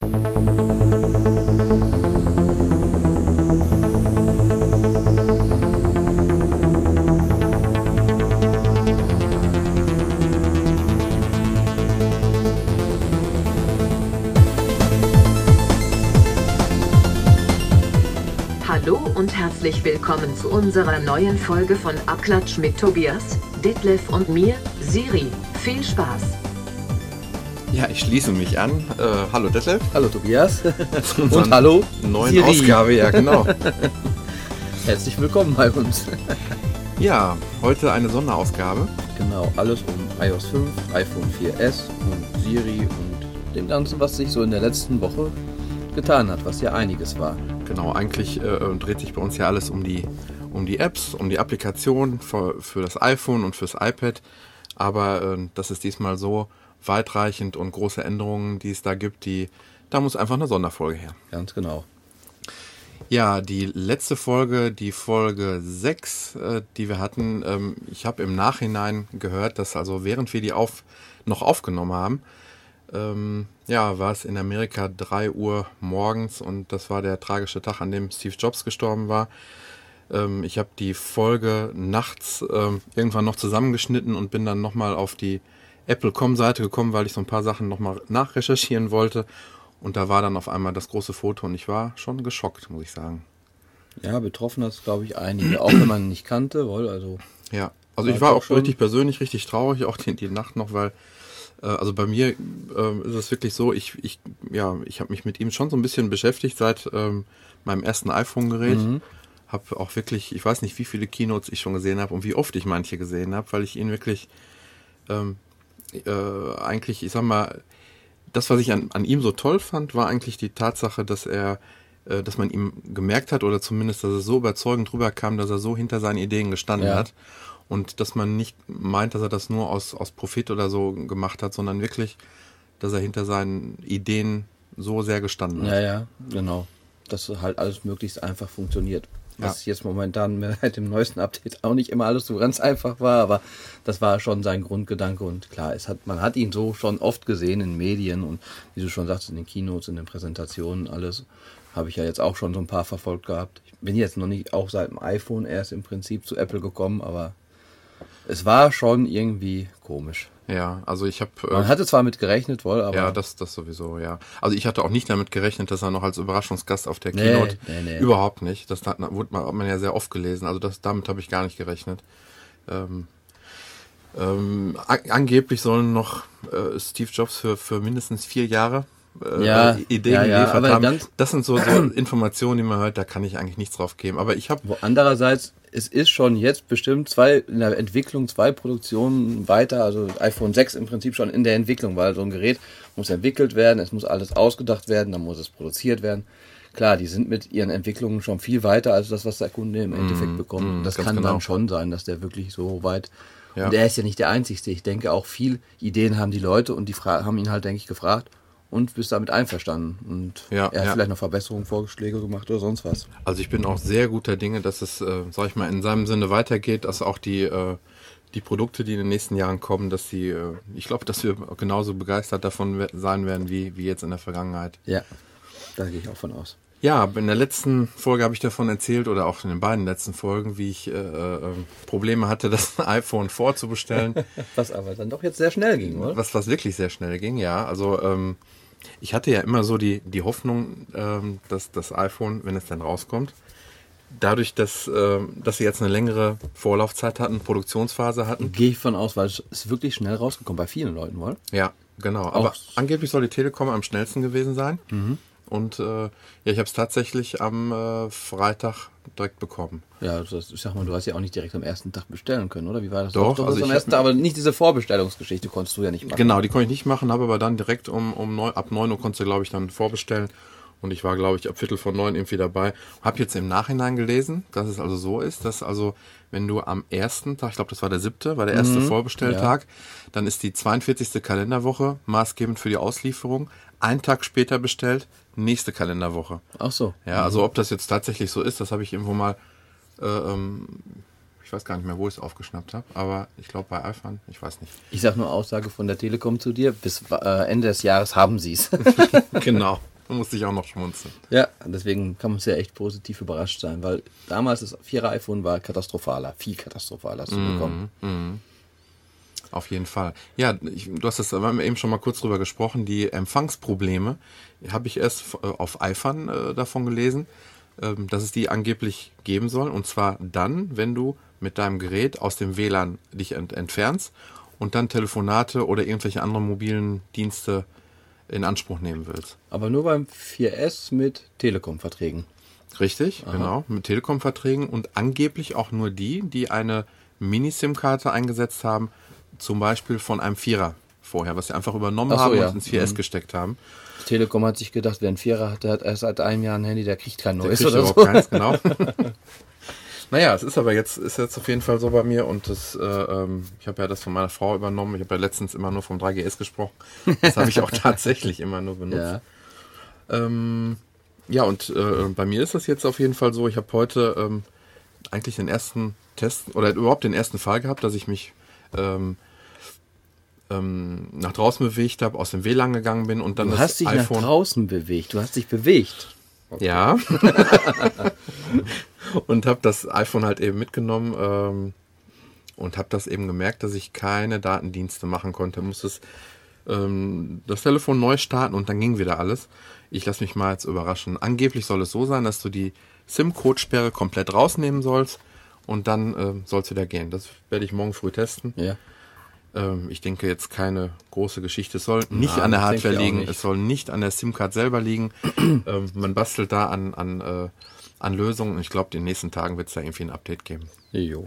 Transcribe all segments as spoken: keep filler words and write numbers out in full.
Hallo und herzlich willkommen zu unserer neuen Folge von Abklatsch mit Tobias, Detlef und mir, Siri. Viel Spaß! Ja, ich schließe mich an. Äh, hallo Detlef. Hallo Tobias. Und hallo neuen Siri. Ausgabe, ja genau. Herzlich willkommen bei uns. Ja, heute eine Sonderausgabe. Genau, alles um i O S fünf, iPhone vier S und Siri und dem Ganzen, was sich so in der letzten Woche getan hat, was ja einiges war. Genau, eigentlich äh, dreht sich bei uns ja alles um die, um die Apps, um die Applikation für, für das iPhone und fürs iPad. Aber äh, das ist diesmal so weitreichend und große Änderungen, die es da gibt, die, da muss einfach eine Sonderfolge her. Ganz genau. Ja, die letzte Folge, die Folge sechs, äh, die wir hatten, ähm, ich habe im Nachhinein gehört, dass also während wir die auf, noch aufgenommen haben, ähm, ja, war es in Amerika drei Uhr morgens und das war der tragische Tag, an dem Steve Jobs gestorben war. Ähm, ich habe die Folge nachts ähm, irgendwann noch zusammengeschnitten und bin dann nochmal auf die Apple Punkt com-Seite gekommen, weil ich so ein paar Sachen nochmal nachrecherchieren wollte. Und da war dann auf einmal das große Foto und ich war schon geschockt, muss ich sagen. Ja, betroffen hat es, glaube ich, einige, auch wenn man ihn nicht kannte, weil also... Ja, also ich war auch schon richtig persönlich richtig traurig, auch die, die Nacht noch, weil äh, also bei mir äh, ist es wirklich so, ich, ich, ja, ich habe mich mit ihm schon so ein bisschen beschäftigt seit ähm, meinem ersten iPhone-Gerät. Mhm. Habe auch wirklich, ich weiß nicht, wie viele Keynotes ich schon gesehen habe und wie oft ich manche gesehen habe, weil ich ihn wirklich ähm, äh, eigentlich, ich sag mal, das, was ich an, an ihm so toll fand, war eigentlich die Tatsache, dass er, äh, dass man ihm gemerkt hat oder zumindest, dass es so überzeugend rüberkam, dass er so hinter seinen Ideen gestanden ja. hat und dass man nicht meint, dass er das nur aus, aus Profit oder so gemacht hat, sondern wirklich, dass er hinter seinen Ideen so sehr gestanden hat. Ja, ja, genau. Dass halt alles möglichst einfach funktioniert. Was ja. jetzt momentan mit dem neuesten Update auch nicht immer alles so ganz einfach war, aber das war schon sein Grundgedanke und klar, es hat, man hat ihn so schon oft gesehen in Medien und wie du schon sagst, in den Keynotes, in den Präsentationen, alles habe ich ja jetzt auch schon so ein paar verfolgt gehabt. Ich bin jetzt noch nicht auch seit dem iPhone erst im Prinzip zu Apple gekommen, aber es war schon irgendwie komisch. Ja, also ich habe... Man äh, hatte zwar mit gerechnet, wohl, aber... Ja, das, das sowieso, ja. Also ich hatte auch nicht damit gerechnet, dass er noch als Überraschungsgast auf der Keynote... Nee, nee, nee. Überhaupt nicht. Das hat, wurde man, hat man ja sehr oft gelesen. Also das, damit habe ich gar nicht gerechnet. Ähm, ähm, a- angeblich sollen noch äh, Steve Jobs für, für mindestens vier Jahre äh, ja, Ideen ja, ja, geliefert haben. Das sind so, so Informationen, die man hört, da kann ich eigentlich nichts drauf geben. Aber ich habe... Andererseits... Es ist schon jetzt bestimmt zwei in der Entwicklung, zwei Produktionen weiter, also iPhone sechs im Prinzip schon in der Entwicklung, weil so ein Gerät muss entwickelt werden, es muss alles ausgedacht werden, dann muss es produziert werden. Klar, die sind mit ihren Entwicklungen schon viel weiter als das, was der Kunde im Endeffekt mm, bekommt. Mm, das kann genau. dann schon sein, dass der wirklich so weit... Ja. Und er ist ja nicht der Einzige. Ich denke auch viel Ideen haben die Leute und die fra- haben ihn halt, denke ich, gefragt. Und bist damit einverstanden. Und ja, er hat ja. vielleicht noch Verbesserungen, Vorschläge gemacht oder sonst was. Also ich bin auch sehr guter Dinge, dass es, äh, sag ich mal, in seinem Sinne weitergeht, dass auch die, äh, die Produkte, die in den nächsten Jahren kommen, dass die, äh, ich glaube, dass wir genauso begeistert davon sein werden, wie, wie jetzt in der Vergangenheit. Ja, da gehe ich auch von aus. Ja, in der letzten Folge habe ich davon erzählt, oder auch in den beiden letzten Folgen, wie ich äh, äh, Probleme hatte, das iPhone vorzubestellen. Was aber dann doch jetzt sehr schnell ging, oder? Was, was wirklich sehr schnell ging, ja. Also ähm, ich hatte ja immer so die, die Hoffnung, ähm, dass das iPhone, wenn es dann rauskommt, dadurch, dass, ähm, dass sie jetzt eine längere Vorlaufzeit hatten, Produktionsphase hatten. Gehe ich von aus, weil es ist wirklich schnell rausgekommen, bei vielen Leuten, wohl? Ja, genau. Auch aber angeblich soll die Telekom am schnellsten gewesen sein. Mhm. Und äh, ja, ich habe es tatsächlich am äh, Freitag direkt bekommen. Ja, das, ich sag mal, du hast ja auch nicht direkt am ersten Tag bestellen können, oder? Wie war das? Doch, Doch, also am ersten Tag, aber nicht diese Vorbestellungsgeschichte konntest du ja nicht machen. Genau, die konnte ich nicht machen, habe aber dann direkt um, um neun, ab neun Uhr konntest du, glaube ich, dann vorbestellen. Und ich war, glaube ich, ab Viertel vor neun irgendwie dabei. Habe jetzt im Nachhinein gelesen, dass es also so ist, dass also, wenn du am ersten Tag, ich glaube, das war der siebte, war der erste mhm, Vorbestelltag, ja. Dann ist die zweiundvierzigste Kalenderwoche maßgebend für die Auslieferung. Einen Tag später bestellt, nächste Kalenderwoche. Ach so. Ja, also ob das jetzt tatsächlich so ist, das habe ich irgendwo mal, äh, ähm, ich weiß gar nicht mehr, wo ich es aufgeschnappt habe, aber ich glaube bei iPhone, ich weiß nicht. Ich sage nur Aussage von der Telekom zu dir, bis äh, Ende des Jahres haben sie es. Genau. Da musste ich auch noch schmunzeln. Ja, deswegen kann man sehr echt positiv überrascht sein, weil damals das vierer iPhone war katastrophaler, viel katastrophaler zu bekommen. Mm, mm. Auf jeden Fall. Ja, ich, du hast das wir haben eben schon mal kurz drüber gesprochen, die Empfangsprobleme habe ich erst auf iPhone äh, davon gelesen, äh, dass es die angeblich geben soll. Und zwar dann, wenn du mit deinem Gerät aus dem W L A N dich ent- entfernst und dann Telefonate oder irgendwelche anderen mobilen Dienste in Anspruch nehmen willst. Aber nur beim vier S mit Telekom-Verträgen. Richtig, Aha. genau, mit Telekom-Verträgen und angeblich auch nur die, die eine Mini-SIM-Karte eingesetzt haben, zum Beispiel von einem Vierer vorher, was sie einfach übernommen so, haben ja. und ins vier S mhm. gesteckt haben. Telekom hat sich gedacht, wer ein Vierer hat, der hat erst seit einem Jahr ein Handy, der kriegt kein neues der kriegt oder so. Keins, genau. Naja, es ist aber jetzt, ist jetzt auf jeden Fall so bei mir und das, äh, ähm, ich habe ja das von meiner Frau übernommen. Ich habe ja letztens immer nur vom drei G S gesprochen. Das habe ich auch tatsächlich immer nur benutzt. Ja, ähm, ja und äh, bei mir ist das jetzt auf jeden Fall so. Ich habe heute ähm, eigentlich den ersten Test oder überhaupt den ersten Fall gehabt, dass ich mich ähm, ähm, nach draußen bewegt habe, aus dem W L A N gegangen bin und dann du das hast dich iPhone nach draußen bewegt. Du hast dich bewegt. Okay. Ja. Und habe das iPhone halt eben mitgenommen ähm, und habe das eben gemerkt, dass ich keine Datendienste machen konnte. Musste es, ähm, das Telefon neu starten und dann ging wieder alles. Ich lasse mich mal jetzt überraschen. Angeblich soll es so sein, dass du die SIM-Code-Sperre komplett rausnehmen sollst und dann äh, soll es wieder gehen. Das werde ich morgen früh testen. Ja. Ähm, ich denke jetzt keine große Geschichte. Es soll nicht Nein, an der Hardware liegen, es soll nicht an der SIM-Card selber liegen. ähm, man bastelt da an, an äh, an Lösungen. Ich glaube, in den nächsten Tagen wird es da irgendwie ein Update geben. Jo.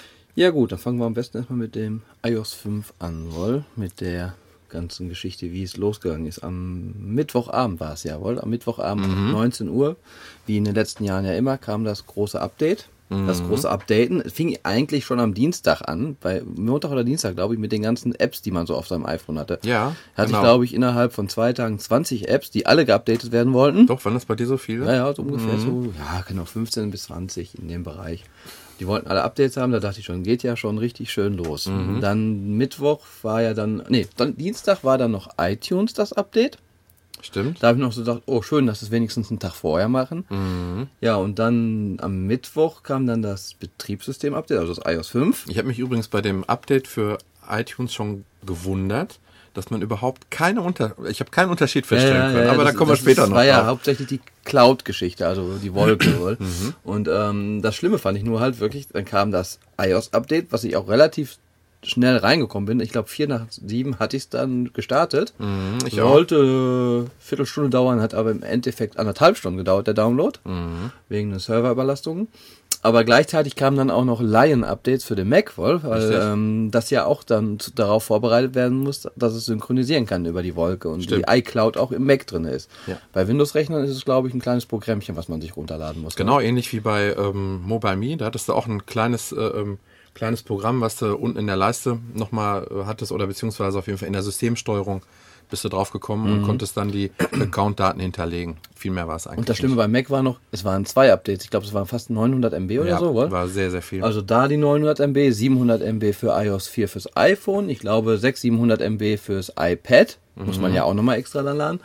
Ja gut, dann fangen wir am besten erstmal mit dem iOS fünf an, wohl. Mit der ganzen Geschichte, wie es losgegangen ist. Am Mittwochabend war es ja, wohl. Am Mittwochabend mhm. neunzehn Uhr, wie in den letzten Jahren ja immer, kam das große Update. Das große Updaten. Es fing eigentlich schon am Dienstag an, bei Montag oder Dienstag, glaube ich, mit den ganzen Apps, die man so auf seinem iPhone hatte. Ja, hatte genau. ich, glaube ich, innerhalb von zwei Tagen zwanzig Apps, die alle geupdatet werden wollten. Doch, waren das bei dir so viele? Ja, ja, so ungefähr mhm. so, ja, genau, fünfzehn bis zwanzig in dem Bereich. Die wollten alle Updates haben, da dachte ich schon, geht ja schon richtig schön los. Mhm. Dann Mittwoch war ja dann, nee, dann Dienstag war dann noch iTunes das Update. Stimmt. Da habe ich noch so gedacht, oh schön, dass es wenigstens einen Tag vorher machen. Mhm. Ja, und dann am Mittwoch kam dann das Betriebssystem-Update, also das iOS fünf. Ich habe mich übrigens bei dem Update für iTunes schon gewundert, dass man überhaupt keine Unter... Ich habe keinen Unterschied feststellen ja, ja, können, ja, aber das, da kommen wir das später ist, noch war drauf. ja hauptsächlich die Cloud-Geschichte, also die Wolke wohl. Mhm. Und ähm, das Schlimme fand ich nur halt wirklich, dann kam das iOS-Update, was ich auch relativ schnell reingekommen bin. Ich glaube, vier nach sieben hatte ich es dann gestartet. Mhm, ich Sollte eine Viertelstunde dauern, hat aber im Endeffekt anderthalb Stunden gedauert, der Download. Mhm. Wegen der Serverüberlastungen. Aber gleichzeitig kamen dann auch noch Lion-Updates für den Mac, wohl, weil ähm, das ja auch dann zu, darauf vorbereitet werden muss, dass es synchronisieren kann über die Wolke und Stimmt. die iCloud auch im Mac drin ist. Ja. Bei Windows-Rechnern ist es, glaube ich, ein kleines Programmchen, was man sich runterladen muss. Genau, ne? ähnlich wie bei ähm, MobileMe. Da hattest du auch ein kleines... Äh, ähm kleines Programm, was du unten in der Leiste nochmal äh, hattest oder beziehungsweise auf jeden Fall in der Systemsteuerung bist du drauf gekommen mhm. und konntest dann die Account-Daten hinterlegen. Viel mehr war es eigentlich Und das Schlimme nicht. Beim Mac war noch, es waren zwei Updates. Ich glaube, es waren fast neunhundert Megabyte oder ja, so, oder? War sehr, sehr viel. Also da die neunhundert Megabyte, siebenhundert Megabyte für iOS vier fürs iPhone. Ich glaube, sechshundert, siebenhundert Megabyte fürs iPad. Mhm. Muss man ja auch nochmal extra dann laden.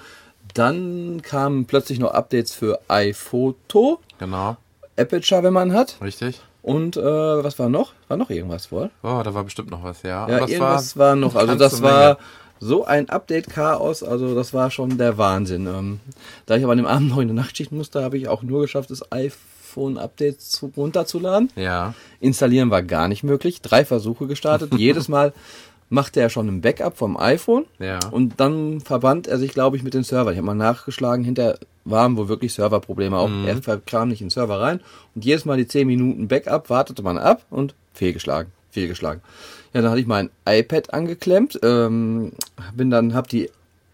Dann kamen plötzlich noch Updates für iPhoto. Genau. Aperture, wenn man hat. Richtig. Und äh, was war noch? War noch irgendwas wohl? Oh, da war bestimmt noch was, ja. Ja, Aber irgendwas war, war noch. Also das war so ein Update-Chaos. Also das war schon der Wahnsinn. Ähm, da ich aber an dem Abend noch in der Nachtschicht musste, habe ich auch nur geschafft, das iPhone-Update zu, runterzuladen. Ja. Installieren war gar nicht möglich. Drei Versuche gestartet. Jedes Mal machte er schon ein Backup vom iPhone. Ja. Und dann verband er sich, glaube ich, mit den Servern. Ich habe mal nachgeschlagen, hinter waren wohl wirklich Serverprobleme auch. Mhm. Er kam nicht in den Server rein und jedes Mal die zehn Minuten Backup wartete man ab und fehlgeschlagen, fehlgeschlagen. Ja, dann hatte ich mein iPad angeklemmt, ähm, bin dann, hab die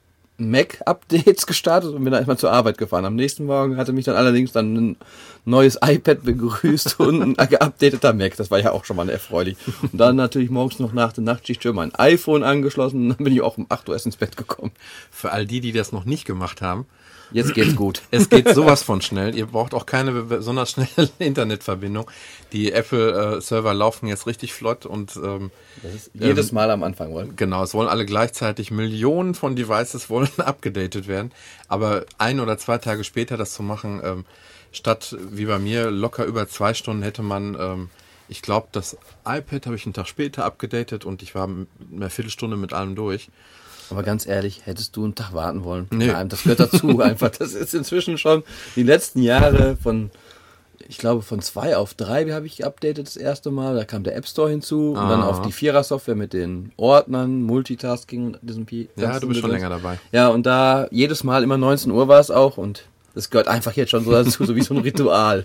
Mac-Updates gestartet und bin dann erstmal zur Arbeit gefahren. Am nächsten Morgen hatte mich dann allerdings dann ein neues iPad begrüßt und ein geupdateter Mac. Das war ja auch schon mal erfreulich. Und dann natürlich morgens noch nach der Nachtschicht schon mein iPhone angeschlossen und dann bin ich auch um acht Uhr erst ins Bett gekommen. Für all die, die das noch nicht gemacht haben, Jetzt geht's gut. Es geht sowas von schnell. Ihr braucht auch keine besonders schnelle Internetverbindung. Die Apple-Server äh, laufen jetzt richtig flott und ähm, das ist jedes ähm, Mal am Anfang wollen. Genau, es wollen alle gleichzeitig, Millionen von Devices wollen abgedatet werden. Aber ein oder zwei Tage später das zu machen, ähm, statt wie bei mir locker über zwei Stunden hätte man, ähm, ich glaube, das iPad habe ich einen Tag später abgedatet und ich war eine Viertelstunde mit allem durch. Aber ganz ehrlich, hättest du einen Tag warten wollen? Nee. Nein, das gehört dazu einfach. Das ist inzwischen schon die letzten Jahre von, ich glaube, von zwei auf drei habe ich geupdatet das erste Mal. Da kam der App Store hinzu ah. und dann auf die Vierer-Software mit den Ordnern, Multitasking und diesem P. Ja, du bist schon länger dabei. Ja, und da jedes Mal immer neunzehn Uhr war es auch und das gehört einfach jetzt schon so dazu, so wie so ein Ritual.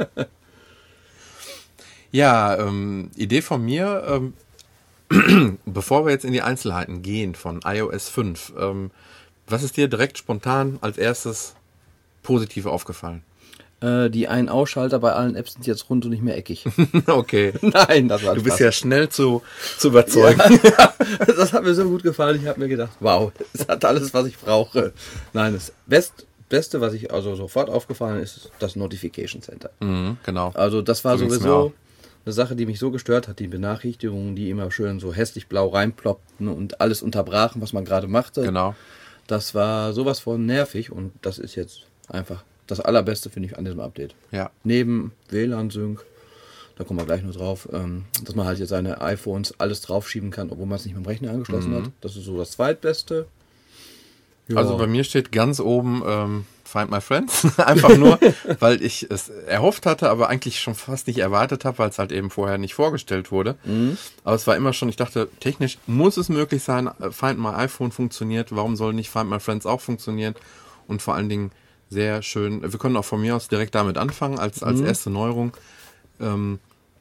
Ja, ähm, Idee von mir, ähm, bevor wir jetzt in die Einzelheiten gehen von i O S fünf, ähm, was ist dir direkt spontan als erstes positiv aufgefallen? Äh, die Ein-Ausschalter bei allen Apps sind jetzt rund und nicht mehr eckig. Okay. Nein, das war Du bist Spaß. ja schnell zu, zu überzeugen. Ja, das hat mir so gut gefallen. Ich habe mir gedacht, wow, es hat alles, was ich brauche. Nein, das Best, Beste, was ich also sofort aufgefallen ist, ist das Notification Center. Mhm, genau. Also das war So ging's mir sowieso auch. eine Sache, die mich so gestört hat, die Benachrichtigungen, die immer schön so hässlich blau reinploppten und alles unterbrachen, was man gerade machte. Genau. Das war sowas von nervig und das ist jetzt einfach das Allerbeste, finde ich, an diesem Update. Ja. Neben W L A N-Sync, da kommen wir gleich noch drauf, ähm, dass man halt jetzt seine iPhones alles draufschieben kann, obwohl man es nicht mit dem Rechner angeschlossen Mhm. hat. Das ist so das Zweitbeste. Ja. Also bei mir steht ganz oben ähm, Find My Friends. Einfach nur, weil ich es erhofft hatte, aber eigentlich schon fast nicht erwartet habe, weil es halt eben vorher nicht vorgestellt wurde. Mhm. Aber es war immer schon, ich dachte, technisch muss es möglich sein, Find My iPhone funktioniert, warum soll nicht Find My Friends auch funktionieren? Und vor allen Dingen sehr schön, wir können auch von mir aus direkt damit anfangen, als, als Mhm. erste Neuerung. Ähm,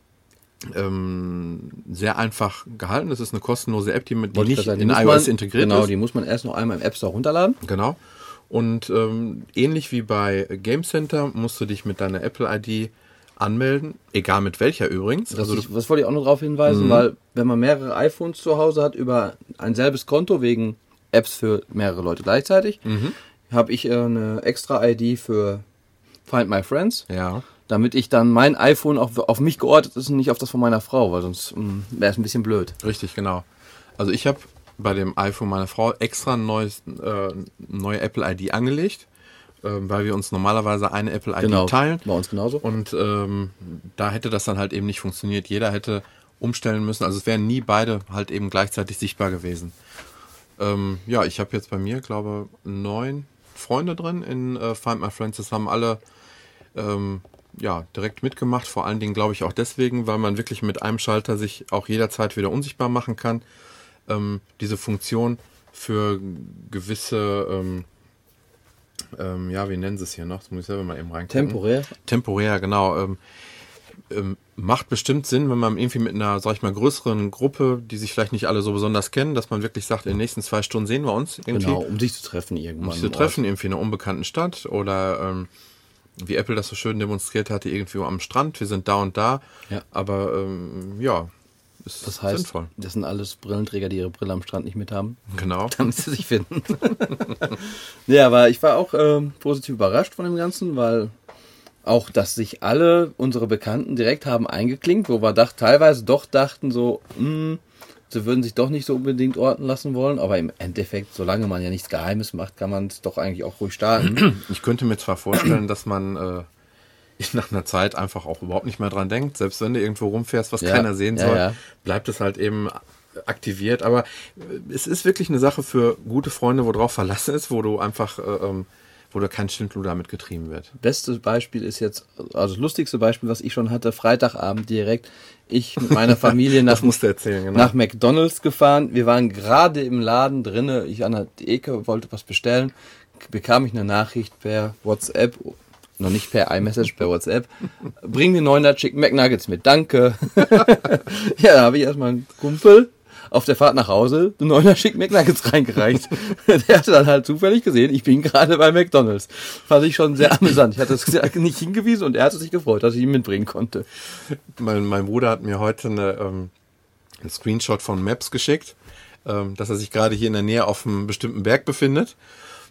ähm, sehr einfach gehalten. Das ist eine kostenlose App, die, mit, die Wollte ich nicht gerade sagen, in die muss iOS man- integriert genau, ist. die muss man erst noch einmal im App Store runterladen. Genau. Und ähm, ähnlich wie bei Game Center musst du dich mit deiner Apple I D anmelden, egal mit welcher übrigens. Das, Also ich, das wollte ich auch noch darauf hinweisen, Mhm. weil wenn man mehrere iPhones zu Hause hat über ein selbes Konto wegen Apps für mehrere Leute gleichzeitig, Mhm. habe ich äh, eine extra I D für Find My Friends, ja, damit ich dann mein iPhone auf, auf mich geortet ist und nicht auf das von meiner Frau, weil sonst wäre es ein bisschen blöd. richtig, genau. Also ich habe bei dem iPhone meiner Frau extra ein neues, äh, neue Apple I D angelegt, ähm, weil wir uns normalerweise eine Apple I D Genau, teilen. bei uns genauso. Und ähm, da hätte das dann halt eben nicht funktioniert. Jeder hätte umstellen müssen. Also es wären nie beide halt eben gleichzeitig sichtbar gewesen. Ähm, ja, ich habe jetzt bei mir, glaube neun Freunde drin in äh, Find My Friends. Das haben alle ähm, ja, direkt mitgemacht. Vor allen Dingen, glaube ich, auch deswegen, weil man wirklich mit einem Schalter sich auch jederzeit wieder unsichtbar machen kann. Ähm, diese Funktion für gewisse, ähm, ähm, ja, wie nennen sie es hier noch? Das muss ich selber mal eben reingucken. Temporär. Temporär, genau. Ähm, ähm, macht bestimmt Sinn, wenn man irgendwie mit einer, sag ich mal, größeren Gruppe, die sich vielleicht nicht alle so besonders kennen, dass man wirklich sagt, in den nächsten zwei Stunden sehen wir uns irgendwie. Genau, um sich zu treffen irgendwann. Um sich zu im Ort. treffen, irgendwie in einer unbekannten Stadt oder ähm, wie Apple das so schön demonstriert hatte, irgendwie am Strand, wir sind da und da. Ja. Aber ähm, ja, ist Das heißt, sinnvoll. das sind alles Brillenträger, die ihre Brille am Strand nicht mit haben, Genau. damit sie sich finden. Ja, aber ich war auch ähm, positiv überrascht von dem Ganzen, weil auch, dass sich alle unsere Bekannten direkt haben eingeklinkt, wo wir dacht, teilweise doch dachten so, mh, sie würden sich doch nicht so unbedingt orten lassen wollen, aber im Endeffekt, solange man ja nichts Geheimes macht, kann man es doch eigentlich auch ruhig starten. Ich könnte mir zwar vorstellen, dass man äh, nach einer Zeit einfach auch überhaupt nicht mehr dran denkt. Selbst wenn du irgendwo rumfährst, was Ja, keiner sehen ja, soll, ja. bleibt es halt eben aktiviert. Aber äh, es ist wirklich eine Sache für gute Freunde, wo drauf verlassen ist, wo du einfach, äh, ähm, wo da kein Schindluder damit getrieben wird. Bestes Beispiel ist jetzt, also das lustigste Beispiel, was ich schon hatte, Freitagabend direkt, ich mit meiner Familie nach, Das musst du erzählen, genau. nach McDonald's gefahren. Wir waren gerade im Laden drinne, ich an der Ecke wollte was bestellen, bekam ich eine Nachricht per WhatsApp, noch nicht per iMessage, per WhatsApp, bring mir neunhundert Chicken McNuggets mit, danke. Ja, da habe ich erstmal einen Kumpel auf der Fahrt nach Hause die neunhundert Chicken McNuggets reingereicht. Der hatte dann halt zufällig gesehen, ich bin gerade bei McDonald's. Fand ich schon sehr amüsant. Ich hatte es nicht hingewiesen und er hatte sich gefreut, dass ich ihn mitbringen konnte. Mein, mein Bruder hat mir heute eine, ähm, einen Screenshot von Maps geschickt, ähm, dass er sich gerade hier in der Nähe auf einem bestimmten Berg befindet.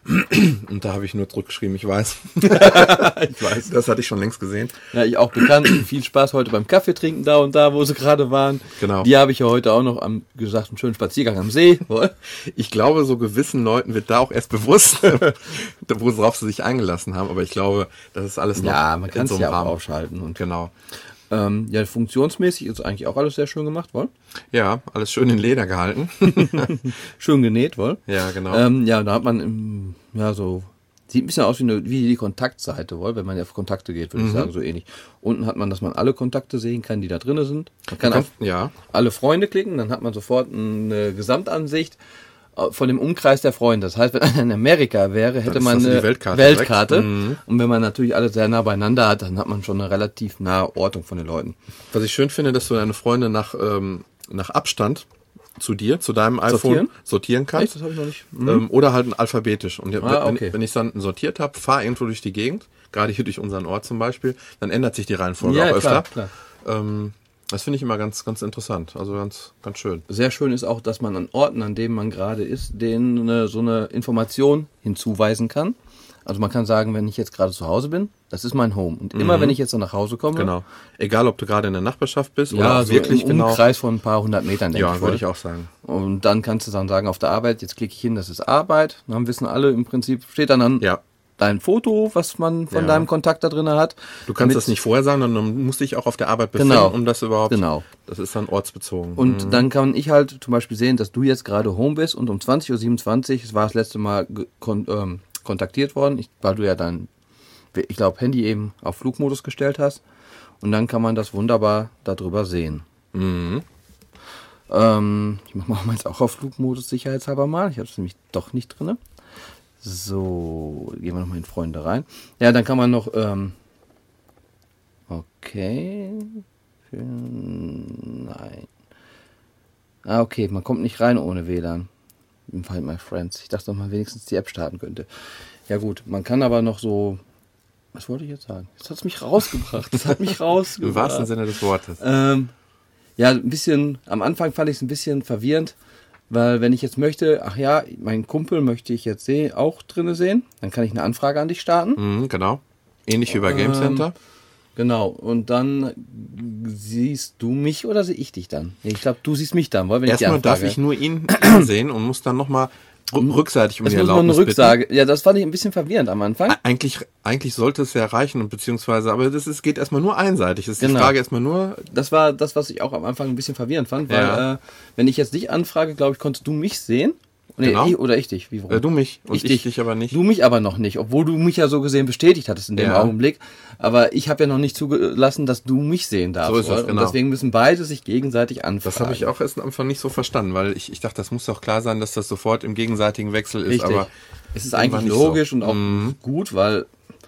Und da habe ich nur zurückgeschrieben, ich weiß. Ich weiß. Das hatte ich schon längst gesehen. Ja, ich auch bekannt. Viel Spaß heute beim Kaffee trinken da und da, wo sie gerade waren. Genau. Die habe ich ja heute auch noch am gesagt, einen schönen Spaziergang am See. Ich glaube, so gewissen Leuten wird da auch erst bewusst, worauf sie sich eingelassen haben. Aber ich glaube, das ist alles noch ja, man kann es so ja auch Rahmen. ausschalten. Und Genau. ähm, ja, funktionsmäßig ist eigentlich auch alles sehr schön gemacht, wohl? Ja, alles schön in Leder gehalten. Schön genäht, wohl? Ja, genau. Ähm, ja, da hat man im, ja so, sieht ein bisschen aus wie, eine, wie die Kontaktseite, wohl, wenn man ja auf Kontakte geht, würde Mhm. ich sagen, so ähnlich. Unten hat man, dass man alle Kontakte sehen kann, die da drin sind. Man kann Du auf kannst- ja. alle Freunde klicken, dann hat man sofort eine Gesamtansicht von dem Umkreis der Freunde. Das heißt, wenn einer in Amerika wäre, hätte ist man das die eine Weltkarte Weltkarte. direkt. Mhm. Und wenn man natürlich alle sehr nah beieinander hat, dann hat man schon eine relativ nahe Ortung von den Leuten. Was ich schön finde, dass du deine Freunde nach, ähm, nach Abstand zu dir, zu deinem iPhone Sortieren? sortieren kannst. Das habe ich noch nicht. Mhm. Ähm, oder halt alphabetisch. Und wenn, Ah, okay. wenn ich dann sortiert habe, fahre irgendwo durch die Gegend, gerade hier durch unseren Ort zum Beispiel, dann ändert sich die Reihenfolge Ja, auch klar, öfter. klar. Ähm, das finde ich immer ganz, ganz interessant. Also ganz, ganz schön. Sehr schön ist auch, dass man an Orten, an denen man gerade ist, denen eine, so eine Information hinzuweisen kann. Also man kann sagen, wenn ich jetzt gerade zu Hause bin, das ist mein Home. Und immer, wenn ich jetzt dann nach Hause komme, Genau. Egal, ob du gerade in der Nachbarschaft bist oder ja, auch so wirklich im genau. Umkreis von ein paar hundert Metern, denke Ja, ich. würde wohl. ich auch sagen. Und dann kannst du dann sagen, auf der Arbeit, jetzt klicke ich hin, das ist Arbeit. Dann wissen alle im Prinzip, steht dann, dann Ja. dein Foto, was man von Ja. deinem Kontakt da drin hat. Du kannst Mit- das nicht vorher sagen, sondern du musst dich auch auf der Arbeit befinden, Genau. um das überhaupt. Genau. Das ist dann ortsbezogen. Und dann kann ich halt zum Beispiel sehen, dass du jetzt gerade home bist und um zwanzig Uhr siebenundzwanzig, es war das letzte Mal ge- kon ähm, kontaktiert worden, ich, weil du ja dein, ich glaube, Handy eben auf Flugmodus gestellt hast. Und dann kann man das wunderbar darüber sehen. Mhm. Ähm, ich mache mal jetzt auch auf Flugmodus sicherheitshalber mal. Ich habe es nämlich doch nicht drin. So, gehen wir nochmal in Freunde rein. Ja, dann kann man noch, ähm, okay, Für- nein. Ah, okay, man kommt nicht rein ohne W L A N. Im Find My Friends. Ich dachte, dass man wenigstens die App starten könnte. Ja gut, man kann aber noch so, was wollte ich jetzt sagen? Jetzt hat es mich rausgebracht. Das hat mich rausgebracht. Im wahrsten Sinne des Wortes. Ähm, ja, ein bisschen, am Anfang fand ich es ein bisschen verwirrend, weil wenn ich jetzt möchte, ach ja, meinen Kumpel möchte ich jetzt seh, auch drinne sehen, dann kann ich eine Anfrage an dich starten. Mhm, genau. Ähnlich wie bei Game Ähm, Center. Genau, und dann siehst du mich oder sehe ich dich dann? Ich glaube, du siehst mich dann, weil wenn Erstmal ich die Anfrage... darf ich nur ihn, ihn sehen und muss dann nochmal rückseitig um das die muss man eine Erlaubnis Rücksage. Ja, das fand ich ein bisschen verwirrend am Anfang. bitten. Eigentlich, eigentlich sollte es ja reichen, und beziehungsweise, aber das ist, geht erstmal nur einseitig. Das ist Genau. die Frage erstmal nur, Das war das, was ich auch am Anfang ein bisschen verwirrend fand, weil Ja. äh, wenn ich jetzt dich anfrage, glaube ich, konntest du mich sehen. Nee, Genau. ich, oder ich dich. Wie, warum? äh, du mich und Ich ich, dich. dich aber nicht. Du mich aber noch nicht, obwohl du mich ja so gesehen bestätigt hattest in dem Ja. Augenblick. Aber ich habe ja noch nicht zugelassen, dass du mich sehen darfst. So ist das, oder? genau. Und deswegen müssen beide sich gegenseitig anfragen. Das habe ich auch erst am Anfang nicht so verstanden, weil ich, ich dachte, das muss doch klar sein, dass das sofort im gegenseitigen Wechsel ist. Richtig. Aber Es ist irgendwann eigentlich nicht so. logisch und auch Mhm. gut, weil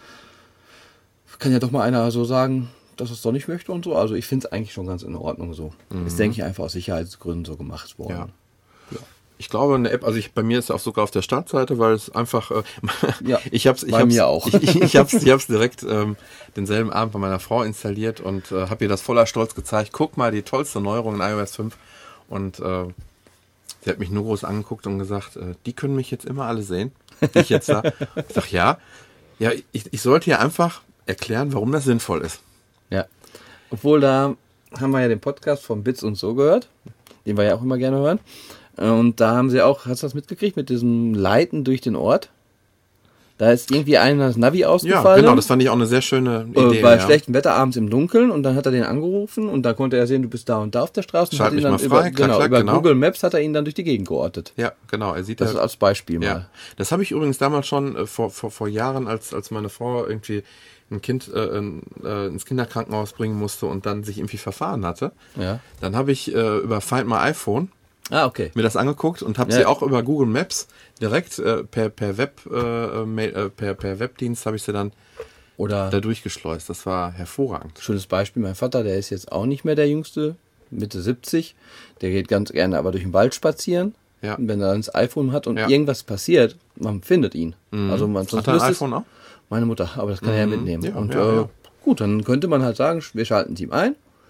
kann ja doch mal einer so sagen, dass es doch nicht möchte und so. Also ich finde es eigentlich schon ganz in Ordnung so. Ist, denke ich, einfach aus Sicherheitsgründen so gemacht worden. Ja. Ich glaube, eine App, also ich, bei mir ist es auch sogar auf der Startseite, weil es einfach, äh, Ja, ich hab's, ich bei hab's, mir auch. Ich, ich, ich hab's, ich hab's direkt ähm, denselben Abend bei meiner Frau installiert und äh, habe ihr das voller Stolz gezeigt. Guck mal, die tollste Neuerung in i O S fünf. Und äh, sie hat mich nur groß angeguckt und gesagt, äh, die können mich jetzt immer alle sehen, die ich jetzt da. Ich sag, ja, ja, ich, ich sollte ja einfach erklären, warum das sinnvoll ist. Ja. Obwohl da haben wir ja den Podcast von Bits und so gehört, den wir ja auch immer gerne hören. Und da haben sie auch, hast du das mitgekriegt, mit diesem Leiten durch den Ort? Da ist irgendwie einer das Navi Ja, ausgefallen. genau, das fand ich auch eine sehr schöne Idee. äh, bei ja. schlechtem Wetter abends im Dunkeln und dann hat er den angerufen und da konnte er sehen, du bist da und da auf der Straße und Schalt hat ihn mich dann mal frei, über, klack, genau, klack, über genau. Google Maps hat er ihn dann durch die Gegend geortet. Ja, genau, er sieht Das ja, ist als Beispiel ja. mal. Das habe ich übrigens damals schon äh, vor, vor, vor Jahren, als, als meine Frau irgendwie ein Kind äh, in, äh, ins Kinderkrankenhaus bringen musste und dann sich irgendwie verfahren hatte. Ja. Dann habe ich äh, über Find My iPhone Ah, okay. mir das angeguckt und habe Ja. sie auch über Google Maps direkt äh, per, per Web äh, Mail, äh, per, per Webdienst habe ich sie dann Oder da durchgeschleust. Das war hervorragend. schönes Beispiel, mein Vater, der ist jetzt auch nicht mehr der Jüngste, Mitte siebzig. Der geht ganz gerne aber durch den Wald spazieren. Ja. Und wenn er dann das iPhone hat und Ja. irgendwas passiert, man findet ihn. Also man, sonst Hat er ein müsste es- iPhone auch? Meine Mutter, aber das kann er ja mitnehmen. Ja, und ja, äh, ja. gut, dann könnte man halt sagen, wir schalten es ihm ein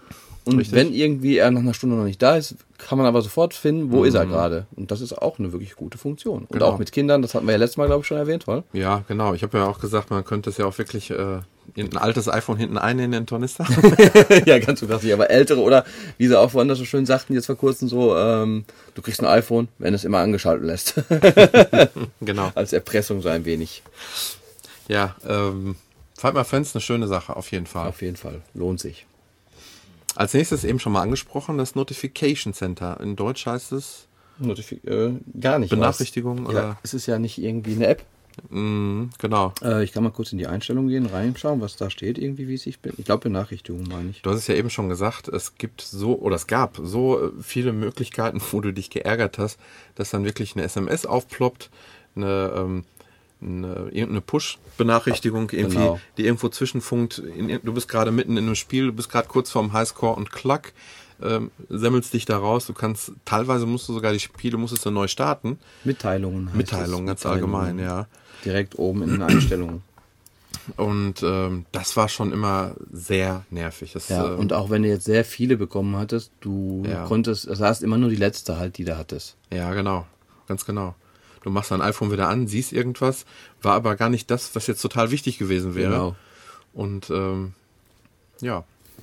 Und Richtig. wenn irgendwie er nach einer Stunde noch nicht da ist, kann man aber sofort finden, wo Mhm. ist er gerade. Und das ist auch eine wirklich gute Funktion. Und Genau. auch mit Kindern, das hatten wir ja letztes Mal, glaube ich, schon erwähnt, oder? Ja, genau. Ich habe ja auch gesagt, man könnte es ja auch wirklich äh, in ein altes iPhone hinten einnehmen in den Tornister. Ja, ganz so klassisch. Aber ältere oder, wie sie auch woanders so schön sagten, jetzt vor kurzem so, ähm, du kriegst ein iPhone, wenn es immer angeschaltet lässt. Genau. Als Erpressung so ein wenig. Ja, ähm, Find My Friends eine schöne Sache, auf jeden Fall. Auf jeden Fall. Lohnt sich. Als nächstes eben schon mal angesprochen, das Notification Center. In Deutsch heißt es Notifi äh, gar nicht. Benachrichtigung was. oder? Ja, es ist ja nicht irgendwie eine App. Mm, genau. Äh, ich kann mal kurz in die Einstellungen gehen, reinschauen, was da steht, irgendwie, wie es sich bin. Ich glaube, Benachrichtigungen meine ich. Du hast es ja eben schon gesagt, es gibt so, oder es gab so äh, viele Möglichkeiten, wo du dich geärgert hast, dass dann wirklich eine S M S aufploppt, eine, ähm, eine, irgendeine Push-Benachrichtigung, irgendwie, Genau. die irgendwo zwischenfunkt. In, du bist gerade mitten in einem Spiel, du bist gerade kurz vorm Highscore und klack, ähm, semmelst dich da raus. Du kannst, teilweise musst du sogar die Spiele, musstest du neu starten. Mitteilungen heißt Mitteilungen, es. ganz allgemein, ja. Direkt oben in den Einstellungen. Und ähm, das war schon immer sehr nervig. Das, Ja, ähm, und auch wenn du jetzt sehr viele bekommen hattest, du Ja. konntest, das heißt immer nur die letzte halt, die du hattest. Ja, genau. Ganz genau. Du machst dein iPhone wieder an, siehst irgendwas, war aber gar nicht das, was jetzt total wichtig gewesen wäre. Genau. Und ähm, ja,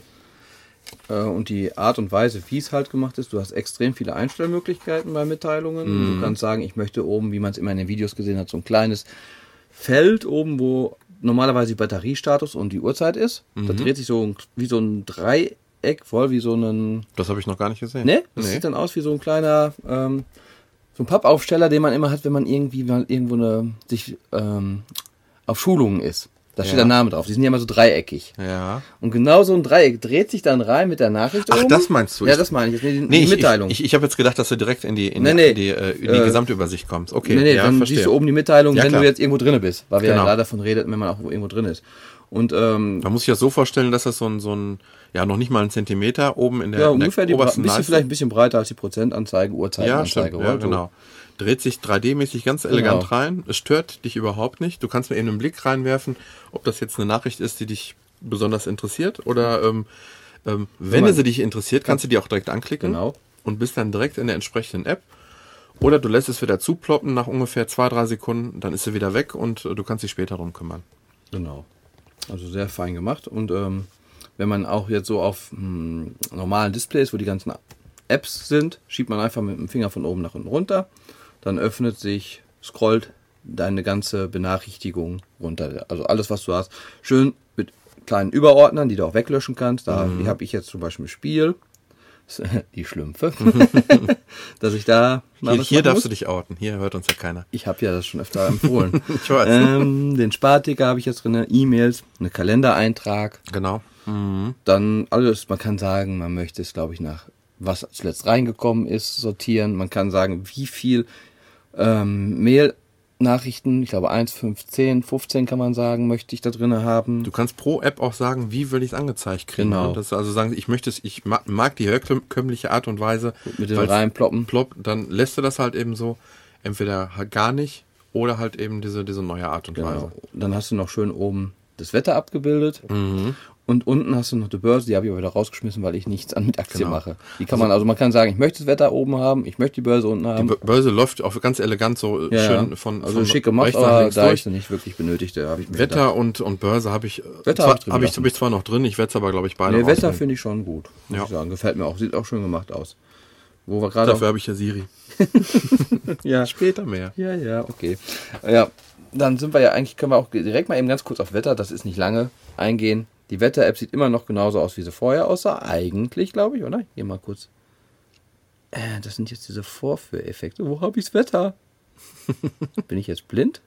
Äh, Und die Art und Weise, wie es halt gemacht ist, du hast extrem viele Einstellmöglichkeiten bei Mitteilungen. Mhm. Du kannst sagen, ich möchte oben, wie man es immer in den Videos gesehen hat, so ein kleines Feld oben, wo normalerweise die Batteriestatus und die Uhrzeit ist. Da Mhm. dreht sich so ein, wie so ein Dreieck voll, wie so ein... das habe ich noch gar nicht gesehen. Ne? Das Nee. sieht dann aus wie so ein kleiner, ähm, so ein Pappaufsteller, den man immer hat, wenn man irgendwie mal irgendwo eine, sich ähm, auf Schulungen ist. Da steht Ja. der Name drauf. Die sind ja immer so dreieckig. Ja. Und genau so ein Dreieck dreht sich dann rein mit der Nachricht Ach, oben. das meinst du? Ja, Ich- das meine ich jetzt. Nee, die, Nee, die ich, Mitteilung. Ich, ich, ich habe jetzt gedacht, dass du direkt in die, in Nee, die, nee. die, äh, in die Äh, Gesamtübersicht kommst. Okay, nee, nee, ja, dann verstehe. siehst du oben die Mitteilung, Ja, wenn klar. du jetzt irgendwo drinne bist. Weil wir Genau. ja da davon reden, wenn man auch irgendwo drin ist. Und ähm, Man muss sich das so vorstellen, dass das so ein, so ein, ja, noch nicht mal ein Zentimeter oben in der, ja, in der ungefähr die, ein obersten bisschen, Leiste. vielleicht ein bisschen breiter als die Prozentanzeige, Ja, Uhrzeitanzeige. stimmt, ja, oder? So. genau. Dreht sich drei D-mäßig ganz elegant Genau. rein. Es stört dich überhaupt nicht. Du kannst mir eben einen Blick reinwerfen, ob das jetzt eine Nachricht ist, die dich besonders interessiert oder ähm, ähm, wenn man- sie dich interessiert, kannst du die auch direkt anklicken Genau. und bist dann direkt in der entsprechenden App. Oder du lässt es wieder zuploppen nach ungefähr zwei, drei Sekunden, dann ist sie wieder weg und äh, du kannst dich später drum kümmern. Genau. Also sehr fein gemacht. Und ähm, wenn man auch jetzt so auf hm, normalen Displays, wo die ganzen Apps sind, schiebt man einfach mit dem Finger von oben nach unten runter. Dann öffnet sich, scrollt deine ganze Benachrichtigung runter. Also alles, was du hast. Schön mit kleinen Überordnern, die du auch weglöschen kannst. Da Mhm. die habe ich jetzt zum Beispiel im Spiel. Die Schlümpfe. Dass ich da mal Hier, was hier machen darfst muss. du dich outen, hier hört uns ja keiner. Ich habe ja das schon öfter empfohlen. Ich weiß. ähm, den Sparticker habe ich jetzt drin, E-Mails, einen Kalendereintrag. Genau. Mhm. Dann alles, man kann sagen, man möchte es, glaube ich, nach was zuletzt reingekommen ist, sortieren. Man kann sagen, wie viel ähm, Mail-Nachrichten, ich glaube eins, fünf, zehn, fünfzehn kann man sagen, möchte ich da drin haben. Du kannst pro App auch sagen, wie will ich es angezeigt kriegen. Genau. Ne? Das ist also sagen, ich möchte es, ich mag, mag die herkömmliche Art und Weise. Mit dem weil's reinploppen. Plopp, dann lässt du das halt eben so, entweder halt gar nicht oder halt eben diese, diese neue Art und Genau. Weise. Dann hast du noch schön oben das Wetter abgebildet. Mhm. Und unten hast du noch die Börse, die habe ich aber wieder rausgeschmissen, weil ich nichts an mit Aktien Genau. mache. Die kann man, also man kann sagen, ich möchte das Wetter oben haben, ich möchte die Börse unten Die haben. B- Börse läuft auch ganz elegant so Ja, schön ja. von, also von schick gemacht, rechts nach aber links da durch. ich sie nicht wirklich benötigt, da habe ich mir Wetter gedacht, und, und Börse habe ich, Wetter zwar, hab ich drin habe ich, gelassen. hab ich zwar noch drin, ich werde es aber, glaube ich, beide nee, Wetter rausnehmen. finde ich schon gut, muss Ja. ich sagen. Gefällt mir auch, sieht auch schön gemacht aus. Wo wir gerade Dafür habe ich ja Siri. ja, Später mehr. ja, ja, okay. Ja, dann sind wir ja eigentlich, können wir auch direkt mal eben ganz kurz auf Wetter, das ist nicht lange, eingehen. Die Wetter-App sieht immer noch genauso aus, wie sie vorher aussah. Eigentlich, glaube ich, oder? Hier mal kurz. Äh, das sind jetzt diese Vorführeffekte. Wo habe ich das Wetter? Bin ich jetzt blind?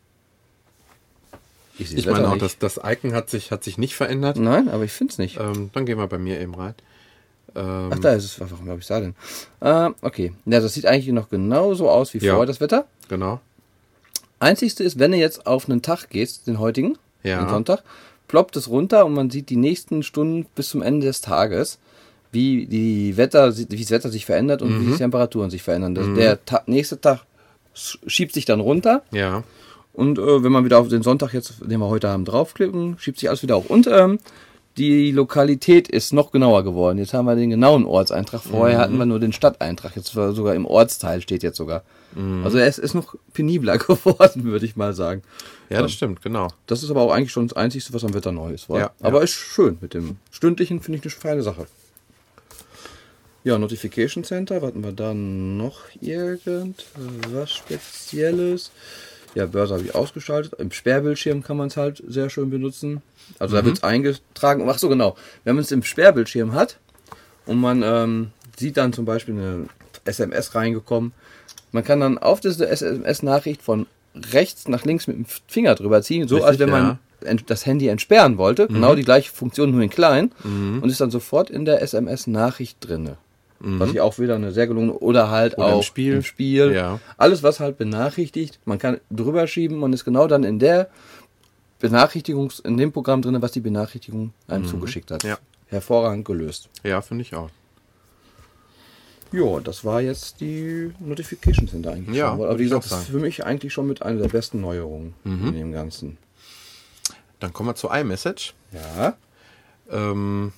Ich, sehe Ich das meine Wetter auch, nicht. das, das Icon hat sich, hat sich nicht verändert. Nein, aber ich finde es nicht. Ähm, dann gehen wir bei mir eben rein. Ähm, Ach, da ist es. Warum habe ich es da denn? Äh, okay. Ja, das sieht eigentlich noch genauso aus wie Ja. vorher, das Wetter. Genau. Einzigste ist, wenn du jetzt auf einen Tag gehst, den heutigen, Ja. den Sonntag, ploppt es runter und man sieht die nächsten Stunden bis zum Ende des Tages, wie die Wetter, wie das Wetter sich verändert und Mhm. wie die Temperaturen sich verändern. Das, Der Ta- nächste Tag sch- schiebt sich dann runter Ja. und äh, wenn man wieder auf den Sonntag jetzt, den wir heute haben, draufklicken, schiebt sich alles wieder auch. Und ähm, die Lokalität ist noch genauer geworden. Jetzt haben wir den genauen Ortseintrag. Vorher mhm. hatten wir nur den Stadteintrag. Jetzt war sogar im Ortsteil steht jetzt sogar. Mhm. Also es ist noch penibler geworden, würde ich mal sagen. Ja, das stimmt, genau. Das ist aber auch eigentlich schon das Einzige, was am Wetter neu ist. War. Ja, aber ja. ist schön. Mit dem Stündlichen finde ich eine feine Sache. Ja, Notification Center. Warten wir da noch irgendwas Spezielles? Ja, Börse habe ich ausgeschaltet. Im Sperrbildschirm kann man es halt sehr schön benutzen. Also mhm. da wird es eingetragen. Ach so, genau. Wenn man es im Sperrbildschirm hat und man ähm, sieht dann zum Beispiel eine S M S reingekommen, man kann dann auf diese S M S-Nachricht von rechts nach links mit dem Finger drüber ziehen, so Richtig, als wenn man ja. das Handy entsperren wollte. Mhm. Genau die gleiche Funktion, nur in klein. Mhm. Und ist dann sofort in der S M S-Nachricht drinne. Mhm. Was ich auch wieder eine sehr gelungene, oder halt oder auch im Spiel, im Spiel. Ja. Alles, was halt benachrichtigt, man kann drüber schieben, man ist genau dann in der Benachrichtigungs, in dem Programm drin, was die Benachrichtigung einem mhm. zugeschickt hat. Ja. Hervorragend gelöst. Ja, finde ich auch. Ja, das war jetzt die Notification Center eigentlich. Ja, schon. Aber wie gesagt, das ist für mich eigentlich schon mit einer der besten Neuerungen mhm. in dem Ganzen. Dann kommen wir zu iMessage. Ja. Ähm,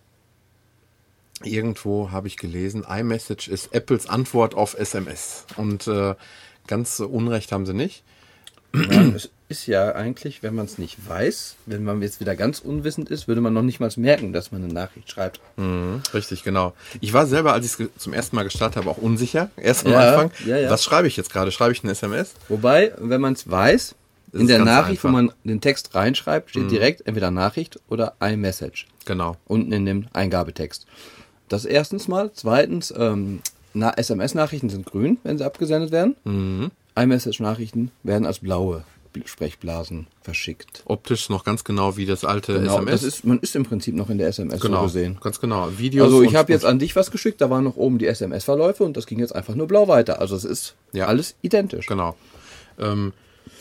irgendwo habe ich gelesen, iMessage ist Apples Antwort auf S M S. Und äh, ganz Unrecht haben sie nicht. Ja, es ist ja eigentlich, wenn man es nicht weiß, wenn man jetzt wieder ganz unwissend ist, würde man noch nicht mal merken, dass man eine Nachricht schreibt. Mhm, richtig, genau. Ich war selber, als ich es zum ersten Mal gestartet habe, auch unsicher. Erst am ja, Anfang. Ja, ja. Was schreibe ich jetzt gerade? Schreibe ich eine S M S? Wobei, wenn man es weiß, in der Nachricht, einfach. Wo man den Text reinschreibt, steht mhm. direkt entweder Nachricht oder iMessage. Genau. Unten in dem Eingabetext. Das erstens mal. Zweitens, ähm, na, S M S-Nachrichten sind grün, wenn sie abgesendet werden. Mhm. iMessage-Nachrichten werden als blaue Sprechblasen verschickt. Optisch noch ganz genau wie das alte genau, S M S. Das ist, man ist im Prinzip noch in der S M S genau, so gesehen. Ganz genau. Videos. Also ich habe jetzt an dich was geschickt, da waren noch oben die S M S-Verläufe und das ging jetzt einfach nur blau weiter. Also es ist ja. alles identisch. Genau. Ähm,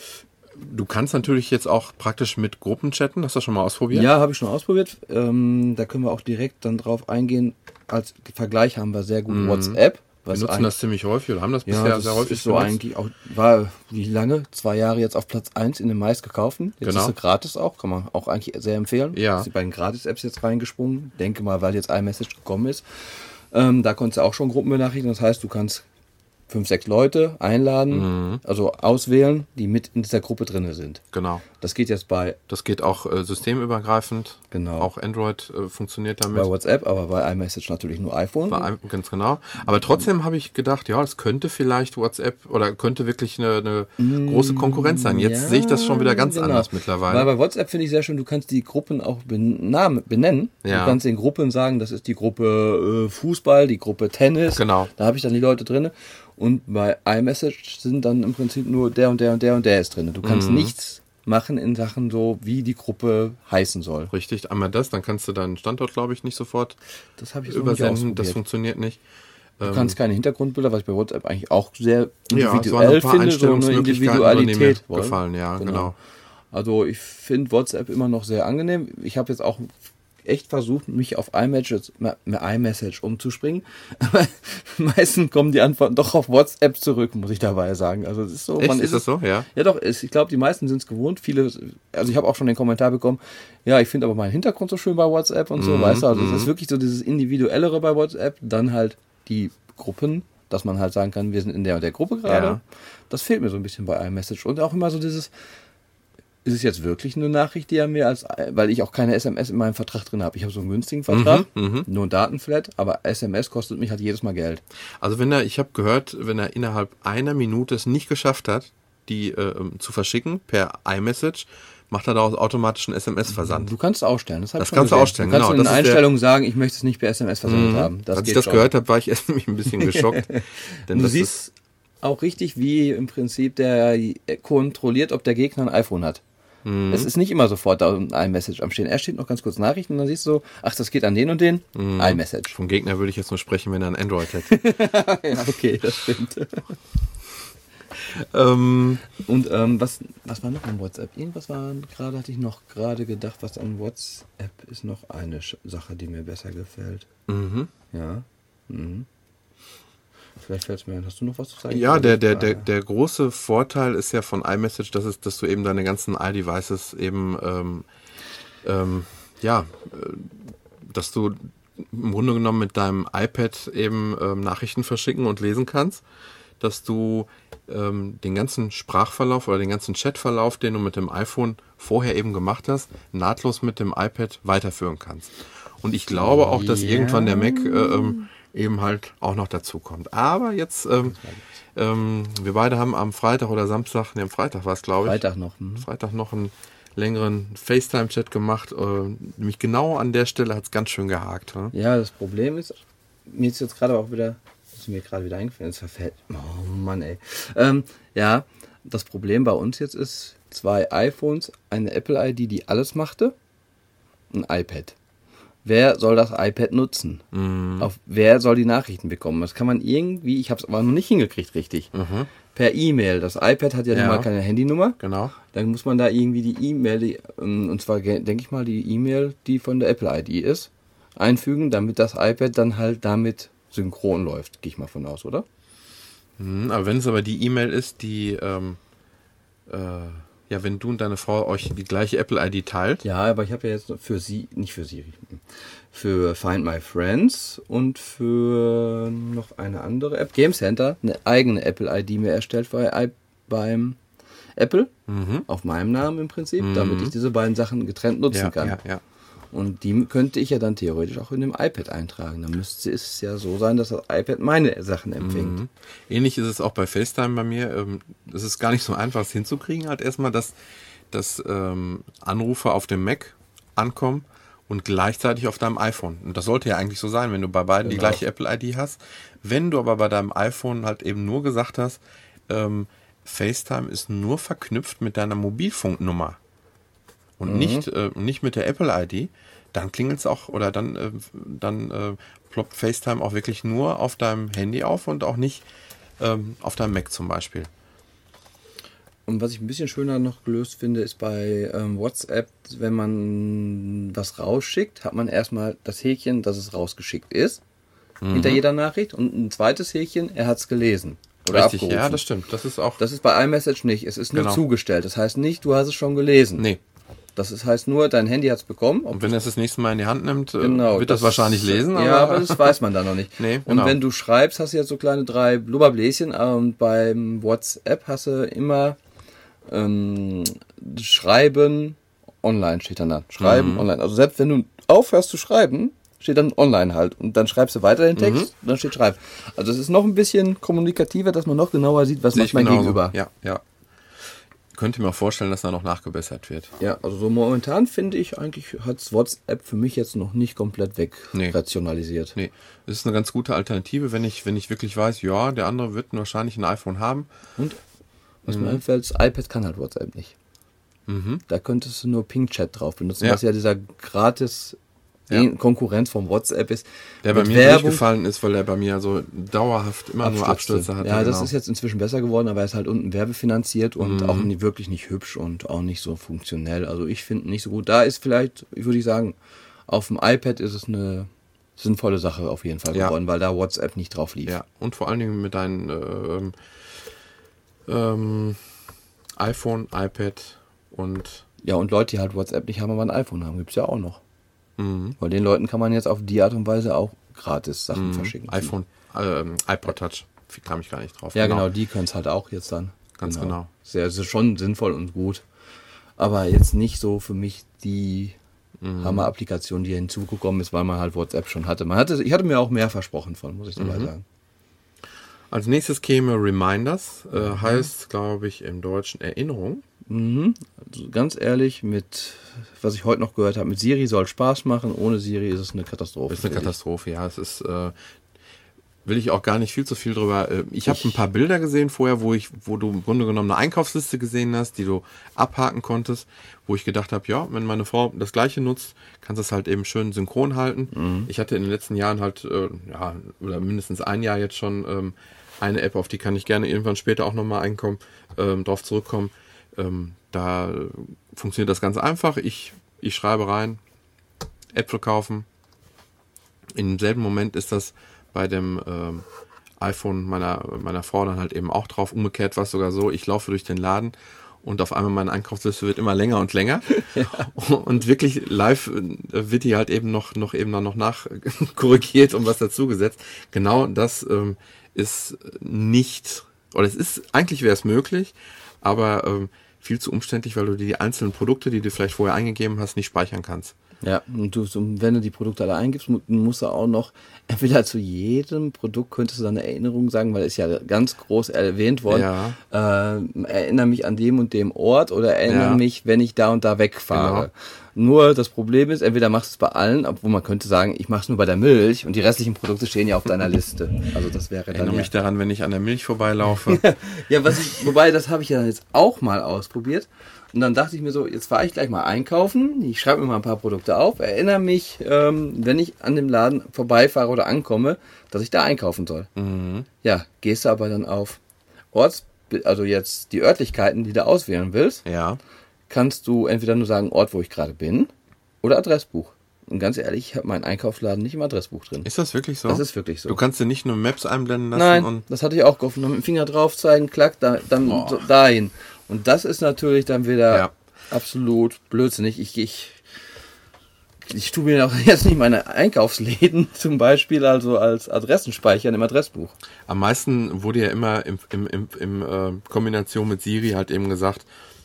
du kannst natürlich jetzt auch praktisch mit Gruppen chatten. Hast du das schon mal ausprobiert? Ja, habe ich schon ausprobiert. Ähm, da können wir auch direkt dann drauf eingehen. Als Vergleich haben wir sehr gut mhm. WhatsApp. Wir nutzen das ziemlich häufig oder haben das ja, bisher das sehr häufig ist so benutzt. Eigentlich auch, war wie lange? Zwei Jahre jetzt auf Platz eins in den meist gekauften. Jetzt genau. ist sie gratis auch, kann man auch eigentlich sehr empfehlen. Ja. Ist sie bei den Gratis-Apps jetzt reingesprungen. Denke mal, weil jetzt iMessage gekommen ist. Ähm, da konntest du auch schon Gruppen benachrichtigen. Das heißt, du kannst fünf, sechs Leute einladen, mhm. also auswählen, die mit in dieser Gruppe drin sind. Genau. Das geht jetzt bei... Das geht auch äh, systemübergreifend. Genau. Auch Android äh, funktioniert damit. Bei WhatsApp, aber bei iMessage natürlich nur iPhone. Bei, ganz genau. Aber trotzdem habe ich gedacht, ja, es könnte vielleicht WhatsApp oder könnte wirklich eine, eine mm, große Konkurrenz sein. Jetzt ja, sehe ich das schon wieder ganz genau. anders mittlerweile. Weil bei WhatsApp finde ich sehr schön, du kannst die Gruppen auch benamen, benennen. Ja. Du kannst den Gruppen sagen, das ist die Gruppe äh, Fußball, die Gruppe Tennis. Genau. Da habe ich dann die Leute drin. Und bei iMessage sind dann im Prinzip nur der und der und der und der ist drin. Du kannst mhm. nichts machen in Sachen so, wie die Gruppe heißen soll. Richtig, einmal das, dann kannst du deinen Standort, glaube ich, nicht sofort das ich so übersenden. Nicht das funktioniert nicht. Du ähm, kannst keine Hintergrundbilder, was ich bei WhatsApp eigentlich auch sehr individuell ja, ein finde, so eine Individualität. Mir gefallen, ja, genau. genau. Also ich finde WhatsApp immer noch sehr angenehm. Ich habe jetzt auch echt versucht, mich auf iMessage, iMessage umzuspringen. Aber meistens kommen die Antworten doch auf WhatsApp zurück, muss ich dabei sagen. Also es ist so. Echt? Man ist, ist das so? Ja. Ja doch, ich glaube, die meisten sind es gewohnt. Viele, also ich habe auch schon den Kommentar bekommen, ja, ich finde aber meinen Hintergrund so schön bei WhatsApp und so, mm, weißt du. Also es mm. ist wirklich so dieses Individuellere bei WhatsApp. Dann halt die Gruppen, dass man halt sagen kann, wir sind in der und der Gruppe gerade. Ja. Das fehlt mir so ein bisschen bei iMessage. Und auch immer so dieses, ist es jetzt wirklich eine Nachricht, die er mir als, weil ich auch keine S M S in meinem Vertrag drin habe. Ich habe so einen günstigen Vertrag, mhm, nur Datenflat, aber S M S kostet mich halt jedes Mal Geld. Also wenn er, ich habe gehört, wenn er innerhalb einer Minute es nicht geschafft hat, die äh, zu verschicken per iMessage, macht er daraus automatisch einen S M S-Versand. Du kannst ausstellen. Das, das kannst du ausstellen, genau. Du kannst genau. in den Einstellungen sagen, ich möchte es nicht per S M S versendet mhm. haben. Das Als ich das schon. gehört habe, war ich erst nämlich ein bisschen geschockt. Denn du das siehst ist auch richtig, wie im Prinzip der kontrolliert, ob der Gegner ein iPhone hat. Mhm. Es ist nicht immer sofort da ein iMessage am Stehen. Er steht noch ganz kurz Nachrichten und dann siehst du, ach, das geht an den und den, mhm. iMessage. Vom Gegner würde ich jetzt nur sprechen, wenn er ein Android hätte. Ja, okay, das stimmt. ähm, und ähm, was, was war noch an WhatsApp? Irgendwas war gerade, hatte ich noch gerade gedacht, was an WhatsApp ist noch eine Sache, die mir besser gefällt. Mhm. Ja. Mhm. Vielleicht fällt es mir ein. Hast du noch was zu sagen? Ja, der, der, der, der große Vorteil ist ja von iMessage, dass, es, dass du eben deine ganzen iDevices eben ähm, ähm, ja, dass du im Grunde genommen mit deinem iPad eben ähm, Nachrichten verschicken und lesen kannst, dass du ähm, den ganzen Sprachverlauf oder den ganzen Chatverlauf, den du mit dem iPhone vorher eben gemacht hast, nahtlos mit dem iPad weiterführen kannst. Und ich glaube auch, dass ja. irgendwann der Mac äh, ähm, eben halt auch noch dazu kommt. Aber jetzt, ähm, ähm, wir beide haben am Freitag oder Samstag, ne, am Freitag war es, glaube ich. Freitag noch. Hm. Freitag noch einen längeren FaceTime-Chat gemacht. Äh, nämlich genau an der Stelle hat es ganz schön gehakt. Ne? Ja, das Problem ist, mir ist jetzt gerade auch wieder, das ist mir gerade wieder eingefallen, es verfällt. Oh Mann, ey. Ähm, ja, das Problem bei uns jetzt ist, zwei iPhones, eine Apple-I D, die alles machte, ein iPad. Wer soll das iPad nutzen? Mhm. Auf wer soll die Nachrichten bekommen? Das kann man irgendwie, ich habe es aber noch nicht hingekriegt, richtig. Mhm. Per E-Mail. Das iPad hat ja, ja. nun mal keine Handynummer. Genau. Dann muss man da irgendwie die E-Mail, die, und zwar denke ich mal die E-Mail, die von der Apple-I D ist, einfügen, damit das iPad dann halt damit synchron läuft. Gehe ich mal von aus, oder? Mhm, aber wenn es aber die E-Mail ist, die, ähm, äh, ja, wenn du und deine Frau euch die gleiche Apple-I D teilt. Ja, aber ich habe ja jetzt für sie, nicht für Siri, für Find My Friends und für noch eine andere App, Game Center, eine eigene Apple-I D mir erstellt bei, beim Apple, mhm. auf meinem Namen im Prinzip, mhm. damit ich diese beiden Sachen getrennt nutzen ja, kann. Ja, ja. Und die könnte ich ja dann theoretisch auch in dem iPad eintragen. Dann müsste es ja so sein, dass das iPad meine Sachen empfängt. Mhm. Ähnlich ist es auch bei FaceTime bei mir. Es ist gar nicht so einfach, es hinzukriegen, halt erstmal, dass, dass ähm, Anrufe auf dem Mac ankommen und gleichzeitig auf deinem iPhone. Und das sollte ja eigentlich so sein, wenn du bei beiden genau. die gleiche Apple-I D hast. Wenn du aber bei deinem iPhone halt eben nur gesagt hast, ähm, FaceTime ist nur verknüpft mit deiner Mobilfunknummer und mhm. nicht, äh, nicht mit der Apple-I D, dann klingelt es auch, oder dann, äh, dann äh, ploppt FaceTime auch wirklich nur auf deinem Handy auf und auch nicht ähm, auf deinem Mac zum Beispiel. Und was ich ein bisschen schöner noch gelöst finde, ist bei ähm, WhatsApp, wenn man was rausschickt, hat man erstmal das Häkchen, dass es rausgeschickt ist, mhm. hinter jeder Nachricht, und ein zweites Häkchen, er hat es gelesen. Oder Richtig, abgerufen. Ja, das stimmt. Das ist auch. Das ist bei iMessage nicht. Es ist nur genau. zugestellt. Das heißt nicht, du hast es schon gelesen. Nee. Das ist, heißt nur, dein Handy hat es bekommen. Und wenn er es das nächste Mal in die Hand nimmt, genau, wird das, das wahrscheinlich lesen. Ja, aber, aber das weiß man da noch nicht. Nee, genau. Und wenn du schreibst, hast du jetzt so kleine drei Blubberbläschen. Und beim WhatsApp hast du immer ähm, Schreiben online steht dann da. Schreiben mhm. online. Also selbst wenn du aufhörst zu schreiben, steht dann online halt. Und dann schreibst du weiter den Text, mhm. und dann steht Schreiben. Also es ist noch ein bisschen kommunikativer, dass man noch genauer sieht, was macht mein genauso. Gegenüber. Ja, ja. Könnte mir auch vorstellen, dass da noch nachgebessert wird. Ja, also so momentan finde ich, eigentlich hat WhatsApp für mich jetzt noch nicht komplett weg nee. rationalisiert. Nee, das ist eine ganz gute Alternative, wenn ich, wenn ich wirklich weiß, ja, der andere wird wahrscheinlich ein iPhone haben. Und was mhm. mir einfällt, das iPad kann halt WhatsApp nicht. Mhm. Da könntest du nur Ping-Chat drauf benutzen, ja. was ja dieser gratis ja. Konkurrenz vom WhatsApp ist. Der bei mir Werbung durchgefallen ist, weil er bei mir so dauerhaft immer Abstürze. nur Abstürze hatte. Ja, genau. das ist jetzt inzwischen besser geworden, aber er ist halt unten werbefinanziert und mhm. auch nie, wirklich nicht hübsch und auch nicht so funktionell. Also ich finde nicht so gut. Da ist vielleicht, würde ich sagen, auf dem iPad ist es eine sinnvolle Sache auf jeden Fall geworden, ja. weil da WhatsApp nicht drauf lief. Ja, und vor allen Dingen mit deinem ähm, ähm, iPhone, iPad und... Ja, und Leute, die halt WhatsApp nicht haben, aber ein iPhone haben, gibt es ja auch noch. Mhm. Weil den Leuten kann man jetzt auf die Art und Weise auch gratis Sachen mhm. verschicken. iPhone, äh, iPod Touch, kam ich gar nicht drauf. Ja, genau, genau die können es halt auch jetzt dann. Ganz genau. genau. Sehr, es ist schon sinnvoll und gut. Aber jetzt nicht so für mich die mhm. Hammer-Applikation, die hinzugekommen ist, weil man halt WhatsApp schon hatte. Man hatte. Ich hatte mir auch mehr versprochen von, muss ich dabei mhm. sagen. Als nächstes käme Reminders, äh, mhm. heißt, glaube ich, im Deutschen Erinnerung. Mhm. Also ganz ehrlich, mit was ich heute noch gehört habe, mit Siri soll Spaß machen, ohne Siri ist es eine Katastrophe. Ist eine Katastrophe, ja. Es ist, äh, will ich auch gar nicht viel zu viel drüber. Äh, ich habe ein paar Bilder gesehen vorher, wo ich, wo du im Grunde genommen eine Einkaufsliste gesehen hast, die du abhaken konntest, wo ich gedacht habe, ja, wenn meine Frau das Gleiche nutzt, kannst du es halt eben schön synchron halten. Mhm. Ich hatte in den letzten Jahren halt, äh, ja, oder mindestens ein Jahr jetzt schon ähm, eine App, auf die kann ich gerne irgendwann später auch nochmal einkommen, ähm, drauf zurückkommen. Ähm, da funktioniert das ganz einfach. Ich, ich schreibe rein, Äpfel kaufen. Im selben Moment ist das bei dem ähm, iPhone meiner, meiner Frau dann halt eben auch drauf. Umgekehrt war es sogar so, ich laufe durch den Laden und auf einmal meine Einkaufsliste wird immer länger und länger. Ja. Und wirklich live wird die halt eben noch, noch eben dann noch nachkorrigiert und was dazugesetzt. Genau das ähm, ist nicht, oder es ist, eigentlich wäre es möglich, aber ähm, viel zu umständlich, weil du die einzelnen Produkte, die du vielleicht vorher eingegeben hast, nicht speichern kannst. Ja, und du, wenn du die Produkte alle eingibst, musst du auch noch, entweder zu jedem Produkt könntest du dann eine Erinnerung sagen, weil es ja ganz groß erwähnt worden, ja. äh, erinnere mich an dem und dem Ort oder erinnere ja. mich, wenn ich da und da wegfahre. Genau. Nur das Problem ist, entweder machst du es bei allen, obwohl man könnte sagen, ich mache es nur bei der Milch und die restlichen Produkte stehen ja auf deiner Liste. Also das wäre dann. Erinnere mich daran, wenn ich an der Milch vorbeilaufe. Ja, was ich, wobei, das habe ich ja jetzt auch mal ausprobiert. Und dann dachte ich mir so, jetzt fahre ich gleich mal einkaufen, ich schreibe mir mal ein paar Produkte auf, erinnere mich, ähm, wenn ich an dem Laden vorbeifahre oder ankomme, dass ich da einkaufen soll. Mhm. Ja, gehst du aber dann auf Orts, also jetzt die Örtlichkeiten, die du auswählen willst, ja. kannst du entweder nur sagen, Ort, wo ich gerade bin, oder Adressbuch. Und ganz ehrlich, ich habe meinen Einkaufsladen nicht im Adressbuch drin. Ist das wirklich so? Das ist wirklich so. Du kannst dir nicht nur Maps einblenden lassen? Nein, und das hatte ich auch gehofft. Mit dem Finger drauf zeigen, klack, da, dann so, dahin. Und das ist natürlich dann wieder ja. absolut blödsinnig. Ich, ich, ich tue mir auch jetzt nicht meine Einkaufsläden zum Beispiel also als Adressen speichern im Adressbuch. Am meisten wurde ja immer in im, im, im, äh, Kombination mit Siri halt eben gesagt,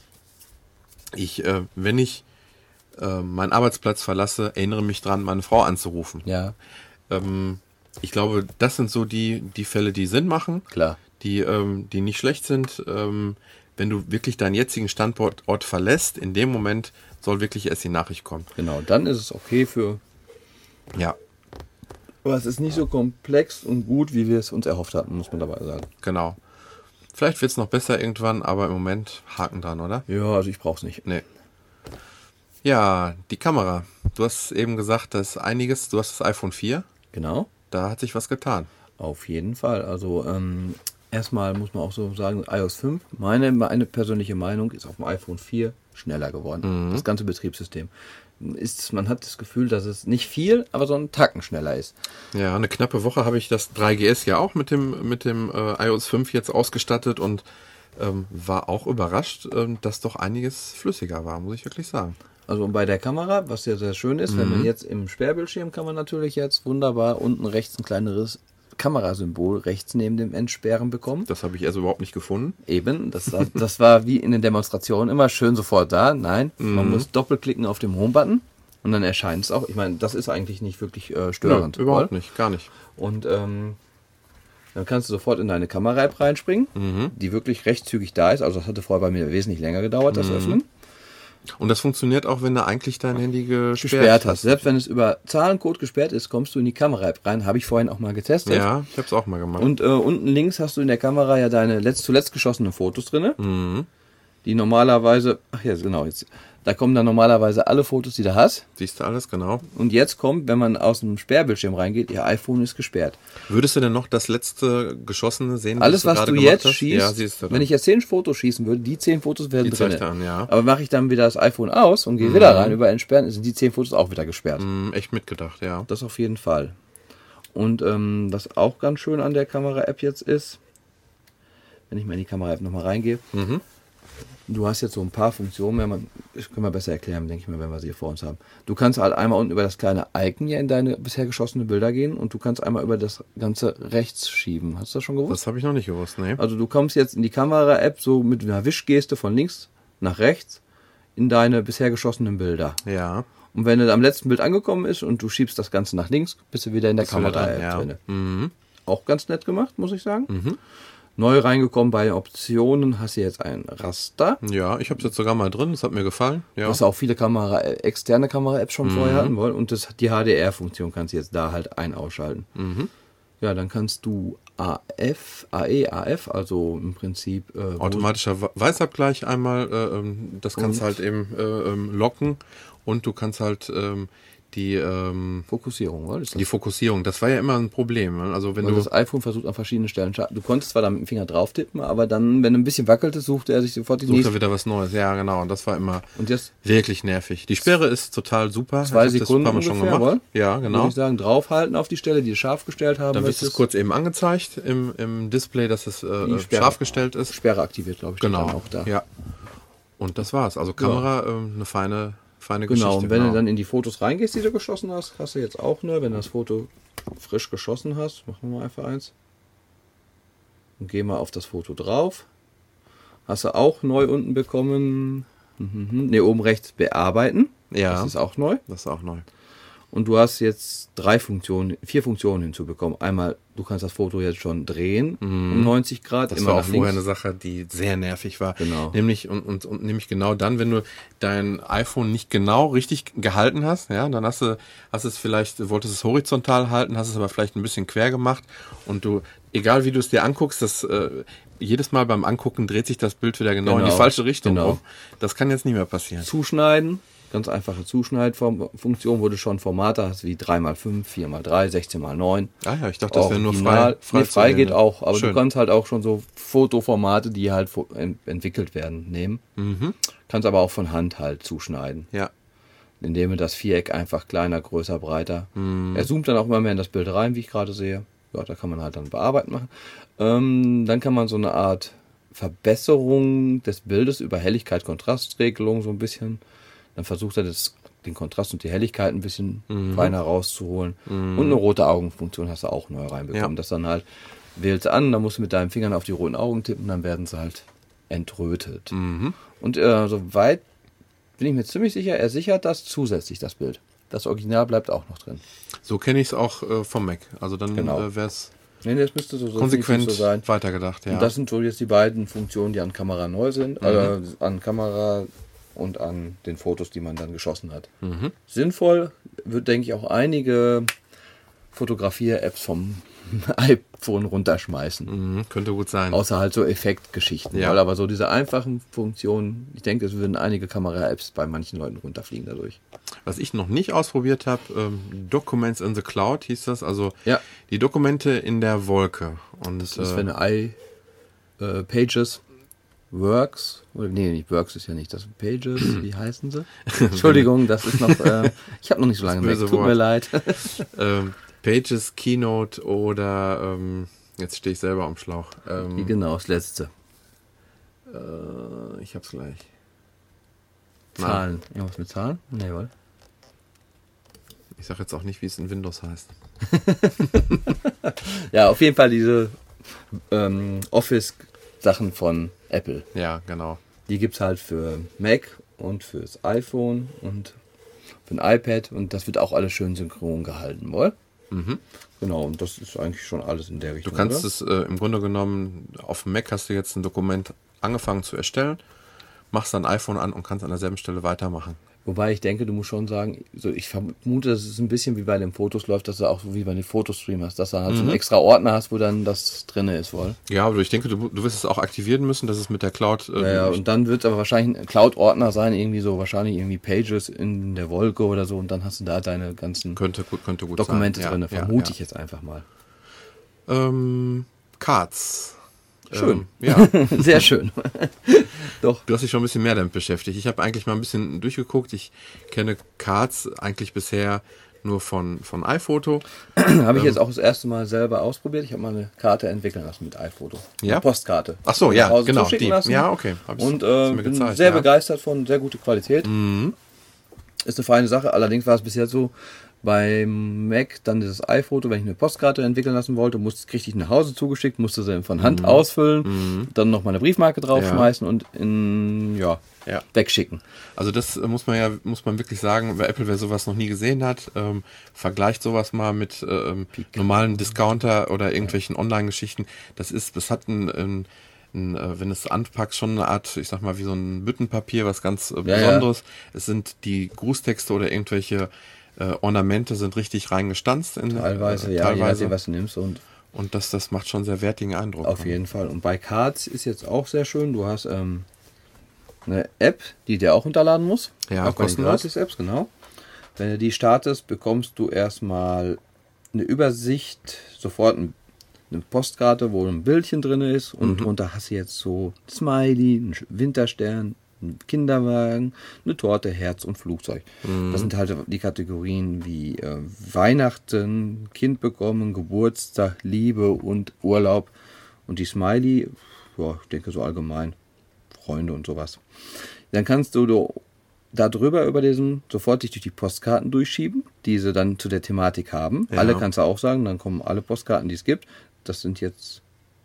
ich, äh, wenn ich äh, meinen Arbeitsplatz verlasse, erinnere mich dran, meine Frau anzurufen. Ja. Ähm, ich glaube, das sind so die, die Fälle, die Sinn machen. Klar. Die, ähm, die nicht schlecht sind. Ähm, wenn du wirklich deinen jetzigen Standort verlässt, in dem Moment soll wirklich erst die Nachricht kommen. Genau, dann ist es okay für... Ja. Aber es ist nicht so komplex und gut, wie wir es uns erhofft hatten, muss man dabei sagen. Genau. Vielleicht wird es noch besser irgendwann, aber im Moment Haken dran, oder? Ja, also ich brauche es nicht. Nee. Ja, die Kamera. Du hast eben gesagt, dass einiges, du hast das iPhone vier. Genau. Da hat sich was getan. Auf jeden Fall. Also ähm, erstmal muss man auch so sagen, iOS fünf, meine, meine persönliche Meinung, ist auf dem iPhone vier schneller geworden. Mhm. Das ganze Betriebssystem. Ist, man hat das Gefühl, dass es nicht viel, aber so einen Tacken schneller ist. Ja, eine knappe Woche habe ich das drei G S ja auch mit dem, mit dem äh, iOS fünf jetzt ausgestattet und ähm, war auch überrascht, ähm, dass doch einiges flüssiger war, muss ich wirklich sagen. Also bei der Kamera, was ja sehr schön ist, mhm. wenn man jetzt im Sperrbildschirm kann man natürlich jetzt wunderbar unten rechts ein kleineres Kamerasymbol rechts neben dem Entsperren bekommen. Das habe ich also überhaupt nicht gefunden. Eben, das war, das war wie in den Demonstrationen immer schön sofort da. Nein, mhm. man muss doppelklicken auf den Home-Button und dann erscheint es auch. Ich meine, das ist eigentlich nicht wirklich äh, störend. Ja, überhaupt oder? Nicht, gar nicht. Und ähm, dann kannst du sofort in deine Kamera-App reinspringen, mhm. die wirklich recht zügig da ist. Also das hatte vorher bei mir wesentlich länger gedauert, das mhm. Öffnen. Und das funktioniert auch, wenn du eigentlich dein Handy gesperrt, gesperrt hast. Selbst wenn es über Zahlencode gesperrt ist, kommst du in die Kamera-App rein. Habe ich vorhin auch mal getestet. Ja, ich habe es auch mal gemacht. Und äh, unten links hast du in der Kamera ja deine letzt, zuletzt geschossenen Fotos drin. Mhm. Die normalerweise, ach ja, genau, jetzt, da kommen dann normalerweise alle Fotos, die du hast. Siehst du alles, genau. Und jetzt kommt, wenn man aus dem Sperrbildschirm reingeht, ihr iPhone ist gesperrt. Würdest du denn noch das letzte geschossene sehen? Alles, was du, was du jetzt hast? schießt, ja, siehst du wenn ich jetzt zehn Fotos schießen würde, die zehn Fotos werden die drin. Dann, ja. Aber mache ich dann wieder das iPhone aus und gehe mhm. wieder rein, über Entsperren, sind die zehn Fotos auch wieder gesperrt. Mhm, echt mitgedacht, ja. Das auf jeden Fall. Und ähm, was auch ganz schön an der Kamera-App jetzt ist, wenn ich mal in die Kamera-App nochmal reingehe, mhm. du hast jetzt so ein paar Funktionen, wenn man, das können wir besser erklären, denke ich mal, wenn wir sie hier vor uns haben. Du kannst halt einmal unten über das kleine Icon hier in deine bisher geschossenen Bilder gehen und du kannst einmal über das Ganze rechts schieben. Hast du das schon gewusst? Das habe ich noch nicht gewusst, ne. Also du kommst jetzt in die Kamera-App so mit einer Wischgeste von links nach rechts in deine bisher geschossenen Bilder. Ja. Und wenn du am letzten Bild angekommen ist und du schiebst das Ganze nach links, bist du wieder in der Kamera-App ja. drin. Mhm. Auch ganz nett gemacht, muss ich sagen. Mhm. Neu reingekommen bei Optionen hast du jetzt ein Raster. Ja, ich habe es jetzt sogar mal drin, das hat mir gefallen. Ja. Was auch viele Kamera, externe Kamera-Apps schon mhm. vorher hatten wollen. Und das, die H D R-Funktion kannst du jetzt da halt ein- ausschalten. Mhm. Ja, dann kannst du A F, A E, A F, also im Prinzip... Äh, automatischer Weißabgleich einmal, äh, das kannst du halt eben äh, locken und du kannst halt... Ähm, Die ähm, Fokussierung, oder? Ist das? Die Fokussierung, das war ja immer ein Problem. Also wenn Weil du das iPhone versucht an verschiedenen Stellen, du konntest zwar da mit dem Finger drauf tippen, aber dann, wenn du ein bisschen wackelte, suchte er sich sofort die suchte nächste. er wieder was Neues. Ja, genau. Und das war immer und jetzt wirklich nervig. Die Sperre ist total super. Zwei Sekunden das ungefähr, schon gemacht. Wohl? Ja, genau. Würde ich sagen, draufhalten auf die Stelle, die du scharf gestellt haben. Dann wird es kurz eben angezeigt im, im Display, dass es äh, Sperre, scharf gestellt ist. Sperre aktiviert, glaube ich. Genau. Auch da. Ja. Und das war's. Also Kamera, ja. ähm, eine feine, feine Geschichte. Genau, und wenn genau. du dann in die Fotos reingehst, die du geschossen hast, hast du jetzt auch, ne, wenn du das Foto frisch geschossen hast, machen wir mal einfach eins. Und geh mal auf das Foto drauf. Hast du auch neu unten bekommen. Mhm. Ne, oben rechts bearbeiten. Ja. Das ist auch neu. Das ist auch neu. Und du hast jetzt drei Funktionen, vier Funktionen hinzubekommen. Einmal, du kannst das Foto jetzt schon drehen mhm. um neunzig Grad. Das immer war auch nach vorher links. eine Sache, die sehr nervig war. Genau. Nämlich, und, und, und nämlich genau dann, wenn du dein iPhone nicht genau richtig gehalten hast, ja, dann hast du, hast es vielleicht, wolltest es horizontal halten, hast es aber vielleicht ein bisschen quer gemacht und du, egal wie du es dir anguckst, das, äh, jedes Mal beim Angucken dreht sich das Bild wieder genau, genau. in die falsche Richtung genau. rum. Das kann jetzt nicht mehr passieren. Zuschneiden. Ganz einfache Zuschneidfunktion, wo du schon Formate hast wie drei mal fünf, vier mal drei, sechzehn mal neun. Ah ja, ich dachte, das wäre nur frei. Frei, nee, frei geht auch, aber Schön. Du kannst halt auch schon so Fotoformate, die halt entwickelt werden, nehmen. Mhm. Kannst aber auch von Hand halt zuschneiden. Ja. Indem du das Viereck einfach kleiner, größer, breiter. Mhm. Er zoomt dann auch immer mehr in das Bild rein, wie ich gerade sehe. Ja, da kann man halt dann bearbeiten machen. Ähm, dann kann man so eine Art Verbesserung des Bildes über Helligkeit, Kontrastregelung so ein bisschen. Dann versucht er das, den Kontrast und die Helligkeit ein bisschen mhm. feiner rauszuholen. Mhm. Und eine rote Augenfunktion hast du auch neu reinbekommen. Ja. Das dann halt wählst an, dann musst du mit deinen Fingern auf die roten Augen tippen, dann werden sie halt entrötet. Mhm. Und äh, soweit bin ich mir ziemlich sicher, er sichert das zusätzlich, das Bild. Das Original bleibt auch noch drin. So kenne ich es auch äh, vom Mac. Also dann genau. äh, wäre es nee, das müsste so, so konsequent so sein. weitergedacht. Ja. Und das sind so jetzt die beiden Funktionen, die an Kamera neu sind. Mhm. Also an Kamera und an den Fotos, die man dann geschossen hat. Mhm. Sinnvoll wird, denke ich, auch einige Fotografier-Apps vom iPhone runterschmeißen. Mhm, könnte gut sein. Außer halt so Effektgeschichten. Ja. Weil aber so diese einfachen Funktionen, ich denke, es würden einige Kamera-Apps bei manchen Leuten runterfliegen dadurch. Was ich noch nicht ausprobiert habe, ähm, Documents in the Cloud hieß das, also ja. die Dokumente in der Wolke. Und, das ist, äh, wenn du iPages Works, oder nee, nicht Works ist ja nicht, das sind Pages, wie heißen sie? Entschuldigung, das ist noch, äh, ich habe noch nicht so lange mehr, tut Wort. mir leid. ähm, Pages, Keynote oder, ähm, jetzt stehe ich selber am Schlauch. Ähm, genau, das letzte. Äh, ich hab's gleich. Zahlen. Irgendwas mit Zahlen? Nee, wohl. Ich sag jetzt auch nicht, wie es in Windows heißt. Ja, auf jeden Fall diese ähm, Office-Sachen von Apple. Ja, genau. Die gibt es halt für Mac und fürs iPhone und für ein iPad und das wird auch alles schön synchron gehalten, wohl? Mhm. Genau, und das ist eigentlich schon alles in der Richtung. Du kannst oder? es äh, im Grunde genommen, auf dem Mac hast du jetzt ein Dokument angefangen zu erstellen, machst dein iPhone an und kannst an derselben Stelle weitermachen. Wobei ich denke, du musst schon sagen, so ich vermute, dass es ein bisschen wie bei den Fotos läuft, dass du auch so wie bei den Fotostream hast, dass du halt mhm. so einen extra Ordner hast, wo dann das drin ist, wohl. Ja, aber ich denke, du, du wirst es auch aktivieren müssen, dass es mit der Cloud... Äh, ja, ja, und dann wird es aber wahrscheinlich ein Cloud-Ordner sein, irgendwie so, wahrscheinlich irgendwie Pages in der Wolke oder so und dann hast du da deine ganzen könnte gut, könnte gut Dokumente sein. drin, Ja, vermute ja, ich jetzt einfach mal. Ähm, Cards. Schön. Ähm, ja. Sehr schön. Doch. Du hast dich schon ein bisschen mehr damit beschäftigt. Ich habe eigentlich mal ein bisschen durchgeguckt. Ich kenne Cards eigentlich bisher nur von, von iPhoto. Habe ich ähm, jetzt auch das erste Mal selber ausprobiert. Ich habe mal eine Karte entwickeln lassen mit iPhoto. Ja? Eine Postkarte. Ach so, ja, genau. Die. Lassen. Ja, okay. Hab und äh, bin gezeigt, sehr ja. begeistert von, sehr gute Qualität. Mhm. Ist eine feine Sache. Allerdings war es bisher so, beim Mac dann dieses iPhoto, wenn ich eine Postkarte entwickeln lassen wollte, musste, kriegte ich nach Hause zugeschickt, musste sie von Hand mhm. ausfüllen, mhm. dann noch mal eine Briefmarke draufschmeißen ja. und in, ja, ja. wegschicken. Also das muss man ja, muss man wirklich sagen, bei Apple, wer sowas noch nie gesehen hat, ähm, vergleicht sowas mal mit ähm, normalen Discounter oder irgendwelchen ja. Online-Geschichten. Das ist, das hat ein, ein ein, wenn es anpackst, schon eine Art, ich sag mal, wie so ein Büttenpapier, was ganz äh, Besonderes. Ja, ja. Es sind die Grußtexte oder irgendwelche äh, Ornamente sind richtig reingestanzt. In, teilweise, äh, ja, teilweise. je nachdem, was du nimmst. Und, und das, das macht schon sehr wertigen Eindruck. Auf jeden Fall. Und bei Cards ist jetzt auch sehr schön, du hast ähm, eine App, die dir auch runterladen muss. Ja, auch kostenlos. Gratis-Apps, genau. Wenn du die startest, bekommst du erstmal eine Übersicht, sofort ein eine Postkarte, wo ein Bildchen drin ist und mhm. drunter hast du jetzt so ein Smiley, einen Winterstern, einen Kinderwagen, eine Torte, Herz und Flugzeug. Mhm. Das sind halt die Kategorien wie äh, Weihnachten, Kind bekommen, Geburtstag, Liebe und Urlaub. Und die Smiley, ja, ich denke so allgemein, Freunde und sowas. Dann kannst du, du da drüber über diesen sofort dich durch die Postkarten durchschieben, die sie dann zu der Thematik haben. Ja. Alle kannst du auch sagen, dann kommen alle Postkarten, die es gibt. Das sind jetzt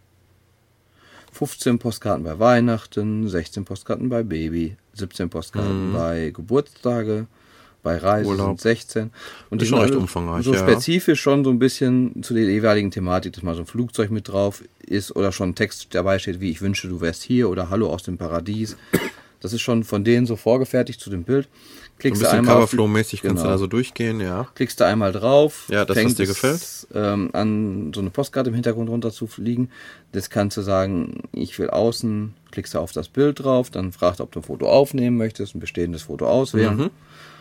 fünfzehn Postkarten bei Weihnachten, sechzehn Postkarten bei Baby, siebzehn Postkarten mhm. bei Geburtstage, bei Reise Urlaub. sind sechzehn. Und das die ist schon sind recht umfangreich. so ja. spezifisch schon so ein bisschen zu der jeweiligen Thematik, dass mal so ein Flugzeug mit drauf ist oder schon ein Text dabei steht, wie ich wünsche, du wärst hier oder Hallo aus dem Paradies. Das ist schon von denen so vorgefertigt zu dem Bild. Klickst so ein bisschen du einmal Coverflow-mäßig kannst genau. du da so durchgehen, ja. Klickst du einmal drauf, ja, das, was dir gefällt, es, ähm, an so eine Postkarte im Hintergrund runter zu fliegen. Das kannst du sagen, ich will außen, klickst du auf das Bild drauf, dann fragst du, ob du ein Foto aufnehmen möchtest, ein bestehendes Foto auswählen. Mhm.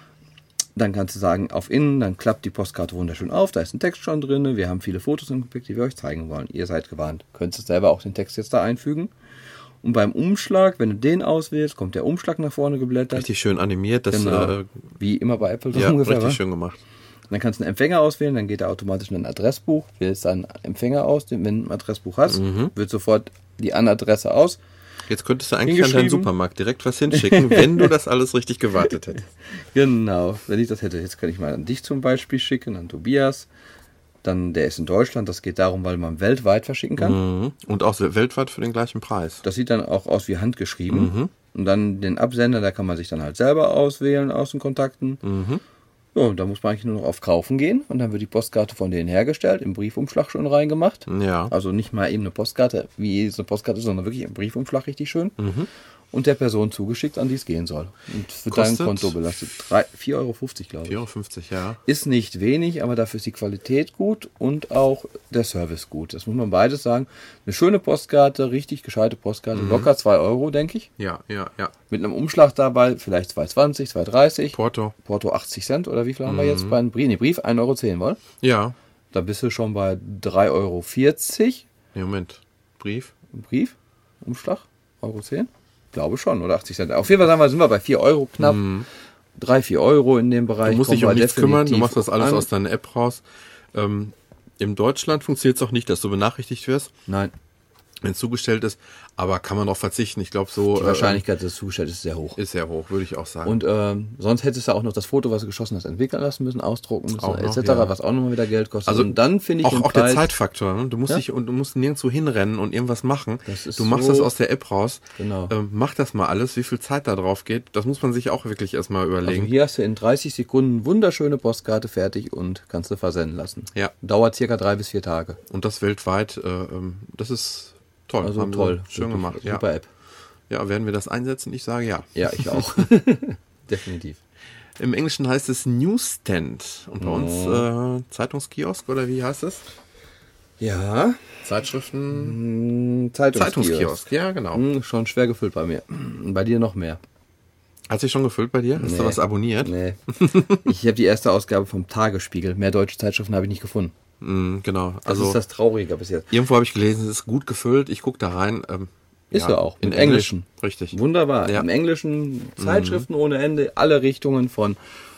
Dann kannst du sagen, auf innen, dann klappt die Postkarte wunderschön auf, da ist ein Text schon drin, wir haben viele Fotos im Gepäck, die wir euch zeigen wollen. Ihr seid gewarnt. Könntest selber auch den Text jetzt da einfügen. Und beim Umschlag, wenn du den auswählst, kommt der Umschlag nach vorne geblättert. Richtig schön animiert. Das, genau. äh, Wie immer bei Apple so ja, ungefähr. richtig wa? schön gemacht. Dann kannst du einen Empfänger auswählen, dann geht er automatisch in ein Adressbuch, wählst dann Empfänger aus, wenn du ein Adressbuch hast, mhm. wird sofort die An-Adresse aus. Jetzt könntest du eigentlich an deinen Supermarkt direkt was hinschicken, wenn du das alles richtig gewartet hättest. Genau, wenn ich das hätte. Jetzt kann ich mal an dich zum Beispiel schicken, an Tobias. Dann, der ist in Deutschland, das geht darum, weil man weltweit verschicken kann. Mhm. Und auch weltweit für den gleichen Preis. Das sieht dann auch aus wie handgeschrieben. Mhm. Und dann den Absender, da kann man sich dann halt selber auswählen aus den Kontakten. Mhm. Ja, und da muss man eigentlich nur noch auf Kaufen gehen und dann wird die Postkarte von denen hergestellt, im Briefumschlag schon reingemacht. Ja. Also nicht mal eben eine Postkarte, wie so eine Postkarte ist, sondern wirklich im Briefumschlag richtig schön. Mhm. Und der Person zugeschickt, an die es gehen soll. Und für Kostet dein Konto belastet vier Euro fünfzig, glaube ich. vier Euro fünfzig, ja. Ist nicht wenig, aber dafür ist die Qualität gut und auch der Service gut. Das muss man beides sagen. Eine schöne Postkarte, richtig gescheite Postkarte, mhm. locker zwei Euro, denke ich. Ja, ja, ja. Mit einem Umschlag dabei, vielleicht zwei zwanzig, zwei dreißig. Porto. Porto achtzig Cent oder wie viel haben wir jetzt bei einem Brief? Nee, Brief ein Euro zehn, wohl? Ja. Da bist du schon bei drei Euro vierzig. Nee, Moment. Brief? Brief? Umschlag? Euro zehn? Glaube schon, oder achtzig Cent. Auf jeden Fall sagen wir, sind wir bei vier Euro knapp. Mhm. drei, vier Euro in dem Bereich. Du musst dich um nichts kümmern, du machst das alles an. aus deiner App raus. Ähm, in Deutschland funktioniert es auch nicht, dass du benachrichtigt wirst. Nein. Wenn es zugestellt ist, aber kann man darauf verzichten. Ich glaube so... Die Wahrscheinlichkeit, dass es zugestellt ist, ist sehr hoch. Ist sehr hoch, würde ich auch sagen. Und ähm, sonst hättest du auch noch das Foto, was du geschossen hast, entwickeln lassen müssen, ausdrucken müssen, Auch noch, et cetera, ja. was auch nochmal wieder Geld kostet. Also und dann finde ich auch, den auch Preis, der Zeitfaktor. Ne? Du musst Ja? dich und du musst nirgendwo hinrennen und irgendwas machen. Das ist Du machst so- das aus der App raus. Genau. Ähm, mach das mal alles, wie viel Zeit da drauf geht. Das muss man sich auch wirklich erstmal Also überlegen. hier hast du in dreißig Sekunden wunderschöne Postkarte fertig und kannst du versenden lassen. Ja. Dauert circa drei bis vier Tage. Und das weltweit. Äh, ähm, das ist toll. Also Haben sie toll. Schön Wirklich gemacht. Ja. Super App. ja, werden wir das einsetzen? Ich sage ja. Ja, ich auch. Definitiv. Im Englischen heißt es Newsstand. Und bei uns äh, Zeitungskiosk oder wie heißt es? Ja. Zeitschriften. Hm, Zeitungskiosk. Zeitungskiosk, ja, genau. Hm, schon schwer gefüllt bei mir. Bei dir noch mehr. Hat sich schon gefüllt bei dir? Hast Nee. du was abonniert? Nee. Ich habe die erste Ausgabe vom Tagesspiegel. Mehr deutsche Zeitschriften habe ich nicht gefunden. Mm, genau. Das Also ist das Traurige bis jetzt. irgendwo habe ich gelesen, es ist gut gefüllt. Ich gucke da rein. Ähm, Ist ja, er auch. In Mit Englisch. Englischen. Richtig. Wunderbar. Ja. Im Englischen Zeitschriften ohne Ende, alle Richtungen von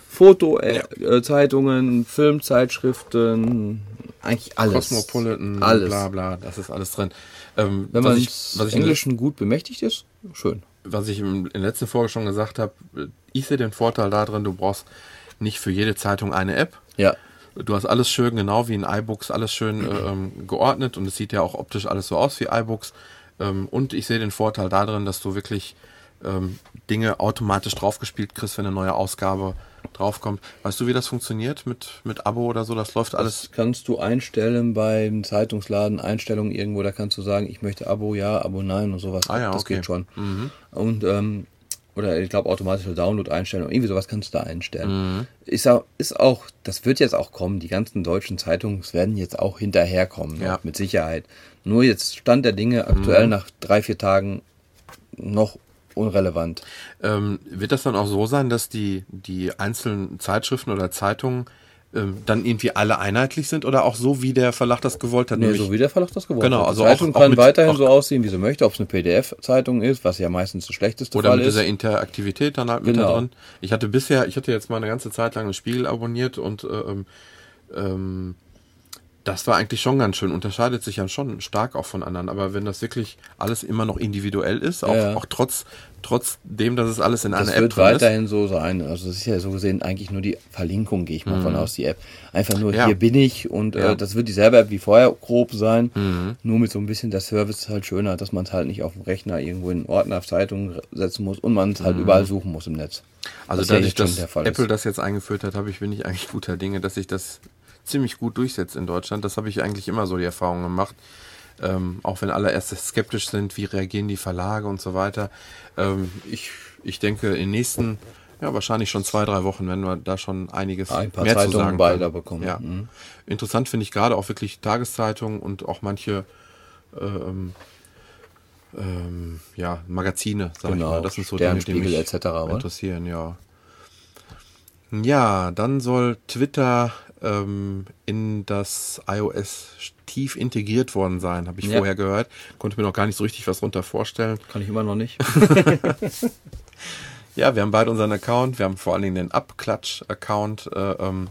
Fotozeitungen, Filmzeitschriften, eigentlich alles. Cosmopolitan, alles. bla bla, das ist alles drin. Ähm, Wenn was man ich, des was ich, in, Englischen gut bemächtigt ist, schön. was ich im, in der letzten Folge schon gesagt habe, ich sehe den Vorteil darin, du brauchst nicht für jede Zeitung eine App. Ja. Du hast alles schön, genau wie in iBooks, alles schön äh, ähm, geordnet und es sieht ja auch optisch alles so aus wie iBooks. Ähm, und ich sehe den Vorteil darin, dass du wirklich ähm, Dinge automatisch draufgespielt kriegst, wenn eine neue Ausgabe draufkommt. Weißt du, wie das funktioniert mit, mit Abo oder so? Das läuft alles. Das kannst du einstellen beim Zeitungsladen, Einstellungen irgendwo, da kannst du sagen, ich möchte Abo ja, Abo nein und sowas. Ah ja, das okay. geht schon. Mhm. Und ähm, oder ich glaube automatische Download-Einstellung, irgendwie sowas kannst du da einstellen. Mhm. Ist auch, ist auch, das wird jetzt auch kommen, die ganzen deutschen Zeitungen werden jetzt auch hinterherkommen, Ja. noch, mit Sicherheit. Nur jetzt Stand der Dinge aktuell Mhm. nach drei, vier Tagen noch unrelevant. Ähm, wird das dann auch so sein, dass die, die einzelnen Zeitschriften oder Zeitungen ähm, dann irgendwie alle einheitlich sind oder auch so, wie der Verlag das gewollt hat? Nee, nämlich- so wie der Verlag das gewollt Genau, hat. also die Zeitung auch- auch kann mit- weiterhin auch- so aussehen, wie sie möchte, ob es eine P D F-Zeitung ist, was ja meistens das schlechteste Oder Fall mit ist. dieser Interaktivität dann halt mit Genau. da drin. Ich hatte bisher, ich hatte jetzt mal eine ganze Zeit lang einen Spiegel abonniert und äh, ähm, ähm, Das war eigentlich schon ganz schön, unterscheidet sich ja schon stark auch von anderen, aber wenn das wirklich alles immer noch individuell ist, auch, ja. auch trotz, trotzdem, dass es alles in das einer App drin ist. Das wird weiterhin so sein, also das ist ja so gesehen eigentlich nur die Verlinkung, gehe ich mal mhm. von aus, die App. Einfach nur, ja. hier bin ich und ja. äh, das wird dieselbe App wie vorher grob sein, mhm. nur mit so ein bisschen der Service halt schöner, dass man es halt nicht auf dem Rechner irgendwo in Ordner, auf Zeitungen setzen muss und man es halt mhm. überall suchen muss im Netz. Also dadurch, dass Apple das jetzt eingeführt hat, habe ich, bin ich eigentlich guter Dinge, dass ich das ziemlich gut durchsetzt in Deutschland. Das habe ich eigentlich immer so die Erfahrung gemacht. Ähm, auch wenn alle erst skeptisch sind, wie reagieren die Verlage und so weiter. Ähm, ich, ich denke, in den nächsten, ja, wahrscheinlich schon zwei, drei Wochen werden wir da schon einiges Ein paar mehr Zeitungen zu sagen bei da bekommen. Ja. Mhm. Interessant finde ich gerade auch wirklich Tageszeitungen und auch manche ähm, ähm, ja, Magazine, sag genau, ich mal. Das sind so Dinge, die mich et cetera interessieren, ja. Ja, dann soll Twitter ähm, in das iOS tief integriert worden sein, habe ich ja. vorher gehört. Konnte mir noch gar nicht so richtig was drunter vorstellen. Kann ich immer noch nicht. Ja, wir haben beide unseren Account. Wir haben vor allen Dingen den Abklatsch-Account. Äh, ähm,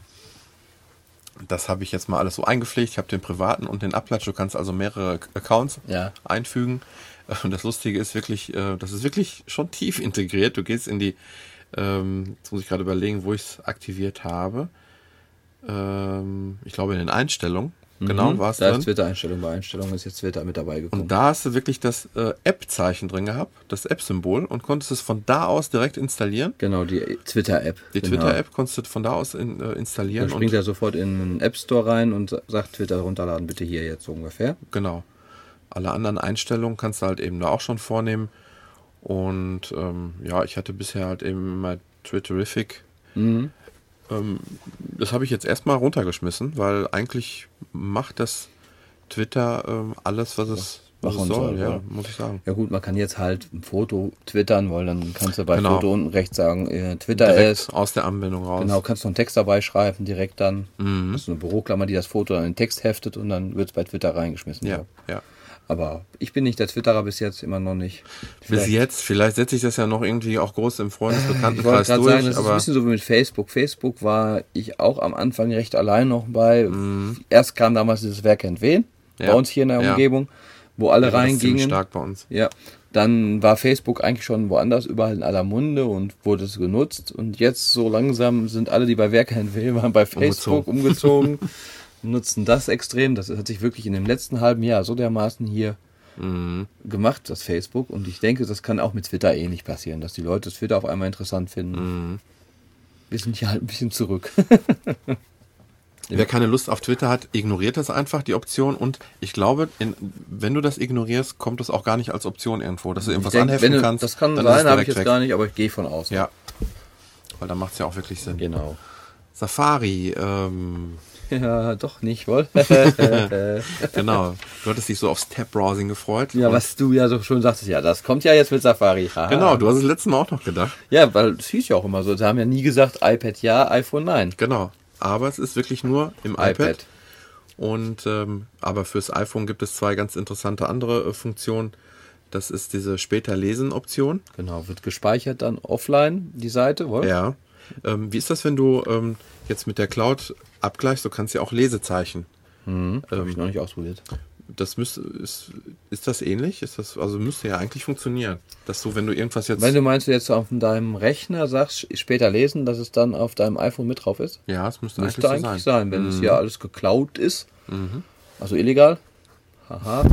das habe ich jetzt mal alles so eingepflegt. Ich habe den privaten und den Abklatsch. Du kannst also mehrere Accounts ja. einfügen. Und das Lustige ist wirklich, äh, das ist wirklich schon tief integriert. Du gehst in die Ähm, jetzt muss ich gerade überlegen, wo ich es aktiviert habe. Ähm, ich glaube in den Einstellungen. Mhm, genau, war es drin. Da drin. ist Twitter-Einstellung, bei Einstellungen ist jetzt Twitter mit dabei gekommen. Und da hast du wirklich das äh, App-Zeichen drin gehabt, das App-Symbol, und konntest es von da aus direkt installieren. Genau, die Twitter-App. Die genau. Twitter-App konntest du von da aus in, äh, installieren. Dann springt er sofort in den App-Store rein und sagt, Twitter runterladen bitte hier jetzt so ungefähr. Genau. Alle anderen Einstellungen kannst du halt eben da auch schon vornehmen. Und ähm, ja, ich hatte bisher halt eben mal Twitterific. Mhm. Ähm, das habe ich jetzt erstmal runtergeschmissen, weil eigentlich macht das Twitter ähm, alles, was es, was es soll, soll, ja, ja, muss ich sagen. Ja gut, man kann jetzt halt ein Foto twittern, weil dann kannst du bei genau. Foto unten rechts sagen, äh, Twitter direkt ist. Aus der Anwendung raus. Genau, kannst du einen Text dabei schreiben, direkt dann. Mhm. Das ist eine Büroklammer, die das Foto dann in den Text heftet und dann wird es bei Twitter reingeschmissen. Ja, ja. ja. Aber ich bin nicht der Twitterer bis jetzt, immer noch nicht. Vielleicht. Bis jetzt, vielleicht setze ich das ja noch irgendwie auch groß im Freundesbekanntenkreis durch. Sagen, das aber ist ein bisschen so wie mit Facebook. Facebook war ich auch am Anfang recht allein noch bei. Mhm. Erst kam damals dieses Wer kennt wen, ja. bei uns hier in der ja. Umgebung, wo alle ja, reingingen. Das ist stark bei uns. Ja. Dann war Facebook eigentlich schon woanders, überall in aller Munde und wurde es genutzt. Und jetzt so langsam sind alle, die bei Wer kennt wen waren, bei Facebook umgezogen. umgezogen nutzen das extrem. Das hat sich wirklich in dem letzten halben Jahr so dermaßen hier mhm. gemacht, das Facebook. Und ich denke, das kann auch mit Twitter ähnlich passieren, dass die Leute das Twitter auf einmal interessant finden. Mhm. Wir sind hier halt ein bisschen zurück. Wer keine Lust auf Twitter hat, ignoriert das einfach, die Option. Und ich glaube, in, wenn du das ignorierst, kommt es auch gar nicht als Option irgendwo, dass du irgendwas denk, anheften du, kannst. Das kann sein, habe ich jetzt weg. gar nicht, aber ich gehe von aus. Ja, weil da macht es ja auch wirklich Sinn. Genau. Safari, ähm... Ja, doch nicht, wohl. Genau. Du hattest dich so aufs Tab-Browsing gefreut. Ja, was du ja so schon sagtest, ja, das kommt ja jetzt mit Safari. Aha. Genau, du hast es letztes Mal auch noch gedacht. Ja, weil es hieß ja auch immer so. Sie haben ja nie gesagt, iPad ja, iPhone nein. Genau. Aber es ist wirklich nur im iPad. iPad. Und ähm, aber fürs iPhone gibt es zwei ganz interessante andere äh, Funktionen. Das ist diese später Lesen-Option. Genau, wird gespeichert dann offline, die Seite, wohl? Ja. Ähm, wie ist das, wenn du ähm, jetzt mit der Cloud abgleichst? Du kannst ja auch Lesezeichen. Mhm, ähm, habe ich noch nicht ausprobiert. Das müsste, ist, ist das ähnlich? Ist das, also müsste ja eigentlich funktionieren. Dass du, wenn du irgendwas jetzt... Wenn du meinst, du jetzt auf deinem Rechner sagst, später lesen, dass es dann auf deinem iPhone mit drauf ist? Ja, es müsste, müsste eigentlich, eigentlich so sein. sein. Wenn mhm. es ja alles geklaut ist, mhm. also illegal, haha,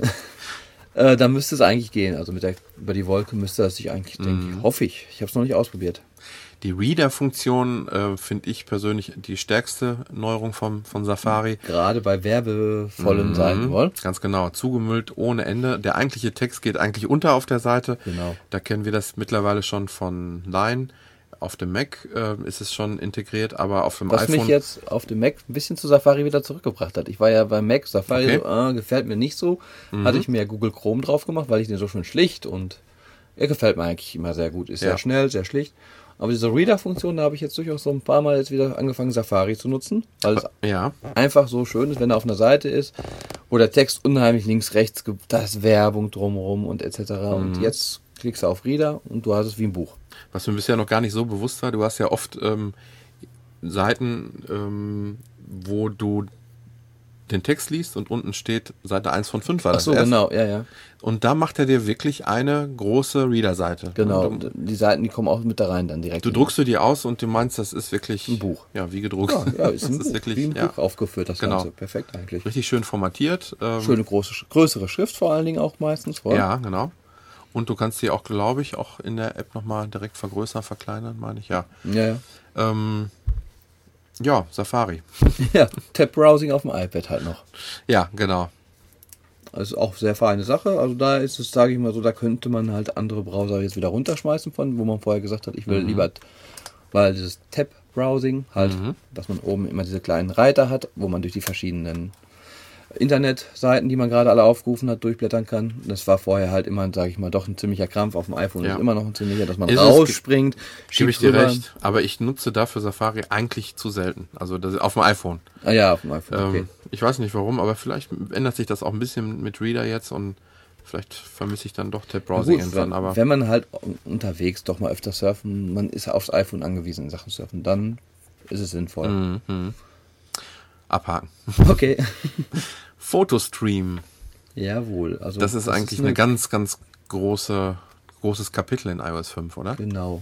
äh, dann müsste es eigentlich gehen. Also mit der, über die Wolke müsste das sich eigentlich, mhm. denke ich, hoffe ich. Ich habe es noch nicht ausprobiert. Die Reader-Funktion äh, finde ich persönlich die stärkste Neuerung vom, von Safari. Gerade bei werbevollen mhm, Seiten, wohl? Ganz genau. Zugemüllt ohne Ende. Der eigentliche Text geht eigentlich unter auf der Seite. Genau. Da kennen wir das mittlerweile schon von Line. Auf dem Mac äh, ist es schon integriert, aber auf dem Was iPhone... Was mich jetzt auf dem Mac ein bisschen zu Safari wieder zurückgebracht hat. Ich war ja beim Mac, Safari okay. so, ah, gefällt mir nicht so. Mhm. Hatte ich mir Google Chrome drauf gemacht, weil ich den so schön schlicht und er gefällt mir eigentlich immer sehr gut. Ist ja. sehr schnell, sehr schlicht. Aber diese Reader-Funktion, da habe ich jetzt durchaus so ein paar Mal jetzt wieder angefangen, Safari zu nutzen, weil es ja. einfach so schön ist, wenn er auf einer Seite ist, wo der Text unheimlich links, rechts, da ist Werbung drumherum und et cetera. Mhm. Und jetzt klickst du auf Reader und du hast es wie ein Buch. Was mir bisher noch gar nicht so bewusst war, du hast ja oft ähm, Seiten, ähm, wo du den Text liest und unten steht Seite eins von fünf war das Ach so, erst. genau, ja, ja. Und da macht er dir wirklich eine große Reader-Seite. Genau, Du, die Seiten, die kommen auch mit da rein dann direkt. du druckst du die aus und du meinst, das ist wirklich ein Buch. Ja, wie gedruckt. Ja, ja ist, das ein ist Buch, wirklich wie ein ja, Buch aufgeführt, das genau. Ganze. Perfekt eigentlich. Richtig schön formatiert. Ähm, Schöne große, größere Schrift vor allen Dingen auch meistens. Voll. Ja, genau. Und du kannst die auch, glaube ich, auch in der App nochmal direkt vergrößern, verkleinern, meine ich, ja. Ja, ja. Ähm, ja, Safari. Ja, Tab-Browsing auf dem iPad halt noch. Ja, genau. Also auch sehr feine Sache. Also da ist es, sage ich mal so, da könnte man halt andere Browser jetzt wieder runterschmeißen von, wo man vorher gesagt hat, ich will mhm. lieber, weil dieses Tab-Browsing halt, mhm. dass man oben immer diese kleinen Reiter hat, wo man durch die verschiedenen Internetseiten, die man gerade alle aufgerufen hat, durchblättern kann. Das war vorher halt immer, sage ich mal, doch ein ziemlicher Krampf. Auf dem iPhone ja. ist immer noch ein ziemlicher, dass man ist rausspringt. Gebe ich dir recht, aber ich nutze dafür Safari eigentlich zu selten. Also das, auf dem iPhone. Ah ja, auf dem iPhone, okay. Ähm, ich weiß nicht warum, aber vielleicht ändert sich das auch ein bisschen mit Reader jetzt und vielleicht vermisse ich dann doch Tab-Browsing irgendwann. Wenn, aber wenn man halt unterwegs doch mal öfter surfen, man ist aufs iPhone angewiesen in Sachen Surfen, dann ist es sinnvoll. Mhm. Abhaken. Okay. Photostream. Jawohl. Also das ist das eigentlich ist eine, eine ganz, ganz große, großes Kapitel in i O S fünf, oder? Genau.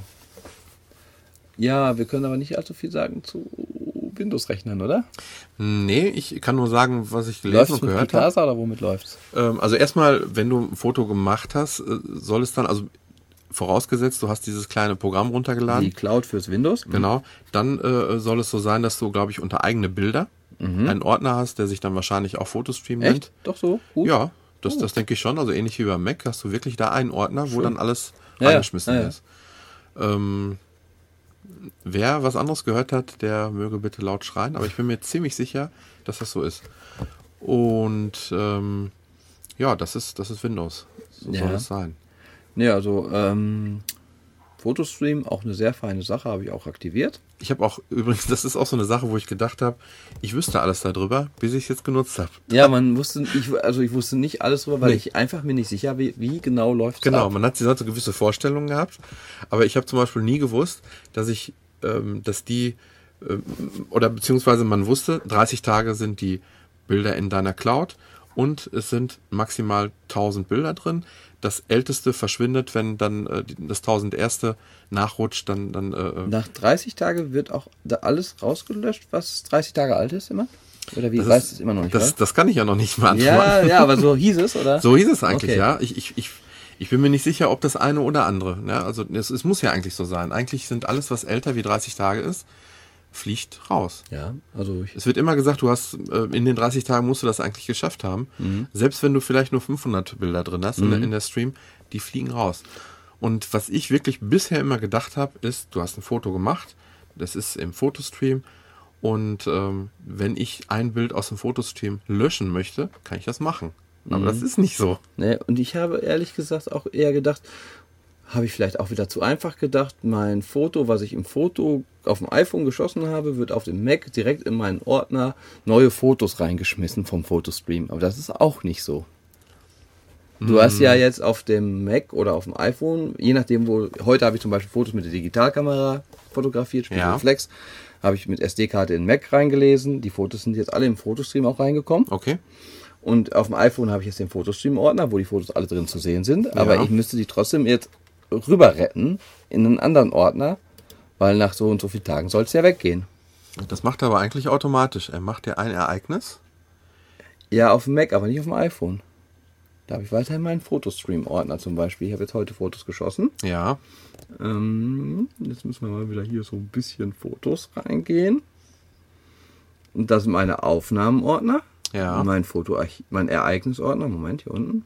Ja, wir können aber nicht allzu viel sagen zu Windows-Rechnern, oder? Nee, ich kann nur sagen, was ich gelesen läuft's und gehört habe. Läuft mit Picasa oder womit läuft's? Ähm, also erstmal, wenn du ein Foto gemacht hast, soll es dann, also vorausgesetzt, du hast dieses kleine Programm runtergeladen. Die Cloud fürs Windows. Genau. Dann äh, soll es so sein, dass du, glaube ich, unter eigene Bilder mhm. einen Ordner hast, der sich dann wahrscheinlich auch Photostream Echt? nennt. Doch so? Gut. Ja, das, oh. das denke ich schon. Also ähnlich wie beim Mac hast du wirklich da einen Ordner, wo Schön. dann alles ja, reingeschmissen ja. Ja, ist. Ähm, wer was anderes gehört hat, der möge bitte laut schreien, aber ich bin mir ziemlich sicher, dass das so ist. Und ähm, ja, das ist, das ist Windows. So ja. soll es sein. Nee, also ähm, Photostream, auch eine sehr feine Sache, habe ich auch aktiviert. Ich habe auch, übrigens, das ist auch so eine Sache, wo ich gedacht habe, ich wüsste alles darüber, bis ich es jetzt genutzt habe. Ja, man wusste, ich, also ich wusste nicht alles darüber, weil nee. ich einfach mir nicht sicher wie, wie genau läuft es Genau, ab. man hat so gewisse Vorstellungen gehabt, aber ich habe zum Beispiel nie gewusst, dass ich, ähm, dass die, ähm, oder beziehungsweise man wusste, dreißig Tage sind die Bilder in deiner Cloud und es sind maximal tausend Bilder drin. Das älteste verschwindet, wenn dann äh, das tausendste nachrutscht, dann... dann äh, Nach dreißig Tagen wird auch da alles rausgelöscht, was dreißig Tage alt ist immer? Oder wie? Das Weiß ist, es immer noch nicht, das, das kann ich ja noch nicht beantworten. Ja, ja, aber so hieß es, oder? So hieß es eigentlich, Okay. ja. Ich, ich, ich, ich bin mir nicht sicher, ob das eine oder andere. Ja, also es, es muss ja eigentlich so sein. Eigentlich sind alles, was älter wie dreißig Tage ist, fliegt raus. Ja, also ich, Es wird immer gesagt, du hast äh, in den dreißig Tagen musst du das eigentlich geschafft haben. Mhm. Selbst wenn du vielleicht nur fünfhundert Bilder drin hast Mhm. in, der, in der Stream, die fliegen raus. Und was ich wirklich bisher immer gedacht habe, ist, du hast ein Foto gemacht, das ist im Fotostream und ähm, wenn ich ein Bild aus dem Fotostream löschen möchte, kann ich das machen. Aber Mhm. das ist nicht so. ne, und ich habe ehrlich gesagt auch eher gedacht, habe ich vielleicht auch wieder zu einfach gedacht, mein Foto, was ich im Foto auf dem iPhone geschossen habe, wird auf dem Mac direkt in meinen Ordner neue Fotos reingeschmissen vom Fotostream. Aber das ist auch nicht so. Du hast ja jetzt auf dem Mac oder auf dem iPhone, je nachdem wo, heute habe ich zum Beispiel Fotos mit der Digitalkamera fotografiert, Ja. Spiegelreflex, habe ich mit S D-Karte in den Mac reingelesen, die Fotos sind jetzt alle im Fotostream auch reingekommen. Okay. Und auf dem iPhone habe ich jetzt den Fotostream-Ordner, wo die Fotos alle drin zu sehen sind, aber Ja. ich müsste die trotzdem jetzt rüber retten in einen anderen Ordner, weil nach so und so vielen Tagen soll es ja weggehen. Das macht er aber eigentlich automatisch. Er macht ja ein Ereignis. Ja, auf dem Mac, aber nicht auf dem iPhone. Da habe ich weiterhin meinen Fotostream-Ordner zum Beispiel. Ich habe jetzt heute Fotos geschossen. Ja. Ähm, jetzt müssen wir mal wieder hier so ein bisschen Fotos reingehen. Und das sind meine Aufnahmenordner. Ja. Mein Fotoarchiv, mein Ereignisordner. Moment, hier unten.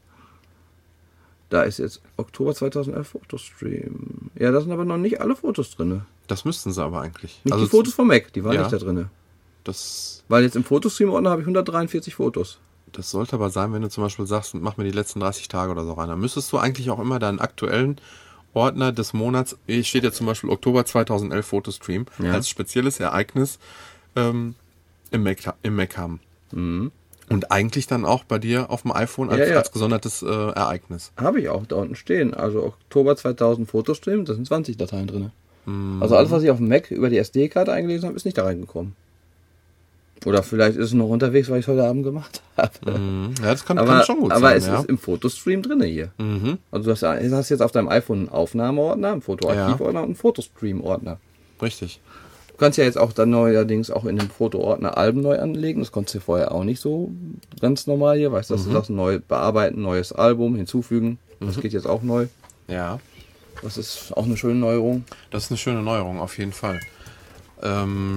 Da ist jetzt Oktober zweitausendelf Fotostream. Ja, da sind aber noch nicht alle Fotos drin. Das müssten sie aber eigentlich. Nicht die Fotos vom Mac, die waren ja. nicht da drin. Das, Weil jetzt im Fotostream-Ordner habe ich hundertdreiundvierzig Fotos. das sollte aber sein, wenn du zum Beispiel sagst, mach mir die letzten dreißig Tage oder so rein. Dann müsstest du eigentlich auch immer deinen aktuellen Ordner des Monats, hier steht ja zum Beispiel Oktober zweitausendelf Fotostream, Ja. als spezielles Ereignis ähm, im, Mac, im Mac haben. Mhm. Und eigentlich dann auch bei dir auf dem iPhone als, Ja, ja. als gesondertes äh, Ereignis. Habe ich auch da unten stehen. Also Oktober zweitausend Fotostream, da sind zwanzig Dateien drin. Mhm. Also alles, was ich auf dem Mac über die S D-Karte eingelesen habe, ist nicht da reingekommen. Oder vielleicht ist es noch unterwegs, weil ich es heute Abend gemacht habe. Mhm. Ja, das kann, aber, kann schon gut aber sein. es ja. ist im Fotostream drin hier. Mhm. Also du hast, du hast jetzt auf deinem iPhone einen Aufnahmeordner, einen Fotoarchivordner und einen Fotostream-Ordner. Richtig. Du kannst ja jetzt auch dann neuerdings auch in dem Fotoordner Alben neu anlegen. Das konntest du vorher auch nicht so ganz normal hier. Weißt du, dass Mhm. du sagst, neu bearbeiten, neues Album hinzufügen. Das Mhm. geht jetzt auch neu. Ja. Das ist auch eine schöne Neuerung. Das ist eine schöne Neuerung, auf jeden Fall. Ähm,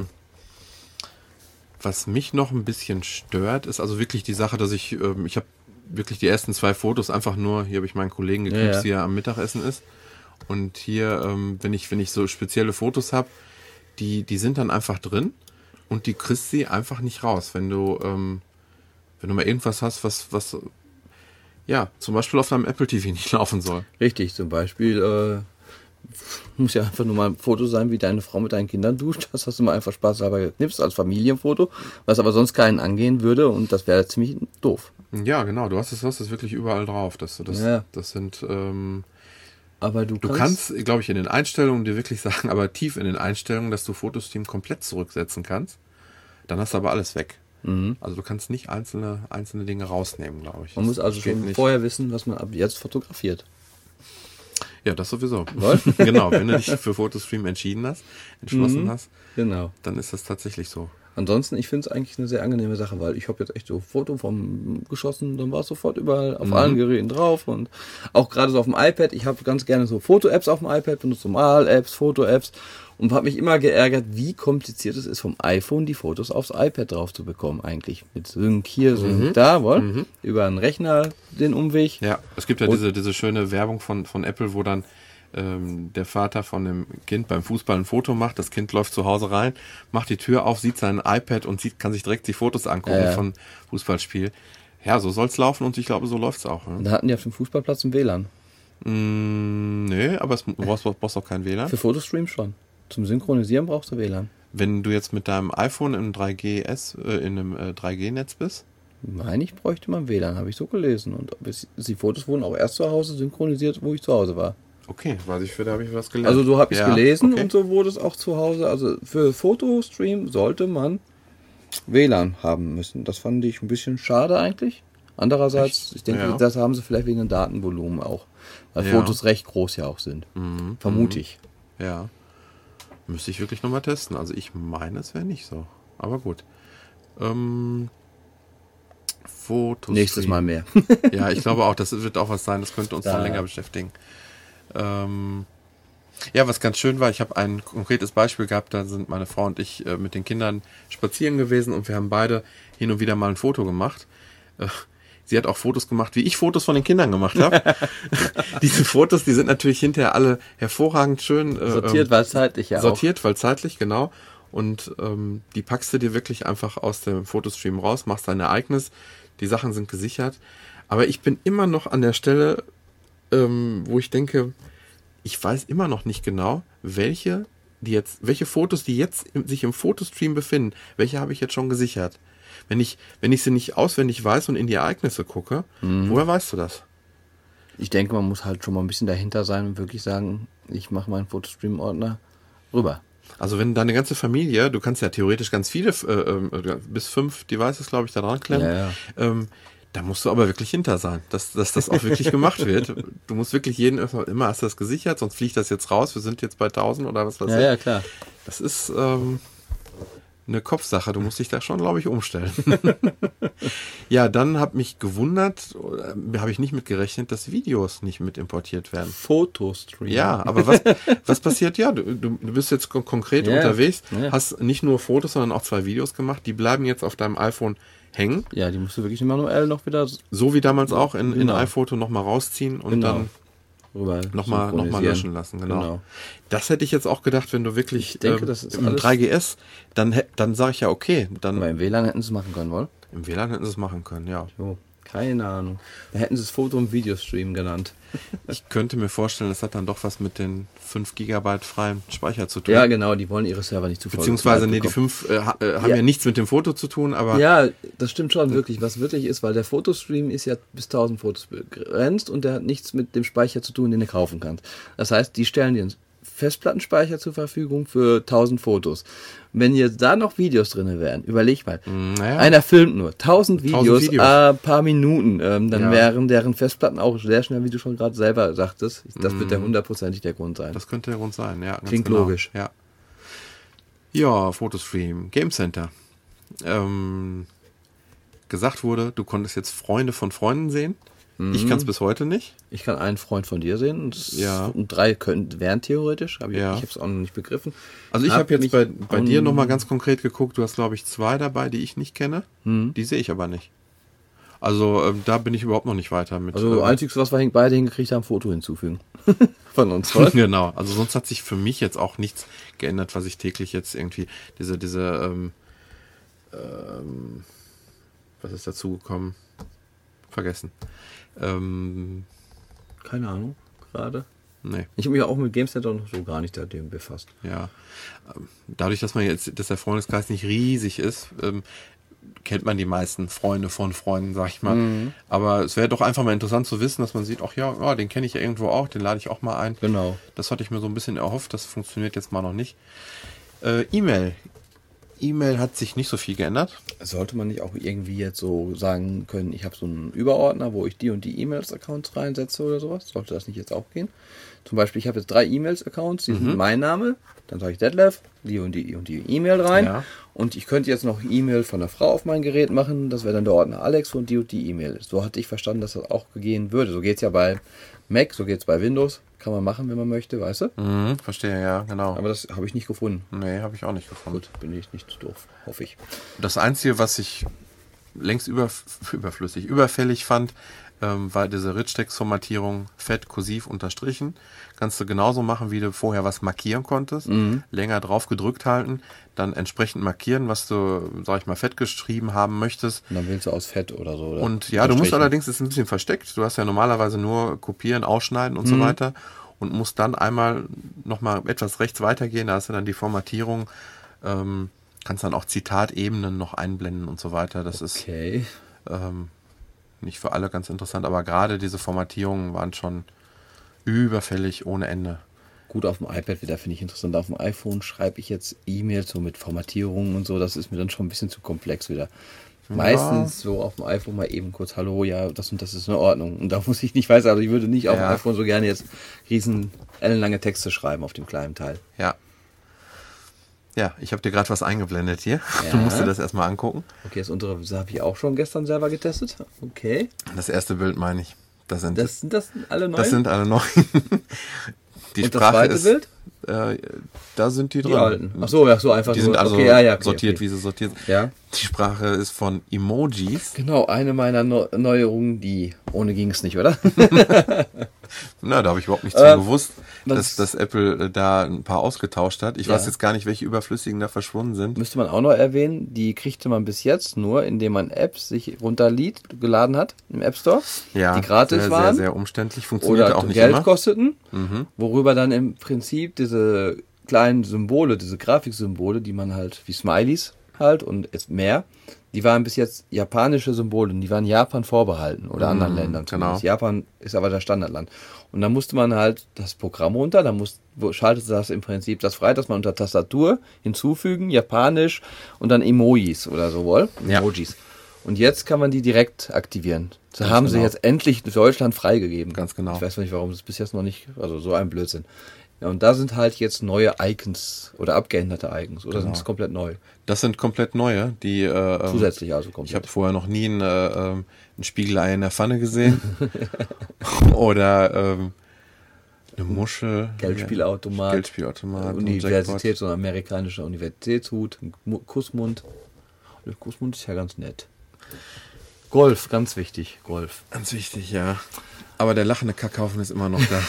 was mich noch ein bisschen stört, ist also wirklich die Sache, dass ich, ähm, ich habe wirklich die ersten zwei Fotos einfach nur, hier habe ich meinen Kollegen geknipst, Ja, ja. die er am Mittagessen ist. Und hier, ähm, wenn ich, wenn ich so spezielle Fotos habe, die, die sind dann einfach drin und die kriegst sie einfach nicht raus. Wenn du, ähm, wenn du mal irgendwas hast, was, was, ja, zum Beispiel auf deinem Apple T V nicht laufen soll. Richtig, zum Beispiel äh, muss ja einfach nur mal ein Foto sein, wie deine Frau mit deinen Kindern duscht. Das hast du mal einfach spaßhalber geknipst als Familienfoto, was aber sonst keinen angehen würde und das wäre ziemlich doof. Ja, genau, du hast es, du hast es wirklich überall drauf. Das, das, Ja. das sind, ähm, Aber du, du kannst, glaube ich, in den Einstellungen dir wirklich sagen, aber tief in den Einstellungen, dass du Fotostream komplett zurücksetzen kannst. Dann hast du aber alles weg. Mhm. Also du kannst nicht einzelne, einzelne Dinge rausnehmen, glaube ich. Man Das muss also geht schon nicht. vorher wissen, was man ab jetzt fotografiert. Ja, das sowieso. Was? Genau, wenn du dich für Fotostream entschieden hast, entschlossen Mhm. hast, Genau. dann ist das tatsächlich so. Ansonsten, ich finde es eigentlich eine sehr angenehme Sache, weil ich habe jetzt echt so ein Foto vom geschossen, dann war es sofort überall auf Mhm. allen Geräten drauf und auch gerade so auf dem iPad. Ich habe ganz gerne so Foto-Apps auf dem iPad, benutze Mal-Apps, Foto-Apps und habe mich immer geärgert, wie kompliziert es ist, vom iPhone die Fotos aufs iPad drauf zu bekommen eigentlich. Mit Sync hier, Sync Mhm. da, wohl. Mhm. Über einen Rechner den Umweg. Ja, es gibt ja Und- diese, diese schöne Werbung von, von Apple, wo dann ähm, der Vater von dem Kind beim Fußball ein Foto macht. Das Kind läuft zu Hause rein, macht die Tür auf, sieht sein iPad und sieht, kann sich direkt die Fotos angucken Ja, ja. von Fußballspiel. Ja, so soll's laufen und ich glaube, so läuft's auch. Und Ne? da hatten die auf dem Fußballplatz ein W L A N. Mm, nee, aber es, du brauchst, brauchst auch kein W L A N. Für Fotostream schon. Zum Synchronisieren brauchst du W L A N. Wenn du jetzt mit deinem iPhone im drei G S, äh, in einem äh, drei G Netz bist, Meine ich, bräuchte man W L A N, habe ich so gelesen. Und bis- die Fotos wurden auch erst zu Hause synchronisiert, wo ich zu Hause war. okay, weiß ich, für da habe ich was gelernt. Also so habe ich es Ja, gelesen okay. und so wurde es auch zu Hause. Also für Fotostream sollte man W L A N haben müssen. Das fand ich ein bisschen schade eigentlich. Andererseits, ich denke, Ja. das haben sie vielleicht wegen dem Datenvolumen auch. Weil Ja. Fotos recht groß ja auch sind. Mhm, Vermute ich. Ja. Müsste ich wirklich nochmal testen. Also ich meine, es wäre nicht so. Aber gut. Ähm, Fotos. Nächstes Mal mehr. Ja, ich glaube auch, das wird auch was sein. Das könnte uns Da. noch länger beschäftigen. Ähm, ja, was ganz schön war, ich habe ein konkretes Beispiel gehabt. Da sind meine Frau und ich äh, mit den Kindern spazieren gewesen und wir haben beide hin und wieder mal ein Foto gemacht. Äh, Sie hat auch Fotos gemacht, wie ich Fotos von den Kindern gemacht habe. Diese Fotos, die sind natürlich hinterher alle hervorragend schön äh, Sortiert, weil zeitlich ja sortiert, weil zeitlich, genau. Und ähm, die packst du dir wirklich einfach aus dem Fotostream raus, machst dein Ereignis, die Sachen sind gesichert. Aber ich bin immer noch an der Stelle, ähm, wo ich denke, ich weiß immer noch nicht genau, welche, die jetzt, welche Fotos, die jetzt im, sich im Fotostream befinden, welche habe ich jetzt schon gesichert. Wenn ich, wenn ich sie nicht auswendig weiß und in die Ereignisse gucke, Mhm. woher weißt du das? auch. Ich denke, man muss halt schon mal ein bisschen dahinter sein und wirklich sagen, ich mache meinen Fotostream-Ordner rüber. Also wenn deine ganze Familie, du kannst ja theoretisch ganz viele, äh, äh, bis fünf Devices, glaube ich, da dran klemmen, Ja, ja. Ähm, da musst du aber wirklich hinter sein, dass, dass das auch wirklich gemacht wird. Du musst wirklich jeden, immer hast du das gesichert, sonst fliegt das jetzt raus, wir sind jetzt bei tausend oder was weiß Ja, ich. ja, klar. Das ist ähm, eine Kopfsache, du musst dich da schon, glaube ich, umstellen. Ja, dann hat mich gewundert, äh, habe ich nicht mit gerechnet, dass Videos nicht mit importiert werden. Fotostream. Ja, aber was, was passiert? Ja, du, du du bist jetzt kon konkret Ja, unterwegs, ja. hast nicht nur Fotos, sondern auch zwei Videos gemacht. Die bleiben jetzt auf deinem iPhone hängen, Ja, die musst du wirklich manuell noch wieder so wie damals auch in, in Genau. iPhoto nochmal rausziehen und Genau. dann rüber nochmal noch mal synchronisieren. löschen lassen. Genau. Genau. Das hätte ich jetzt auch gedacht, wenn du wirklich Ich denke, ähm, das ist im alles- drei G S, dann, hä- dann sage ich ja, okay, dann Aber im W L A N hätten sie es machen können, wohl? im W L A N hätten sie es machen können, ja. Jo, keine Ahnung. Da hätten sie es Foto- und Videostream genannt. Ich könnte mir vorstellen, das hat dann doch was mit den fünf Gigabyte freiem Speicher zu tun. Ja, genau, die wollen ihre Server nicht zu voll Beziehungsweise, nee, die bekommen. fünf äh, ha- äh, haben Ja. ja nichts mit dem Foto zu tun, aber Ja, das stimmt schon wirklich, was wirklich ist, weil der Fotostream ist ja bis tausend Fotos begrenzt und der hat nichts mit dem Speicher zu tun, den du kaufen kannst. Das heißt, die stellen dir einen Festplattenspeicher zur Verfügung für tausend Fotos. Wenn jetzt da noch Videos drin wären, überleg mal. Naja. Einer filmt nur tausend Videos, Videos. a paar Minuten. Ähm, dann Ja. wären deren Festplatten auch sehr schnell, wie du schon gerade selber sagtest. Das Mhm. wird ja hundertprozentig der Grund sein. Das könnte der Grund sein, ja. Ganz Klingt genau. logisch. Ja, ja Fotostream, Game Center. Ähm, gesagt wurde, du konntest jetzt Freunde von Freunden sehen. Ich kann es bis heute nicht. Ich kann einen Freund von dir sehen und, Ja. und drei können, wären theoretisch, aber Ja. ich habe es auch noch nicht begriffen. Also ich Hab habe jetzt mich bei, bei an- dir nochmal ganz konkret geguckt. Du hast, glaube ich, zwei dabei, die ich nicht kenne. Die sehe ich aber nicht. Also ähm, da bin ich überhaupt noch nicht weiter mit. Also ähm, einziges, was wir hin- beide hingekriegt haben, Foto hinzufügen. Von uns. Was? Genau, also sonst hat sich für mich jetzt auch nichts geändert, was ich täglich jetzt irgendwie, diese, diese, ähm, ähm, was ist dazugekommen? Vergessen. Ähm, Keine Ahnung, gerade. nee, Ich habe mich auch mit Game Center noch so gar nicht seitdem befasst. ja. Ähm, Dadurch, dass man jetzt, dass der Freundeskreis nicht riesig ist, ähm, kennt man die meisten Freunde von Freunden, sag ich mal. Mhm. Aber es wäre doch einfach mal interessant zu wissen, dass man sieht, ach ja, oh, den kenne ich ja irgendwo auch, den lade ich auch mal ein. Genau. Das hatte ich mir so ein bisschen erhofft, das funktioniert jetzt mal noch nicht. Äh, E-Mail. E-Mail hat sich nicht so viel geändert. Sollte man nicht auch irgendwie jetzt so sagen können, ich habe so einen Überordner, wo ich die und die E-Mails-Accounts reinsetze oder sowas? Sollte das nicht jetzt auch gehen? Zum Beispiel, ich habe jetzt drei E-Mails-Accounts, die sind mein Name, dann sage ich Detlef, die und die und die E-Mail rein. Ja. Und ich könnte jetzt noch E-Mail von der Frau auf mein Gerät machen, das wäre dann der Ordner Alex und die und die E-Mail. So hatte ich verstanden, dass das auch gehen würde. So geht es ja bei Mac, so geht es bei Windows. Kann man machen, wenn man möchte, weißt du? Mhm, verstehe, ja, genau. Aber das habe ich nicht gefunden. Nee, habe ich auch nicht gefunden. Gut, bin ich nicht so doof, hoffe ich. Das Einzige, was ich längst überf überflüssig, überfällig fand, ähm, war diese Rich-Text-Formatierung fett, kursiv, unterstrichen. Kannst du genauso machen, wie du vorher was markieren konntest. Länger drauf gedrückt halten, dann entsprechend markieren, was du, sag ich mal, fett geschrieben haben möchtest. Und dann wählst du aus Fett oder so. Oder Und ja, du musst Unterstrichen. allerdings, ist ein bisschen versteckt, du hast ja normalerweise nur kopieren, ausschneiden und so weiter und musst dann einmal nochmal etwas rechts weitergehen, da hast du dann die Formatierung, ähm, kannst dann auch Zitatebenen noch einblenden und so weiter. Das Okay. ist ähm, nicht für alle ganz interessant, aber gerade diese Formatierungen waren schon überfällig ohne Ende. Gut, auf dem iPad wieder finde ich interessant. Auf dem iPhone schreibe ich jetzt E-Mails so mit Formatierungen und so. Das ist mir dann schon ein bisschen zu komplex wieder. Meistens so auf dem iPhone mal eben kurz, hallo, ja, das und das ist in Ordnung. Und da muss ich nicht, weiß, also ich würde nicht auf Ja. dem iPhone so gerne jetzt riesen ellenlange Texte schreiben auf dem kleinen Teil. Ja. Ja, ich habe dir gerade was eingeblendet hier. Ja. Du musst dir das erstmal angucken. Okay, das untere habe ich auch schon gestern selber getestet. Okay. Das erste Bild meine ich. Das sind, Das sind das alle neu? das sind alle neu. Die und das Sprache zweite ist, Bild? Äh, da sind die drin. Die alten. Ach so, ja, so einfach Die nur. sind also okay, ja, ja, okay, sortiert, okay. wie sie sortiert sind. Ja. Die Sprache ist von Emojis. Genau, eine meiner Neu- Neuerungen, die ohne ging es nicht, oder? Na, da habe ich überhaupt nichts Ähm, von gewusst, das- dass, dass Apple äh, da ein paar ausgetauscht hat. Ich Ja. weiß jetzt gar nicht, welche überflüssigen da verschwunden sind. Müsste man auch noch erwähnen, die kriegte man bis jetzt nur, indem man Apps sich runterlädt, geladen hat im App Store, Ja, die gratis sehr, waren sehr, sehr umständlich. Funktioniert oder auch nicht Geld immer. kosteten, worüber dann im Prinzip diese kleinen Symbole, diese Grafiksymbole, die man halt wie Smileys halt und jetzt mehr, die waren bis jetzt japanische Symbole und die waren Japan vorbehalten oder anderen Ländern zumindest. genau. Japan ist aber das Standardland. Und dann musste man halt das Programm runter, dann muss, wo- schaltete das im Prinzip das frei, dass man unter Tastatur hinzufügen, Japanisch und dann Emojis oder so wohl. Ja. Emojis. Und jetzt kann man die direkt aktivieren. So haben sie genau. jetzt endlich Deutschland freigegeben. Ganz genau. Ich weiß nicht, warum es bis jetzt noch nicht, also so ein Blödsinn. Ja, und da sind halt jetzt neue Icons oder abgeänderte Icons oder sind es komplett neu? Das sind komplett neue. Die, äh, ähm, Zusätzlich also komplett. Ich habe vorher noch nie ein, äh, ähm, ein Spiegelei in der Pfanne gesehen. Oder ähm, eine Muschel. Geldspielautomat, Geldspielautomat. und Universität, Jackpot. so ein amerikanischer Universitätshut, ein Mu- Kussmund. Der Kussmund ist ja ganz nett. Golf, ganz wichtig, Golf. Ganz wichtig, ja. Aber der lachende Kackhaufen ist immer noch da.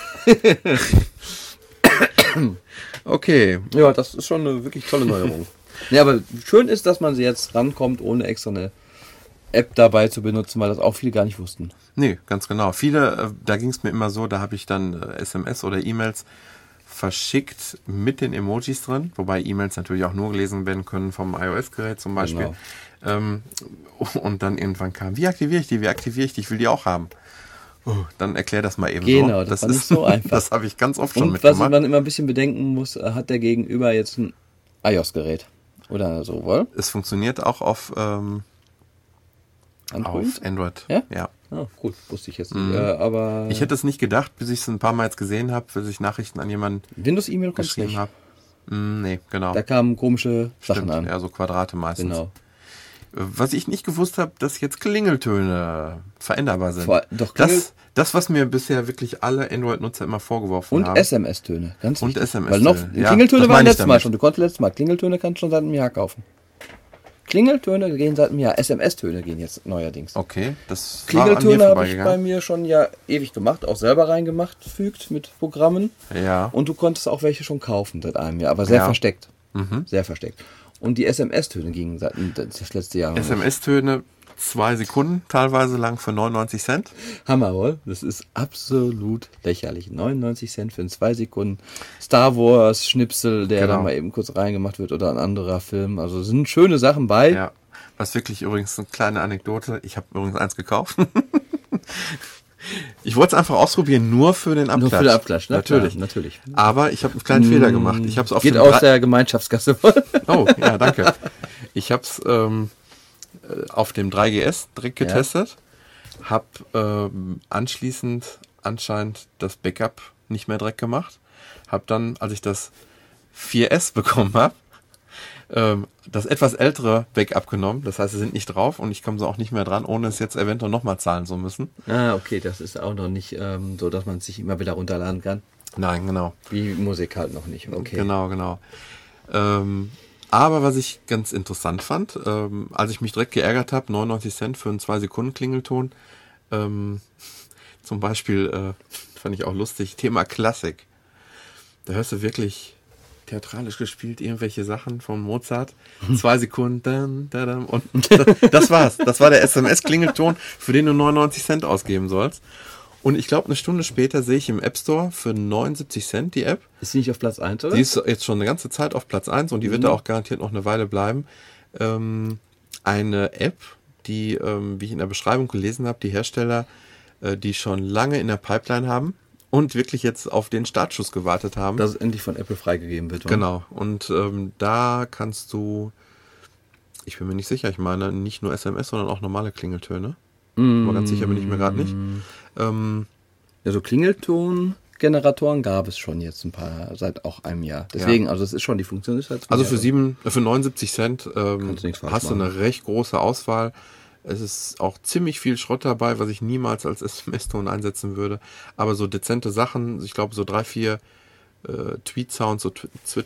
Okay. Ja, das ist schon eine wirklich tolle Neuerung. Ja, aber schön ist, dass man sie jetzt rankommt, ohne extra eine App dabei zu benutzen, weil das auch viele gar nicht wussten. Nee, ganz genau. Viele, äh, da ging es mir immer so, da habe ich dann äh, S M S oder E-Mails verschickt mit den Emojis drin, wobei E-Mails natürlich auch nur gelesen werden können vom iOS-Gerät zum Beispiel. Genau. Ähm, und dann irgendwann kam, wie aktiviere ich die, wie aktiviere ich die, ich will die auch haben. Oh, dann erklär das mal eben genau, so. das, das war ist nicht so einfach. Das habe ich ganz oft schon Und mitgemacht. was man immer ein bisschen bedenken muss, hat der Gegenüber jetzt ein iOS-Gerät oder so, wohl? Es funktioniert auch auf, ähm, Android? auf Android. Ja? Ja. Ah, gut, wusste ich jetzt nicht. Mhm. Äh, aber Ich hätte es nicht gedacht, bis ich es ein paar Mal jetzt gesehen habe, bis ich Nachrichten an jemanden Windows-E-Mail kommt geschrieben nicht. habe. Mm, nee, genau. Da kamen komische Sachen Stimmt, an. ja, so Quadrate meistens. Genau. Was ich nicht gewusst habe, dass jetzt Klingeltöne veränderbar sind. Vor, doch Klingel das, das, was mir bisher wirklich alle Android-Nutzer immer vorgeworfen und haben. S M S-Töne, ganz Und wichtig. S M S-Töne. Weil noch, Ja, Klingeltöne das waren meine ich letztes Mal damit. schon. Du konntest letztes Mal. Klingeltöne kannst du schon seit einem Jahr kaufen. Klingeltöne gehen seit einem Jahr. S M S-Töne gehen jetzt neuerdings. Okay, das war an mir Klingeltöne habe ich bei vorbeigegangen. mir schon ja ewig gemacht, auch selber reingemacht, fügt mit Programmen. Ja. Und du konntest auch welche schon kaufen seit einem Jahr, aber sehr Ja. versteckt. Mhm. Sehr versteckt. Und die S M S-Töne gingen seit das letzte Jahr. noch S M S-Töne, zwei Sekunden teilweise lang für neunundneunzig Cent. Hammer, wohl? Das ist absolut lächerlich. neunundneunzig Cent für ein zwei Sekunden Star Wars Schnipsel, der Genau. da mal eben kurz reingemacht wird oder ein anderer Film. Also sind schöne Sachen bei. Ja. Was wirklich übrigens eine kleine Anekdote. Ich habe übrigens eins gekauft. Ich wollte es einfach ausprobieren, nur für den Abklatsch. Nur für den Abklatsch, ne? Natürlich. Klar, natürlich. Aber ich habe einen kleinen Fehler gemacht. Ich habe es auf Geht dem aus Drei- der Gemeinschaftskasse. Oh, ja, danke. Ich habe es ähm, äh, auf dem drei G S direkt getestet, habe ähm, anschließend anscheinend das Backup nicht mehr direkt gemacht, habe dann, als ich das vier S bekommen habe, ähm, das etwas ältere Backup genommen. Das heißt, sie sind nicht drauf und ich komme so auch nicht mehr dran, ohne es jetzt eventuell nochmal zahlen zu müssen. Ah, okay, das ist auch noch nicht ähm, so, dass man es sich immer wieder runterladen kann. Nein, genau. Wie Musik halt noch nicht. Okay. Genau, genau. Ähm, aber was ich ganz interessant fand, ähm, als ich mich direkt geärgert habe, neunundneunzig Cent für einen zwei Sekunden Klingelton, ähm, zum Beispiel, äh, fand ich auch lustig, Thema Klassik. Da hörst du wirklich theatralisch gespielt, irgendwelche Sachen von Mozart. Zwei Sekunden, dann, dann, dann, und das war's. Das war der S M S-Klingelton, für den du neunundneunzig Cent ausgeben sollst. Und ich glaube, eine Stunde später sehe ich im App Store für neunundsiebzig Cent die App. Ist die nicht auf Platz eins, oder? Die ist jetzt schon eine ganze Zeit auf Platz eins und die wird da auch garantiert noch eine Weile bleiben. Ähm, eine App, die, ähm, wie ich in der Beschreibung gelesen habe, die Hersteller, äh, die schon lange in der Pipeline haben und wirklich jetzt auf den Startschuss gewartet haben. Dass es endlich von Apple freigegeben wird. oder? Genau. Und ähm, da kannst du, ich bin mir nicht sicher, ich meine nicht nur S M S, sondern auch normale Klingeltöne. Mm. Aber ganz sicher bin ich mir gerade nicht. Ähm, Ja, so Klingelton-Generatoren gab es schon jetzt ein paar, seit auch einem Jahr. Deswegen, also es ist schon, die Funktion ist halt... Also für sieben, für neunundsiebzig Cent ähm, Kannst du nichts falsch hast du eine recht große Auswahl. Es ist auch ziemlich viel Schrott dabei, was ich niemals als S M S-Ton einsetzen würde. Aber so dezente Sachen, ich glaube so drei, vier äh, Tweet-Sounds, so Tw-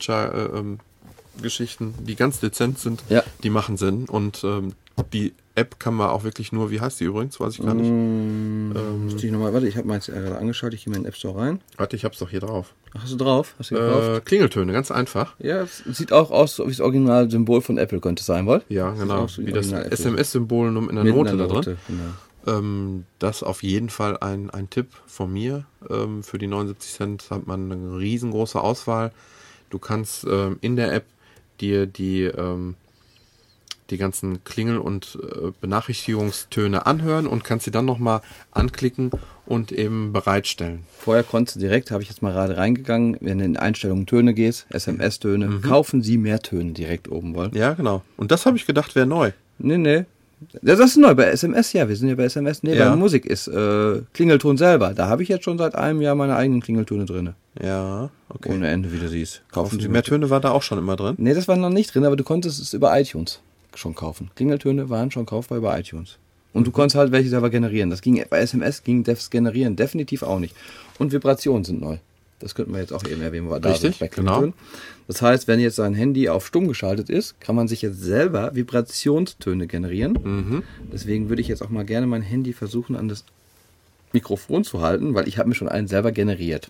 Zwitscher-Geschichten, die ganz dezent sind, Ja. die machen Sinn. Und ähm, die App kann man auch wirklich nur, wie heißt die übrigens, weiß ich gar nicht. Ähm, Müsste ich nochmal, warte, ich habe meins gerade angeschaltet, ich gehe mal in den App Store rein. Warte, ich hab's doch hier drauf. Ach, hast du drauf? Hast du gekauft? Äh, Klingeltöne, ganz einfach. Ja, es sieht auch aus, so wie das Originalsymbol von Apple könnte es sein, wollt? Ja, Sieht genau. aus wie Wie das Original-Apple. S M S-Symbol nur in der Mit Note einer da drin. Genau. Ähm, das auf jeden Fall ein, ein Tipp von mir. Ähm, für die neunundsiebzig Cent hat man eine riesengroße Auswahl. Du kannst ähm, in der App dir die, ähm, die ganzen Klingel- und äh, Benachrichtigungstöne anhören und kannst sie dann nochmal anklicken und eben bereitstellen. Vorher konntest du direkt, habe ich jetzt mal gerade reingegangen, wenn du in Einstellungen Töne gehst, S M S-Töne, kaufen Sie mehr Töne direkt oben wollen. Ja, genau. Und das habe ich gedacht, wäre neu. Nee, nee. Das ist neu bei S M S, ja, wir sind ja bei S M S. Nee, Ja. bei Musik ist äh, Klingelton selber. Da habe ich jetzt schon seit einem Jahr meine eigenen Klingeltöne drin. Ja, okay. Ohne Ende, wie du siehst. Kaufen Sie Mehr Töne war da auch schon immer drin. Nee, das war noch nicht drin, aber du konntest es über iTunes schon kaufen. Klingeltöne waren schon kaufbar über iTunes. Und du konntest halt welche selber generieren. Das ging bei S M S ging das Generieren definitiv auch nicht. Und Vibrationen sind neu. Das könnten wir jetzt auch eben erwähnen, weil da Richtig, sind bei Klingeltönen. Das heißt, wenn jetzt sein Handy auf stumm geschaltet ist, kann man sich jetzt selber Vibrationstöne generieren. Mhm. Deswegen würde ich jetzt auch mal gerne mein Handy versuchen, an das Mikrofon zu halten, weil ich habe mir schon einen selber generiert.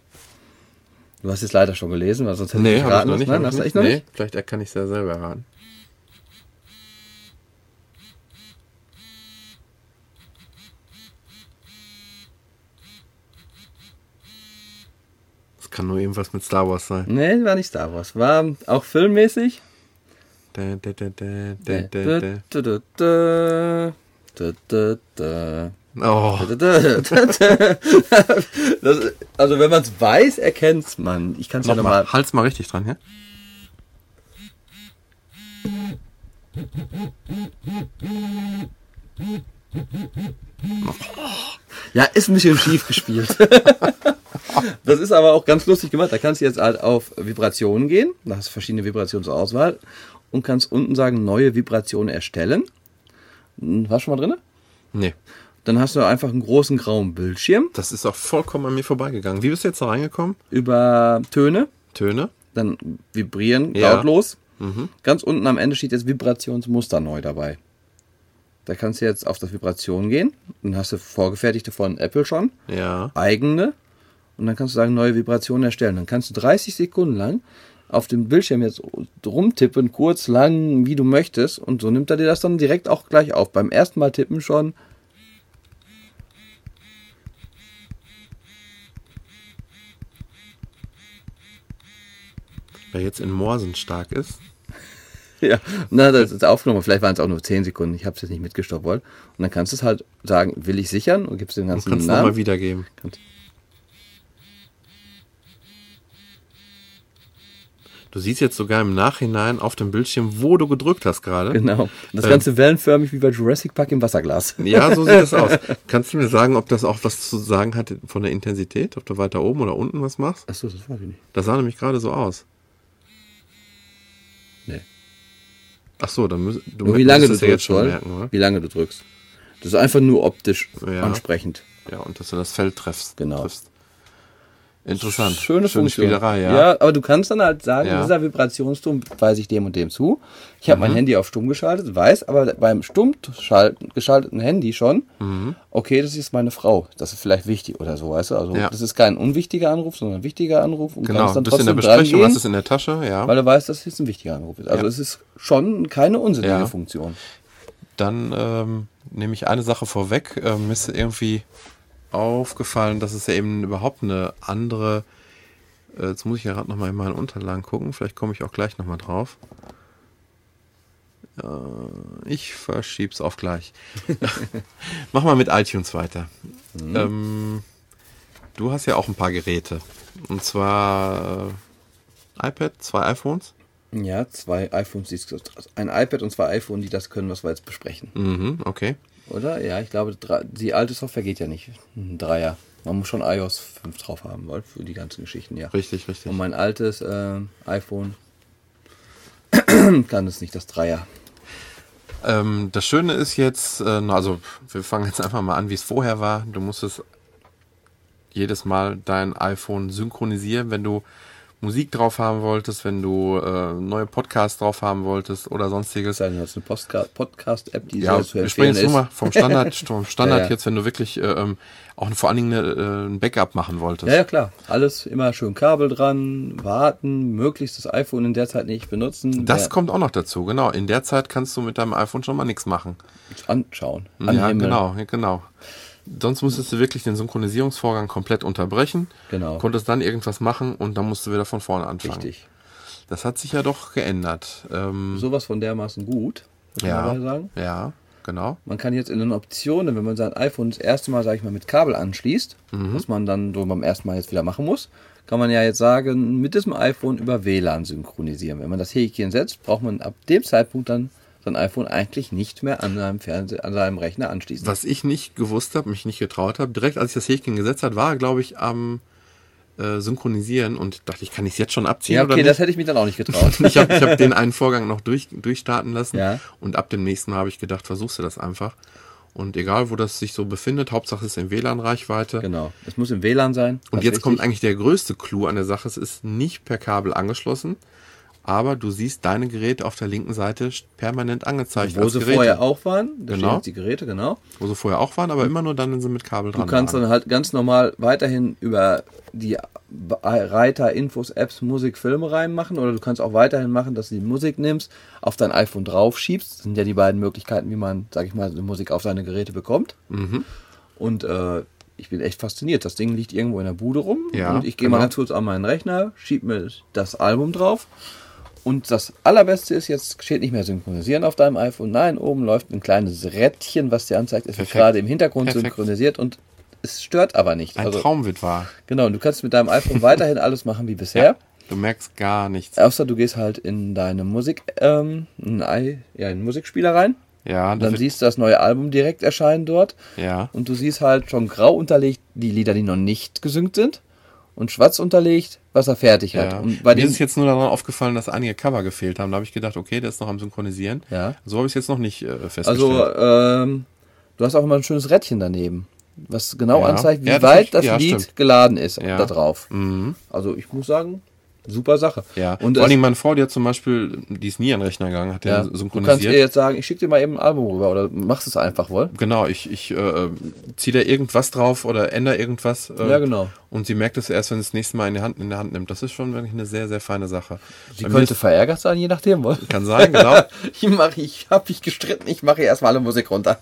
Du hast es leider schon gelesen, weil sonst hätte Nee, ich habe ich geraten. noch nicht. Nein, hab hast ich du nicht. echt noch Nee, nicht? vielleicht kann ich es ja selber erraten. Das kann nur irgendwas mit Star Wars sein. Nee, war nicht Star Wars. War auch filmmäßig. Da, da, da, da, da, Da, da, da, da. da, da, da, da, da, da. Oh. Das, also wenn man es weiß, erkennt man. Ich kann es ja nochmal. Noch Halt's mal richtig dran, ja? Ja, ist ein bisschen schief gespielt. Das ist aber auch ganz lustig gemacht. Da kannst du jetzt halt auf Vibrationen gehen. Da hast du verschiedene Vibrationen zur Auswahl. Und kannst unten sagen, neue Vibrationen erstellen. Warst du schon mal drin? Nee. Dann hast du einfach einen großen grauen Bildschirm. Das ist auch vollkommen an mir vorbeigegangen. Wie bist du jetzt da reingekommen? Über Töne. Töne. Dann vibrieren, Ja. lautlos. Mhm. Ganz unten am Ende steht jetzt Vibrationsmuster neu dabei. Da kannst du jetzt auf das Vibration gehen. Dann hast du vorgefertigte von Apple schon. Ja. Eigene. Und dann kannst du sagen, neue Vibrationen erstellen. Dann kannst du dreißig Sekunden lang auf dem Bildschirm jetzt rumtippen, kurz, lang, wie du möchtest. Und so nimmt er dir das dann direkt auch gleich auf. Beim ersten Mal tippen schon. Wer jetzt in Morsen stark ist. Ja, na, das ist aufgenommen. Vielleicht waren es auch nur zehn Sekunden. Ich habe es jetzt nicht mitgestoppt wollen. Und dann kannst du es halt sagen, will ich sichern? Und gibst den ganzen Du kannst es Namen. nochmal wiedergeben. Kannst- Du siehst jetzt sogar im Nachhinein auf dem Bildschirm, wo du gedrückt hast gerade. Genau. Und das Ähm, Ganze wellenförmig wie bei Jurassic Park im Wasserglas. Ja, so sieht es aus. Kannst du mir sagen, ob das auch was zu sagen hat von der Intensität? Ob du weiter oben oder unten was machst? Achso, das weiß ich nicht. Das sah nämlich gerade so aus. Nee. Ach so, dann müsst du Nur wie lange du müsstest ja jetzt drückst, schon oder? merken, oder? Wie lange du drückst. Das ist einfach nur optisch Ja. ansprechend. Ja, und dass du das Feld treffst. Genau. Triffst. Interessant. Schöne, Funktion. Spielerei, ja. Ja, aber du kannst dann halt sagen, Ja. dieser Vibrationston weise ich dem und dem zu. Ich habe Mhm. mein Handy auf stumm geschaltet, weiß aber beim stumm schalten- geschalteten Handy schon, Mhm. okay, das ist meine Frau. Das ist vielleicht wichtig oder so, weißt du? Also Ja. das ist kein unwichtiger Anruf, sondern ein wichtiger Anruf. Und Genau, kannst du dann bist in der trotzdem dran Besprechung, gehen, hast es in der Tasche, ja. weil du weißt, dass es jetzt ein wichtiger Anruf ist. Also Ja. es ist schon keine unsinnige Ja. Funktion. Dann ähm, nehme ich eine Sache vorweg. Ähm, mir ist irgendwie aufgefallen, dass es ja eben überhaupt eine andere. Äh, jetzt muss ich ja gerade nochmal in meine Unterlagen gucken. Vielleicht komme ich auch gleich nochmal drauf. Äh, ich verschieb's auf gleich. Mach mal mit iTunes weiter. Mhm. Ähm, du hast ja auch ein paar Geräte. Und zwar äh, iPad, zwei iPhones. Ja, zwei iPhones, die- ein iPad und zwei iPhones, die das können, was wir jetzt besprechen. Mhm, okay. Oder? Ja, ich glaube, drei- die alte Software geht ja nicht. Ein Dreier. Man muss schon i O S fünf drauf haben, weil für die ganzen Geschichten, ja. Richtig, richtig. Und mein altes äh, iPhone kann es nicht, das Dreier. Ähm, das Schöne ist jetzt, äh, also wir fangen jetzt einfach mal an, wie es vorher war. Du musstest jedes Mal dein iPhone synchronisieren, wenn du Musik drauf haben wolltest, wenn du äh, neue Podcasts drauf haben wolltest oder sonstiges. Das ist eine Postka- Podcast-App, die Ja, sehr zu wir springen empfehlen jetzt nur ist. mal vom Standard, vom Standard Ja, ja. jetzt, wenn du wirklich äh, ähm, auch vor allen Dingen eine, äh, ein Backup machen wolltest. Ja, ja, klar. Alles immer schön Kabel dran, warten, möglichst das iPhone in der Zeit nicht benutzen. Das ja, kommt auch noch dazu, genau. In der Zeit kannst du mit deinem iPhone schon mal nichts machen. anschauen. Ja, anhimmeln. genau, ja, genau. Sonst musstest du wirklich den Synchronisierungsvorgang komplett unterbrechen, Genau. konntest dann irgendwas machen und dann musst du wieder von vorne anfangen. Richtig. Das hat sich ja doch geändert. Ähm, Sowas von dermaßen gut, muss ja, man mal sagen. ja, genau. Man kann jetzt in den Optionen, wenn man sein iPhone das erste Mal, sage ich mal, mit Kabel anschließt, Mhm. was man dann so beim ersten Mal jetzt wieder machen muss, kann man ja jetzt sagen, mit diesem iPhone über W L A N synchronisieren. Wenn man das Häkchen setzt, braucht man ab dem Zeitpunkt dann sein iPhone eigentlich nicht mehr an seinem Fernseher, an seinem Rechner anschließen. Was ich nicht gewusst habe, mich nicht getraut habe, direkt als ich das Häkchen gesetzt hat, war glaube ich am äh, Synchronisieren und dachte, ich kann ich es jetzt schon abziehen Ja, oder okay, nicht? das hätte ich mich dann auch nicht getraut. Ich habe ich hab den einen Vorgang noch durch, durchstarten lassen Ja. und ab dem nächsten Mal habe ich gedacht, versuchst du das einfach. Und egal, wo das sich so befindet, Hauptsache es ist in W L A N-Reichweite. Genau, es muss im W L A N sein. Und das jetzt ist kommt wichtig. eigentlich der größte Clou an der Sache. Es ist nicht per Kabel angeschlossen, aber du siehst deine Geräte auf der linken Seite permanent angezeigt. Wo als sie Geräte, vorher auch waren, da Genau. stehen jetzt die Geräte, genau. Wo sie vorher auch waren, aber immer nur dann, wenn sie mit Kabel Du dran kannst waren. dann halt ganz normal weiterhin über die Reiter, Infos, Apps, Musik, Filme reinmachen oder du kannst auch weiterhin machen, dass du die Musik nimmst, auf dein iPhone drauf schiebst. Das sind ja die beiden Möglichkeiten, wie man, sag ich mal, die Musik auf seine Geräte bekommt. Mhm. Und äh, ich bin echt fasziniert. Das Ding liegt irgendwo in der Bude rum Ja, und ich gehe genau. mal ganz kurz an meinen Rechner, schieb mir das Album drauf Und das Allerbeste ist, jetzt steht nicht mehr synchronisieren auf deinem iPhone. Nein, oben läuft ein kleines Rädchen, was dir anzeigt, es wird gerade im Hintergrund Perfekt. synchronisiert und es stört aber nicht. Ein also, Traum wird wahr. Genau, und du kannst mit deinem iPhone weiterhin alles machen wie bisher. Ja, du merkst gar nichts. Außer du gehst halt in deine Musik, ähm, in einen, ja, in den Musikspieler rein. Ja, dann siehst du das neue Album direkt erscheinen dort. Ja. Und du siehst halt schon grau unterlegt die Lieder, die noch nicht gesynkt sind. Und schwarz unterlegt, was er fertig hat. Ja. Und bei Mir ist jetzt nur daran aufgefallen, dass einige Cover gefehlt haben. Da habe ich gedacht, okay, der ist noch am Synchronisieren. Ja. So habe ich es jetzt noch nicht äh, festgestellt. Also, ähm, du hast auch immer ein schönes Rädchen daneben, was genau ja. anzeigt, wie ja, das weit ich, das ja, Lied stimmt. geladen ist ja. da drauf. Mhm. Also ich muss sagen, super Sache. Ja. Und vor allen Dingen meine Frau, die hat zum Beispiel, die ist nie an den Rechner gegangen, hat ja. den synchronisiert. Du kannst ihr jetzt sagen, ich schicke dir mal eben ein Album rüber oder machst es einfach wohl. Genau, ich, ich äh, ziehe da irgendwas drauf oder ändere irgendwas. Äh, ja, genau. Und sie merkt es erst, wenn sie das nächste Mal in, die Hand, in der Hand nimmt. Das ist schon wirklich eine sehr, sehr feine Sache. Sie Bei könnte verärgert sein, je nachdem, wohl. Kann sein, genau. ich mache, ich habe mich gestritten, ich mache erstmal alle Musik runter.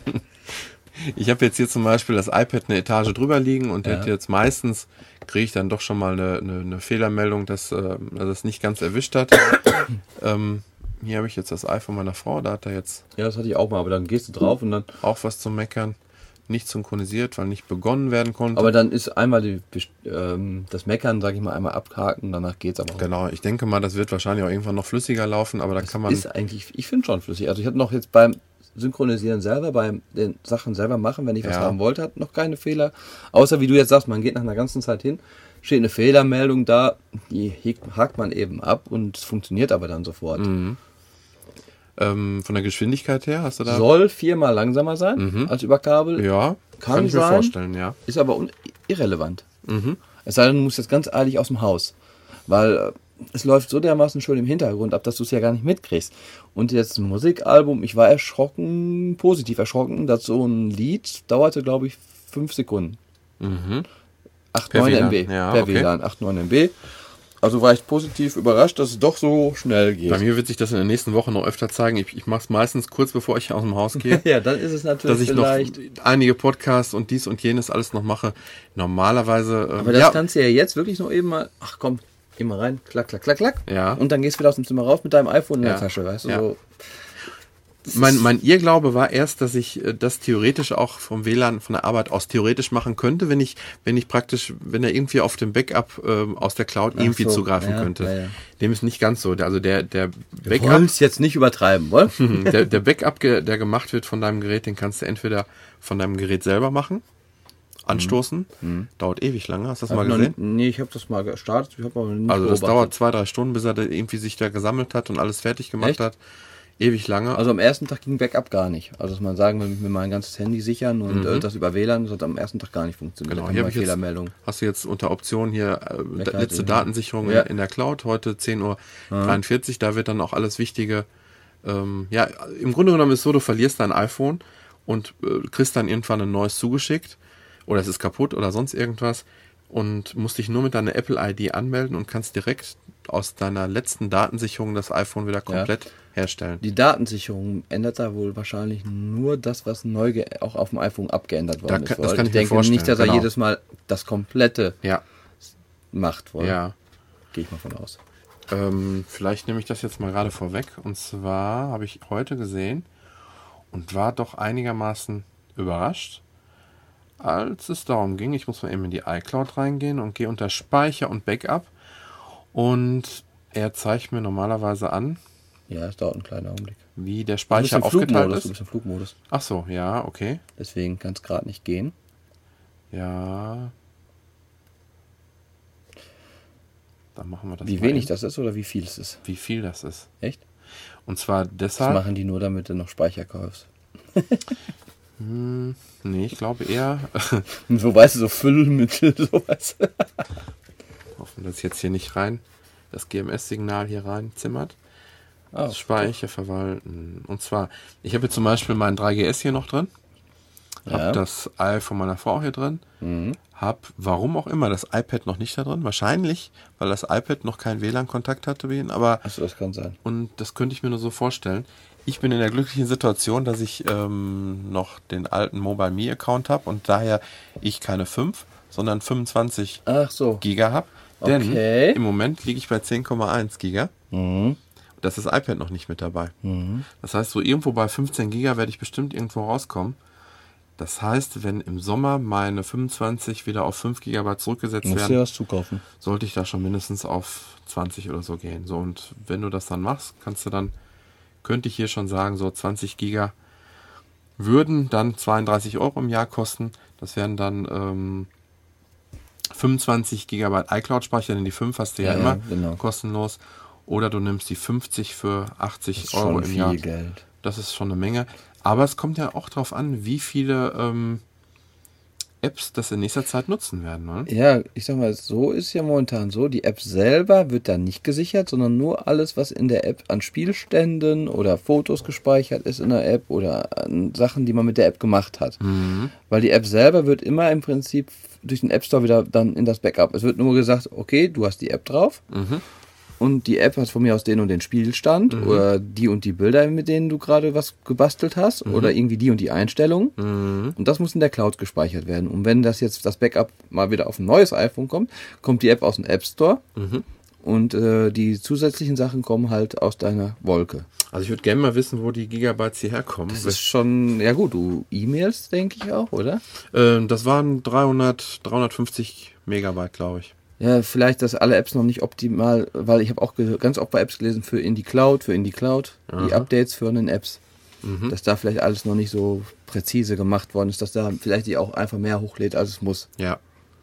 Ich habe jetzt hier zum Beispiel das iPad eine Etage drüber liegen und ja. jetzt meistens kriege ich dann doch schon mal eine, eine, eine Fehlermeldung, dass äh, das nicht ganz erwischt hat. ähm, hier habe ich jetzt das iPhone meiner Frau, da hat er jetzt... Ja, das hatte ich auch mal, aber dann gehst du drauf und dann... Auch was zu meckern. Nicht synchronisiert, weil nicht begonnen werden konnte. Aber dann ist einmal die, ähm, das Meckern, sage ich mal, einmal abgehaken, danach geht's aber auch. Genau, ich denke mal, das wird wahrscheinlich auch irgendwann noch flüssiger laufen, aber da das kann man... ist eigentlich, ich finde schon flüssig. Also ich hatte noch jetzt beim Synchronisieren selber, bei den Sachen selber machen, wenn ich was ja. haben wollte, hat noch keine Fehler. Außer wie du jetzt sagst, man geht nach einer ganzen Zeit hin, steht eine Fehlermeldung da, die hakt man eben ab und es funktioniert aber dann sofort. Mhm. Ähm, von der Geschwindigkeit her hast du da... Soll viermal langsamer sein mhm. als über Kabel. Ja, kann, kann ich sein, mir vorstellen, ja. Ist aber un- irrelevant. Mhm. Es sei denn, du musst jetzt ganz eilig aus dem Haus. Weil äh, es läuft so dermaßen schön im Hintergrund ab, dass du es ja gar nicht mitkriegst. Und jetzt ein Musikalbum, ich war erschrocken, positiv erschrocken, dass so ein Lied dauerte, glaube ich, fünf Sekunden. Mhm. acht, Per neun W L A N. M B. Ja, per okay. W L A N, acht, neun M B. Also war ich positiv überrascht, dass es doch so schnell geht. Bei mir wird sich das in der nächsten Woche noch öfter zeigen. Ich, ich mache es meistens kurz bevor ich aus dem Haus gehe. ja, dann ist es natürlich dass ich vielleicht... noch einige Podcasts und dies und jenes alles noch mache. Normalerweise... Ähm, Aber das ja. kannst du ja jetzt wirklich noch eben mal... Ach komm, geh mal rein, klack, klack, klack, klack. Ja. Und dann gehst du wieder aus dem Zimmer raus mit deinem iPhone in ja. der Tasche, weißt du? Ja. So. Mein, mein Irrglaube war erst, dass ich äh, das theoretisch auch vom W L A N, von der Arbeit aus theoretisch machen könnte, wenn ich, wenn ich praktisch, wenn er irgendwie auf dem Backup ähm, aus der Cloud Ach irgendwie so, zugreifen ja, könnte. ja, ja. Dem ist nicht ganz so. Der- Also der, der Du Backup, wolltest jetzt nicht übertreiben, wohl? der, der Backup, ge- der gemacht wird von deinem Gerät, den kannst du entweder von deinem Gerät selber machen, anstoßen, Mhm. dauert ewig lange. Hast du das Hab mal noch gesehen? nie- Nee, ich habe das mal gestartet. Ich hab aber nicht Also das beobachtet. dauert zwei, drei Stunden, bis er da irgendwie sich da gesammelt hat und alles fertig gemacht Echt? hat. Ewig lange. Also am ersten Tag ging Backup gar nicht. Also dass man sagen will, wir mein ganzes Handy sichern und Mhm. äh, das über W L A N, das hat am ersten Tag gar nicht funktioniert. Genau, Da hier kam hab ich jetzt- Fehlermeldung. Hast du jetzt unter Option hier äh, Backup, letzte ja. Datensicherung Ja. in der Cloud, heute zehn Uhr dreiundvierzig, da wird dann auch alles Wichtige. Ähm, ja, im Grunde genommen ist es so, du verlierst dein iPhone und äh, kriegst dann irgendwann ein neues zugeschickt oder es ist kaputt oder sonst irgendwas und musst dich nur mit deiner Apple I D anmelden und kannst direkt aus deiner letzten Datensicherung das iPhone wieder komplett herstellen. Die Datensicherung ändert da wohl wahrscheinlich nur das, was neu ge- auch auf dem iPhone abgeändert worden Da ist. kann- wohl. das kann ich ich mir denke vorstellen, nicht, dass er genau. jedes Mal das komplette Ja, macht. Wohl. ja. Gehe ich mal von aus. Ähm, vielleicht nehme ich das jetzt mal gerade vorweg. Und zwar habe ich heute gesehen und war doch einigermaßen überrascht, als es darum ging, ich muss mal eben in die iCloud reingehen und gehe unter Speicher und Backup. Und er zeigt mir normalerweise an, Ja, es dauert einen kleinen Augenblick. wie der Du bist Speicher im aufgeteilt Flugmodus, du ist. bist im Flugmodus. Ach so, ja, okay. Deswegen kann es gerade nicht gehen. Ja. Dann machen wir das Wie mal wenig eben. das ist oder wie viel es ist. Wie viel das ist. Echt? Und zwar Das deshalb... machen die nur, damit du noch Speicher kaufst. Hm, nee, ich glaube eher... Und so, weißt du, so Füllmittel, sowas. Hoffen, dass jetzt hier nicht rein das G M S-Signal hier rein zimmert. Ah, Speicher verwalten. Und zwar, ich habe jetzt zum Beispiel meinen drei G S hier noch drin. Habe Ja. das Ei von meiner Frau hier drin. Mhm. Habe, warum auch immer, das iPad noch nicht da drin. Wahrscheinlich, weil das iPad noch keinen W L A N-Kontakt hatte wie ihn. Aber, Achso, das kann sein. und das könnte ich mir nur so vorstellen. Ich bin in der glücklichen Situation, dass ich ähm, noch den alten Mobile Me Account habe und daher ich keine fünf, sondern fünfundzwanzig Ach so. Giga habe. Denn Okay. im Moment liege ich bei zehn Komma eins Giga. Mhm. Da ist das iPad noch nicht mit dabei. Mhm. Das heißt, so irgendwo bei fünfzehn Giga werde ich bestimmt irgendwo rauskommen. Das heißt, wenn im Sommer meine fünfundzwanzig wieder auf fünf Gigabyte zurückgesetzt Musst du werden, ja was zukaufen. sollte ich da schon mindestens auf zwanzig oder so gehen. So, und wenn du das dann machst, kannst du dann, könnte ich hier schon sagen, so zwanzig Giga würden dann zweiunddreißig Euro im Jahr kosten. Das wären dann ähm, fünfundzwanzig Gigabyte iCloud-Speicher, denn die fünf hast du ja, Ja, immer ja, genau. kostenlos. Oder du nimmst die fünfzig für Das achtzig ist Euro schon im viel Jahr. Geld. Das ist schon eine Menge. Aber es kommt ja auch darauf an, wie viele ähm, Apps das in nächster Zeit nutzen werden. Ne? Ja, ich sag mal, so ist ja momentan so. Die App selber wird dann nicht gesichert, sondern nur alles, was in der App an Spielständen oder Fotos gespeichert ist in der App oder an Sachen, die man mit der App gemacht hat. Mhm. Weil die App selber wird immer im Prinzip durch den App Store wieder dann in das Backup. Es wird nur gesagt, okay, du hast die App drauf. Mhm. Und die App hat von mir aus den und den Spielstand Mhm. oder die und die Bilder, mit denen du gerade was gebastelt hast Mhm. oder irgendwie die und die Einstellung. Mhm. Und das muss in der Cloud gespeichert werden. Und wenn das jetzt das Backup mal wieder auf ein neues iPhone kommt, kommt die App aus dem App Store Mhm. und äh, die zusätzlichen Sachen kommen halt aus deiner Wolke. Also ich würde gerne mal wissen, wo die Gigabytes hierher kommen. Das ist schon, ja gut, du E-Mails, denke ich auch, oder? Ähm, das waren dreihundert, dreihundertfünfzig Megabyte, glaube ich. Ja, vielleicht, dass alle Apps noch nicht optimal, weil ich habe auch ge- ganz oft bei Apps gelesen für in die Cloud, für in die Cloud, die Aha. Updates für den Apps, Mhm. dass da vielleicht alles noch nicht so präzise gemacht worden ist, dass da vielleicht die auch einfach mehr hochlädt, als es muss. Ja.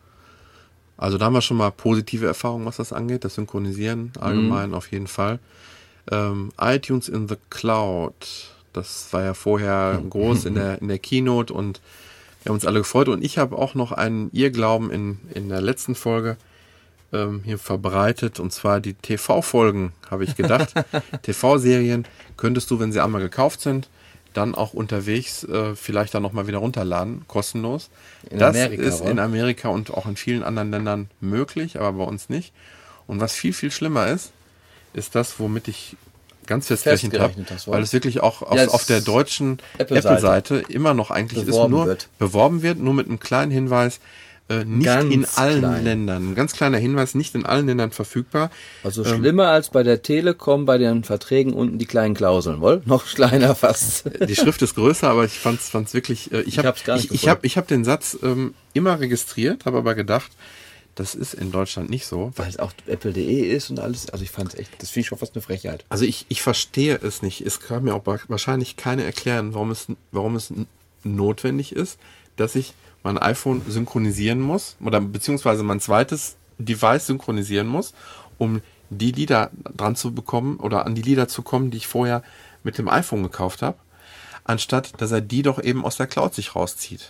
Also da haben wir schon mal positive Erfahrungen, was das angeht. Das Synchronisieren allgemein auf jeden Fall. Ähm, iTunes in the Cloud, das war ja vorher groß in der, in der Keynote und wir haben uns alle gefreut. Und ich habe auch noch einen Irrglauben in, in der letzten Folge ähm, hier verbreitet. Und zwar die T V-Folgen, habe ich gedacht. T V-Serien könntest du, wenn sie einmal gekauft sind, dann auch unterwegs äh, vielleicht dann nochmal wieder runterladen, kostenlos. In das Amerika, ist oder? in Amerika und auch in vielen anderen Ländern möglich, aber bei uns nicht. Und was viel, viel schlimmer ist, ist das, womit ich ganz fest gerechnet habe, Festgerechnet hast, wa? weil es wirklich auch auf, Ja, es auf der deutschen Apple-Seite. Apple-Seite immer noch eigentlich Beworben ist, nur wird. beworben wird, nur mit einem kleinen Hinweis, äh, nicht Ganz in allen klein. Ländern. Ein ganz kleiner Hinweis, nicht in allen Ländern verfügbar. Also Ähm, schlimmer als bei der Telekom bei den Verträgen unten die kleinen Klauseln, wohl? Noch kleiner fast. Die Schrift ist größer, aber ich fand's, fand's wirklich. Äh, ich Ich habe hab's gar nicht ich, ich gefunden. hab, ich hab den Satz ähm, immer registriert, habe aber gedacht, das ist in Deutschland nicht so. Weil es auch Apple punkt de ist und alles. Also ich fand es echt, das finde ich schon fast eine Frechheit. Also ich, ich verstehe es nicht. Es kann mir auch wahrscheinlich keiner erklären, warum es, warum es n- notwendig ist, dass ich mein iPhone synchronisieren muss oder beziehungsweise mein zweites Device synchronisieren muss, um die Lieder dran zu bekommen oder an die Lieder zu kommen, die ich vorher mit dem iPhone gekauft habe, anstatt dass er die doch eben aus der Cloud sich rauszieht.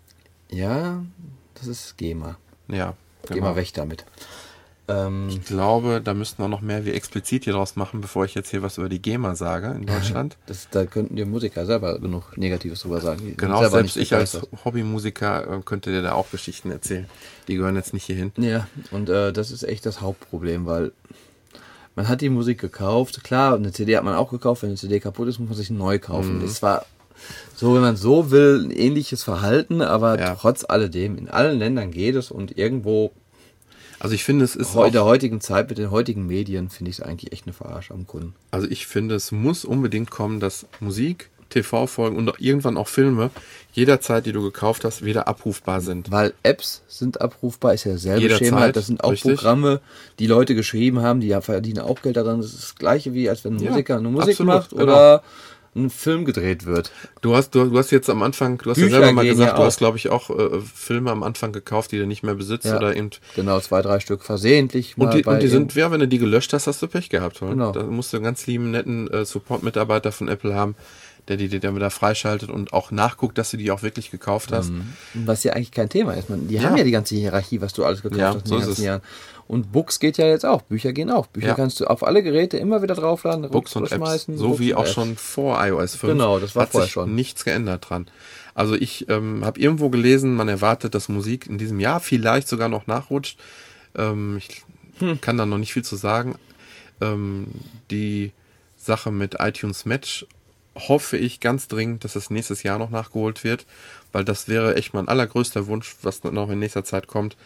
Ja, das ist GEMA. Ja, Geh genau. mal weg damit. Ähm, Ich glaube, da müssten wir noch mehr wie explizit hier draus machen, bevor ich jetzt hier was über die GEMA sage in Deutschland. das, da könnten die Musiker selber genug Negatives drüber sagen. Die sind Genau, selber selbst nicht ich als begeistert. Hobbymusiker äh, könnte dir da auch Geschichten erzählen. Die gehören jetzt nicht hierhin. Ja, und äh, das ist echt das Hauptproblem, weil man hat die Musik gekauft. Klar, eine C D hat man auch gekauft. Wenn eine C D kaputt ist, muss man sich eine neu kaufen. Mhm. Das war so, wenn man so will, ein ähnliches Verhalten, aber Ja. trotz alledem, in allen Ländern geht es und irgendwo Also ich finde, es ist in der auch, heutigen Zeit mit den heutigen Medien finde ich es eigentlich echt eine Verarsche am Kunden. also ich finde, es muss unbedingt kommen, dass Musik, T V-Folgen und irgendwann auch Filme jederzeit, die du gekauft hast, wieder abrufbar sind. Weil Apps sind abrufbar, ist ja dasselbe Jederzeit, Schema. Das sind auch richtig. Programme, die Leute geschrieben haben, die ja verdienen auch Geld daran. Das ist das gleiche wie, als wenn ein Ja, Musiker eine Musik absolut, macht genau. oder ein Film gedreht wird. Du hast, du, du hast jetzt am Anfang, du hast ja Bücher selber mal gehen gesagt, ja du auch. hast, glaube ich, auch äh, Filme am Anfang gekauft, die du nicht mehr besitzt Ja. oder eben. Genau, zwei, drei Stück versehentlich. Und mal die, bei und die sind, irgend- ja, wenn du die gelöscht hast, hast du Pech gehabt. Oder? Genau. Da musst du einen ganz lieben, netten äh, Support-Mitarbeiter von Apple haben, der die dir wieder freischaltet und auch nachguckt, dass du die auch wirklich gekauft hast. was ja eigentlich kein Thema ist. Man, die Ja. haben ja die ganze Hierarchie, was du alles gekauft Ja, hast in so den ist ganzen es. Jahren. Und Books geht ja jetzt auch. Bücher gehen auch. Bücher Ja. kannst du auf alle Geräte immer wieder draufladen, Books und Apps, schmeißen. so Books wie und auch Apps. schon vor iOS fünf. Genau, das war hat vorher sich schon. nichts geändert dran. Also ich ähm, habe irgendwo gelesen, man erwartet, dass Musik in diesem Jahr vielleicht sogar noch nachrutscht. Ähm, ich Hm. kann da noch nicht viel zu sagen. Ähm, die Sache mit iTunes Match hoffe ich ganz dringend, dass es nächstes Jahr noch nachgeholt wird, weil das wäre echt mein allergrößter Wunsch, was noch in nächster Zeit kommt.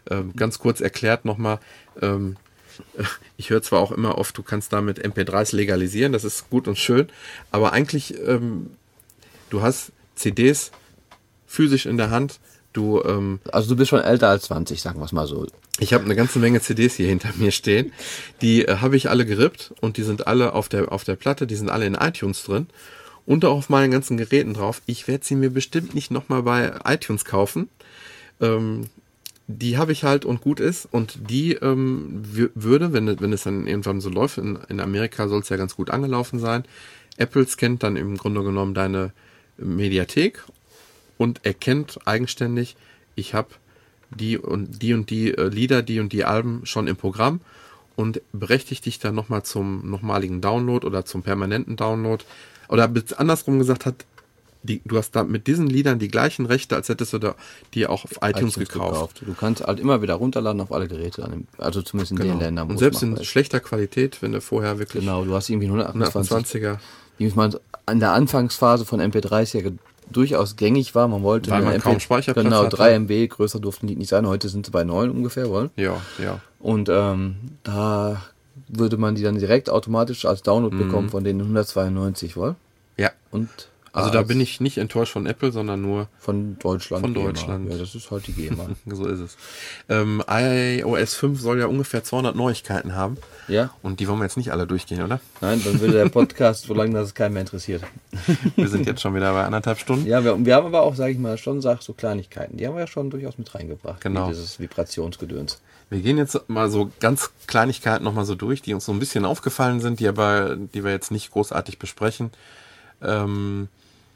Ähm, ganz kurz erklärt nochmal, ähm, ich höre zwar auch immer oft, du kannst damit M P dreis legalisieren, das ist gut und schön, aber eigentlich, ähm, du hast C Ds physisch in der Hand, du... Ähm, also du bist schon älter als zwanzig, sagen wir es mal so. Ich habe eine ganze Menge C Ds hier hinter mir stehen, die äh, habe ich alle gerippt und die sind alle auf der, auf der Platte, die sind alle in iTunes drin und auch auf meinen ganzen Geräten drauf. Ich werde sie mir bestimmt nicht nochmal bei iTunes kaufen. Ähm, Die habe ich halt und gut ist und die ähm, w- würde, wenn, wenn es dann irgendwann so läuft, in, in Amerika soll es ja ganz gut angelaufen sein, Apple scannt dann im Grunde genommen deine Mediathek und erkennt eigenständig, ich habe die und die und die äh, Lieder, die und die Alben schon im Programm und berechtigt dich dann nochmal zum nochmaligen Download oder zum permanenten Download oder andersrum gesagt hat, Die, du hast da mit diesen Liedern die gleichen Rechte, als hättest du da die auch auf iTunes, iTunes gekauft. gekauft. Du kannst halt immer wieder runterladen auf alle Geräte, also zumindest in genau. den Ländern. Und selbst in ist. schlechter Qualität, wenn du vorher wirklich... Genau, du hast irgendwie hundertachtundzwanziger. Wie man an der Anfangsphase von M P dreis ja durchaus gängig war. Man wollte Weil man M P, kaum Speicherplatz genau, hatte. drei Megabyte, größer durften die nicht sein. Heute sind sie bei neun ungefähr, wohl. Ja, ja. Und ähm, da würde man die dann direkt automatisch als Download mhm. bekommen von den hundertzweiundneunzig, wohl. Ja. Und Also da bin ich nicht enttäuscht von Apple, sondern nur von Deutschland. Von Deutschland. Ja, das ist halt die GEMA. So ist es. Ähm, iOS fünf soll ja ungefähr zweihundert Neuigkeiten haben. Ja. Und die wollen wir jetzt nicht alle durchgehen, oder? Nein, dann würde der Podcast so lange, dass es keinen mehr interessiert. Wir sind jetzt schon wieder bei anderthalb Stunden. Ja, wir, wir haben aber auch, sage ich mal, schon sag, so Kleinigkeiten. Die haben wir ja schon durchaus mit reingebracht. Genau. Wie dieses Vibrationsgedöns. Wir gehen jetzt mal so ganz Kleinigkeiten nochmal so durch, die uns so ein bisschen aufgefallen sind, die aber, die wir jetzt nicht großartig besprechen. Ähm...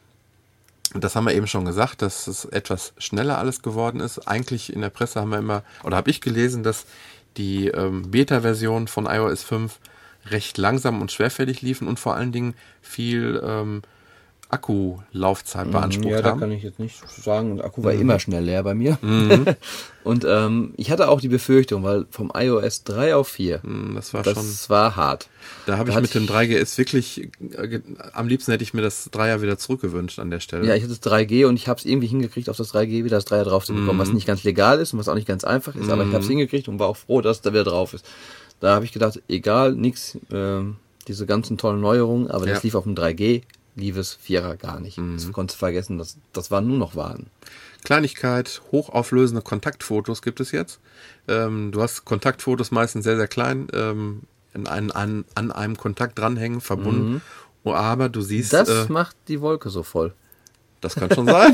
Das haben wir eben schon gesagt, dass es etwas schneller alles geworden ist. Eigentlich in der Presse haben wir immer, oder habe ich gelesen, dass die ähm, Beta-Version von iOS fünf recht langsam und schwerfällig liefen und vor allen Dingen viel ähm, Akkulaufzeit beansprucht haben. Ja, da haben. kann ich jetzt nicht sagen. Der Akku war mhm. immer schnell leer bei mir. Mhm. Und ähm, ich hatte auch die Befürchtung, weil vom iOS drei auf vier, mhm, das war das schon, war hart. Da habe ich mit dem drei G S wirklich, äh, am liebsten hätte ich mir das Dreier wieder zurückgewünscht an der Stelle. Ja, ich hatte das drei G und ich habe es irgendwie hingekriegt, auf das drei G wieder das Dreier drauf zu bekommen, mhm. was nicht ganz legal ist und was auch nicht ganz einfach ist, mhm. aber ich habe es hingekriegt und war auch froh, dass es da wieder drauf ist. Da habe ich gedacht, egal, nix, äh, diese ganzen tollen Neuerungen, aber ja. das lief auf dem drei G, lief es Vierer gar nicht. Mhm. Das konntest du vergessen, das, das waren nur noch Waren. Kleinigkeit, hochauflösende Kontaktfotos gibt es jetzt. Ähm, du hast Kontaktfotos meistens sehr, sehr klein, ähm, in einen, an, an einem Kontakt dranhängen, verbunden. Mhm. Aber du siehst... Das äh, macht die Wolke so voll. Das kann schon sein.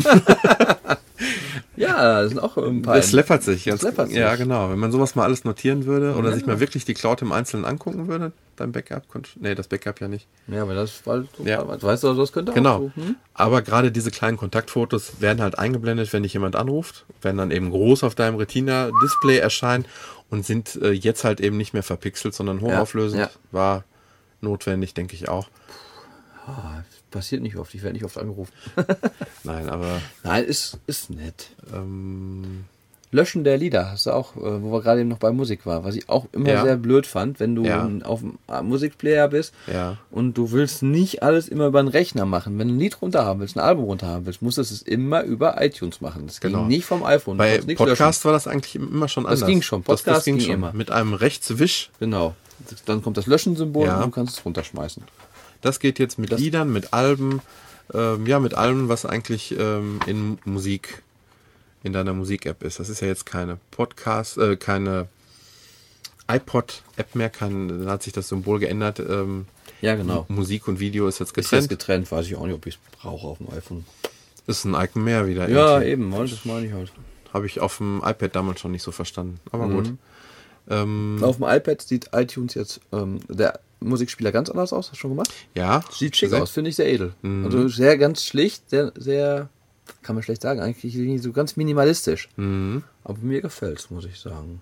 Ja, das sind auch ein paar... Das läppert sich. Das läppert sich. Ja, genau. Wenn man sowas mal alles notieren würde oder ja. sich mal wirklich die Cloud im Einzelnen angucken würde, dein Backup... Nee, das Backup ja nicht. Ja, aber das... Weil, ja. Weißt du, das könnte genau. auch so. Hm? Aber gerade diese kleinen Kontaktfotos werden halt eingeblendet, wenn dich jemand anruft, werden dann eben groß auf deinem Retina-Display erscheinen und sind äh, jetzt halt eben nicht mehr verpixelt, sondern hochauflösend. Ja, ja. War notwendig, denke ich auch. Oh, passiert nicht oft, ich werde nicht oft angerufen. Nein, aber... Nein, ist, ist nett. Ähm, Löschen der Lieder, hast du auch, wo wir gerade eben noch bei Musik waren, was ich auch immer ja. sehr blöd fand, wenn du ja. auf dem Musikplayer bist ja. und du willst nicht alles immer über den Rechner machen. Wenn du ein Lied runter haben willst, ein Album runter haben willst, musst du es immer über iTunes machen. Das genau. ging nicht vom iPhone. Bei Podcast löschen. War das eigentlich immer schon anders. Das ging schon, Podcast das, das ging, ging schon. immer. Mit einem Rechtswisch. Genau. Dann kommt das Löschen-Symbol ja. und du kannst es runterschmeißen. Das geht jetzt mit das Liedern, mit Alben, ähm, ja, mit allem, was eigentlich ähm, in Musik, in deiner Musik-App ist. Das ist ja jetzt keine Podcast, äh, keine iPod-App mehr, kein, da hat sich das Symbol geändert. Ähm, ja, genau. Musik und Video ist jetzt getrennt. Ist jetzt getrennt, weiß ich auch nicht, ob ich es brauche auf dem iPhone. Das ist ein Icon mehr wieder. Ja, irgendwie. Eben, das meine ich halt. Habe ich auf dem iPad damals schon nicht so verstanden, aber mhm. gut. Ähm, auf dem iPad sieht iTunes jetzt, ähm, der Musikspieler ganz anders aus, hast du schon gemacht? Ja. Sieht schick aus, finde ich sehr edel. Mhm. Also sehr ganz schlicht, sehr, sehr, kann man schlecht sagen, eigentlich so ganz minimalistisch. Mhm. Aber mir gefällt es, muss ich sagen.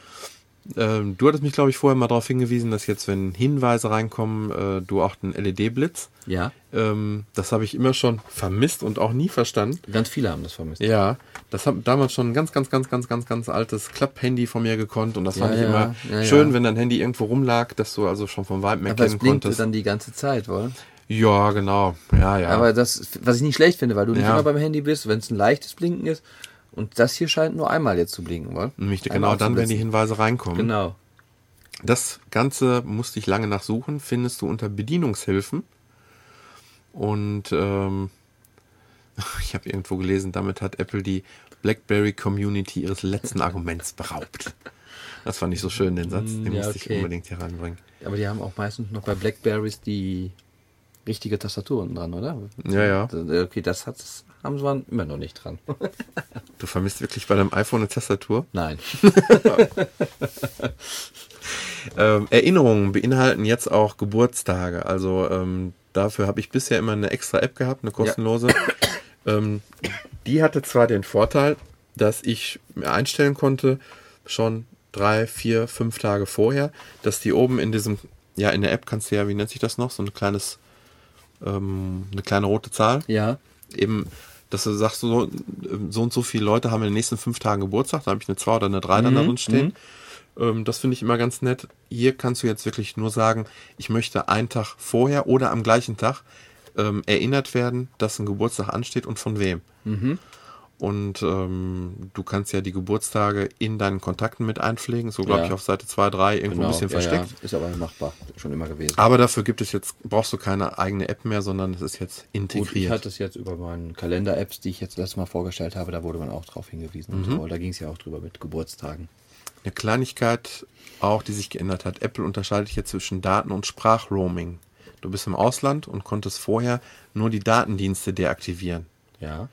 Ähm, du hattest mich, glaube ich, vorher mal darauf hingewiesen, dass jetzt, wenn Hinweise reinkommen, äh, du auch den L E D-Blitz. Ja. Ähm, das habe ich immer schon vermisst und auch nie verstanden. Ganz viele haben das vermisst. Ja, das hat damals schon ein ganz, ganz, ganz, ganz, ganz, ganz altes Klapp-Handy von mir gekonnt und das ja, fand ich ja, immer ja, schön, ja. wenn dein Handy irgendwo rumlag, dass du also schon vom Vibe mehr Aber kennen es blinkte konntest. dann die ganze Zeit, wohl? Ja, genau. Ja, ja. Aber das, was ich nicht schlecht finde, weil du nicht ja. immer beim Handy bist, wenn es ein leichtes Blinken ist Und das hier scheint nur einmal jetzt zu blinken, oder? Nämlich genau dann, wenn die Hinweise reinkommen. Genau. Das Ganze musste ich lange nachsuchen, findest du unter Bedienungshilfen. Und ähm, ich habe irgendwo gelesen, damit hat Apple die BlackBerry Community ihres letzten Arguments beraubt. Das fand ich so schön, den Satz. Den Ja, musste ich okay. unbedingt hier reinbringen. Aber die haben auch meistens noch bei Blackberries die richtige Tastatur unten dran, oder? Ja, ja. Okay, das hat, haben sie immer noch nicht dran. Du vermisst wirklich bei deinem iPhone eine Tastatur? Nein. Ähm, Erinnerungen beinhalten jetzt auch Geburtstage. Also ähm, dafür habe ich bisher immer eine extra App gehabt, eine kostenlose. Ja. Ähm, die hatte zwar den Vorteil, dass ich mir einstellen konnte, schon drei, vier, fünf Tage vorher, dass die oben in diesem, ja in der App kannst du ja, wie nennt sich das noch, so ein kleines, ähm, eine kleine rote Zahl. Ja. Eben, dass du sagst, so, so und so viele Leute haben in den nächsten fünf Tagen Geburtstag, da habe ich eine zwei oder eine drei dann Mhm. darin stehen. Mhm. Das finde ich immer ganz nett. Hier kannst du jetzt wirklich nur sagen, ich möchte einen Tag vorher oder am gleichen Tag ähm, erinnert werden, dass ein Geburtstag ansteht und von wem. Mhm. Und ähm, du kannst ja die Geburtstage in deinen Kontakten mit einpflegen. So glaube Ja. ich auf Seite zwei, drei irgendwo Genau. ein bisschen ja, versteckt. Ja. Ist aber machbar. Schon immer gewesen. Aber dafür gibt es jetzt, brauchst du keine eigene App mehr, sondern es ist jetzt Gut, ich integriert. hatte es jetzt über meine Kalender-Apps, die ich jetzt letztes Mal vorgestellt habe, da wurde man auch drauf hingewiesen. Mhm. Und so. Da ging es ja auch drüber mit Geburtstagen. Eine Kleinigkeit auch, die sich geändert hat. Apple unterscheidet hier zwischen Daten- und Sprachroaming. Du bist im Ausland und konntest vorher nur die Datendienste deaktivieren. Ja.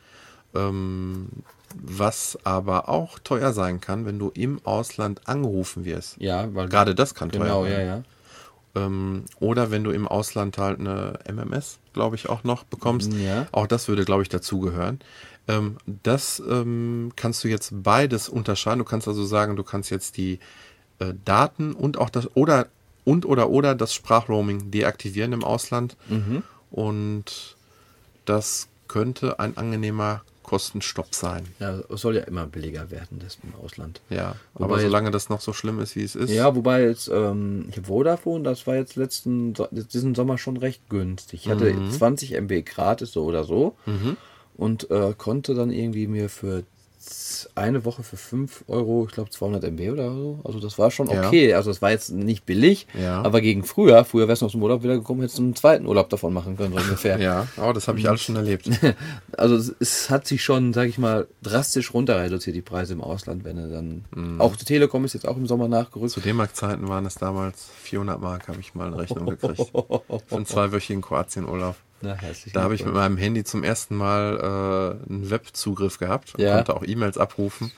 Ähm, was aber auch teuer sein kann, wenn du im Ausland angerufen wirst. Ja, weil Gerade das kann genau, teuer ja, werden. ja. Ähm, oder wenn du im Ausland halt eine M M S, glaube ich, auch noch bekommst. Ja. Auch das würde, glaube ich, dazugehören. Ähm, das ähm, kannst du jetzt beides unterscheiden. Du kannst also sagen, du kannst jetzt die äh, Daten und auch das oder und oder oder das Sprachroaming deaktivieren im Ausland. Mhm. Und das könnte ein angenehmer Kostenstopp sein. Ja, es soll ja immer billiger werden, das im Ausland. Ja, Wobei aber jetzt- solange das noch so schlimm ist, wie es ist. Ja, wobei jetzt, ähm, ich habe Vodafone, das war jetzt letzten, So- diesen Sommer schon recht günstig. Ich hatte Mhm. zwanzig Megabyte gratis, so oder so. Mhm. Und äh, konnte dann irgendwie mir für eine Woche für fünf Euro, ich glaube zweihundert Megabyte oder so. Also das war schon Ja. okay. Also es war jetzt nicht billig, Ja. aber gegen früher, früher wärst du aus dem Urlaub wieder gekommen, hättest du einen zweiten Urlaub davon machen können, so ungefähr. Ja, oh, das habe ich alles schon erlebt. Also es, es hat sich schon, sag ich mal, drastisch runter reduziert, die Preise im Ausland, wenn du dann, auch die Telekom ist jetzt auch im Sommer nachgerückt. Zu D-Mark-Zeiten waren es damals vierhundert Mark, habe ich mal eine Rechnung gekriegt. Für einen zweiwöchigen Kroatien-Urlaub. Na, herzlichen Da habe ich mit Glückwunsch. meinem Handy zum ersten Mal äh, einen Webzugriff gehabt und Ja. konnte auch E-Mails abrufen.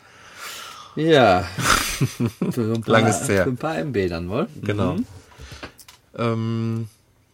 Ja. Für so ein paar, Lang ist's her. Für ein paar M B dann, wohl? Genau. Mhm. Ähm,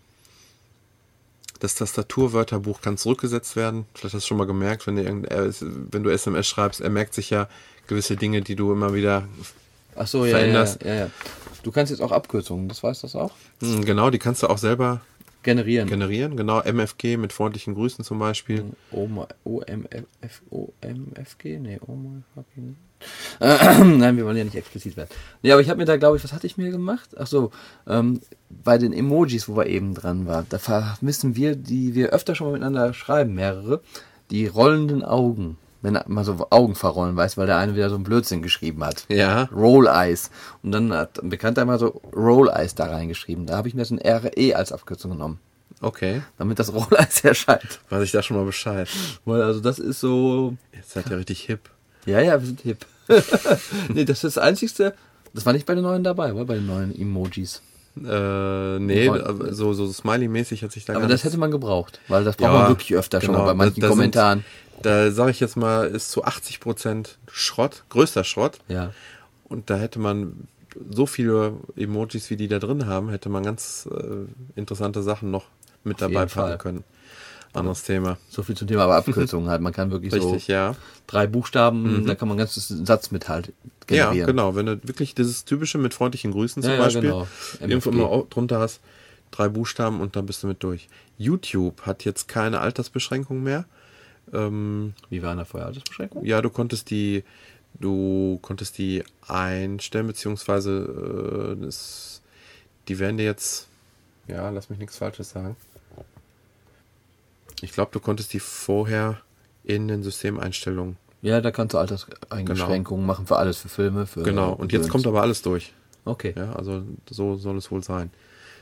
das Tastaturwörterbuch kann zurückgesetzt werden. Vielleicht hast du schon mal gemerkt, wenn du, irgend- äh, wenn du S M S schreibst, er merkt sich ja gewisse Dinge, die du immer wieder... Ach so, ja, ja, Veränderst. ja, ja. Du kannst jetzt auch Abkürzungen, das weißt du das auch? Hm, genau, die kannst du auch selber Generieren. generieren. Genau, M F G mit freundlichen Grüßen zum Beispiel. O M F O M F G? Nee, O M F G. Äh, Nein, wir wollen ja nicht explizit werden. Nee, aber ich habe mir da, glaube ich, was hatte ich mir gemacht? Ach so, ähm, bei den Emojis, wo wir eben dran waren, da vermissen wir, die wir öfter schon mal miteinander schreiben, mehrere, die rollenden Augen. Wenn er mal so Augen verrollen, weißt, weil der eine wieder so einen Blödsinn geschrieben hat. Ja. Roll Eyes. Und dann hat ein Bekannter mal so Roll Eyes da reingeschrieben. Da habe ich mir das ein R E als Abkürzung genommen. Okay, Damit das Roll Eyes erscheint. weiß ich da schon mal Bescheid. Weil also das ist so... Jetzt seid ihr richtig hip. Ja, ja, wir sind hip. Nee, das ist das Einzigste... Das war nicht bei den neuen dabei, oder? Bei den neuen Emojis. Äh, nee, Wobei- aber so, so Smiley-mäßig hat sich da Aber gar das nichts- hätte man gebraucht. Weil das braucht Ja, man wirklich öfter schon genau. mal bei manchen Da- da sind- Kommentaren. Da sage ich jetzt mal, ist zu achtzig Prozent Schrott, größter Schrott. Ja. Und da hätte man so viele Emojis, wie die da drin haben, hätte man ganz äh, interessante Sachen noch mit dabei jeden packen Fall. können. Anderes Thema. So viel zum Thema, aber Abkürzungen halt. Man kann wirklich Richtig, so ja. drei Buchstaben, da kann man einen ganzen Satz mit halt generieren. Ja, genau. Wenn du wirklich dieses typische mit freundlichen Grüßen zum Ja, ja, Beispiel genau. irgendwo M F G. immer au- drunter hast, drei Buchstaben und dann bist du mit durch. YouTube hat jetzt keine Altersbeschränkung mehr. Ähm, Wie war in der vorher Altersbeschränkung? ja, du konntest die, du konntest die einstellen, beziehungsweise äh, das, die werden dir jetzt, ja, lass mich nichts Falsches sagen. Ich glaube, du konntest die vorher in den Systemeinstellungen Ja, da kannst du Alterseinschränkungen genau. machen für alles, für Filme, für... Genau, und jetzt kommt aber alles durch. Okay. Ja, also so soll es wohl sein.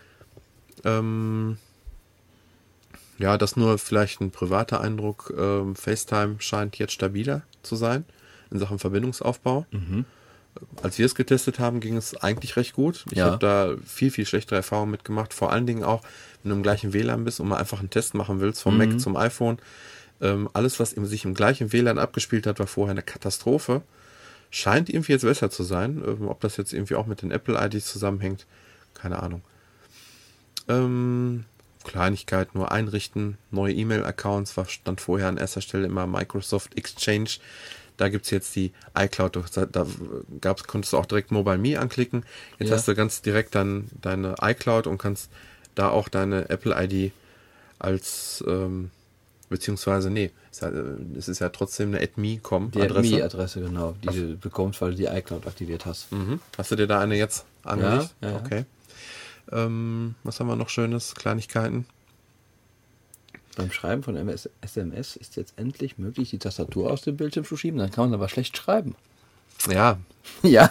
Ähm, ja, das nur vielleicht ein privater Eindruck. Ähm, FaceTime scheint jetzt stabiler zu sein in Sachen Verbindungsaufbau. Mhm. Als wir es getestet haben, ging es eigentlich recht gut. Ich ja. habe da viel, viel schlechtere Erfahrungen mitgemacht. Vor allen Dingen auch, wenn du im gleichen W L A N bist und mal einfach einen Test machen willst, vom mhm. Mac zum iPhone. Ähm, alles, was sich im gleichen W L A N abgespielt hat, war vorher eine Katastrophe. Scheint irgendwie jetzt besser zu sein. Ähm, ob das jetzt irgendwie auch mit den Apple-I Ds zusammenhängt, keine Ahnung. Ähm, Kleinigkeit, nur einrichten, neue E-Mail-Accounts, war stand vorher an erster Stelle immer Microsoft Exchange. Da gibt es jetzt die iCloud, da gab's, konntest du auch direkt Mobile Me anklicken. Jetzt ja. hast du ganz direkt dann deine iCloud und kannst da auch deine Apple-I D als, ähm, beziehungsweise, nee, es ist ja trotzdem eine AdMe Punkt com Adresse. Die AdMe-Adresse, genau, die ja. du bekommst, weil du die iCloud aktiviert hast. Mhm. Hast du dir da eine jetzt angelegt? Ja, ja, okay. Ähm, was haben wir noch Schönes? Kleinigkeiten? Beim Schreiben von S M S ist jetzt endlich möglich, die Tastatur aus dem Bildschirm zu schieben. Dann kann man aber schlecht schreiben. Ja. ja.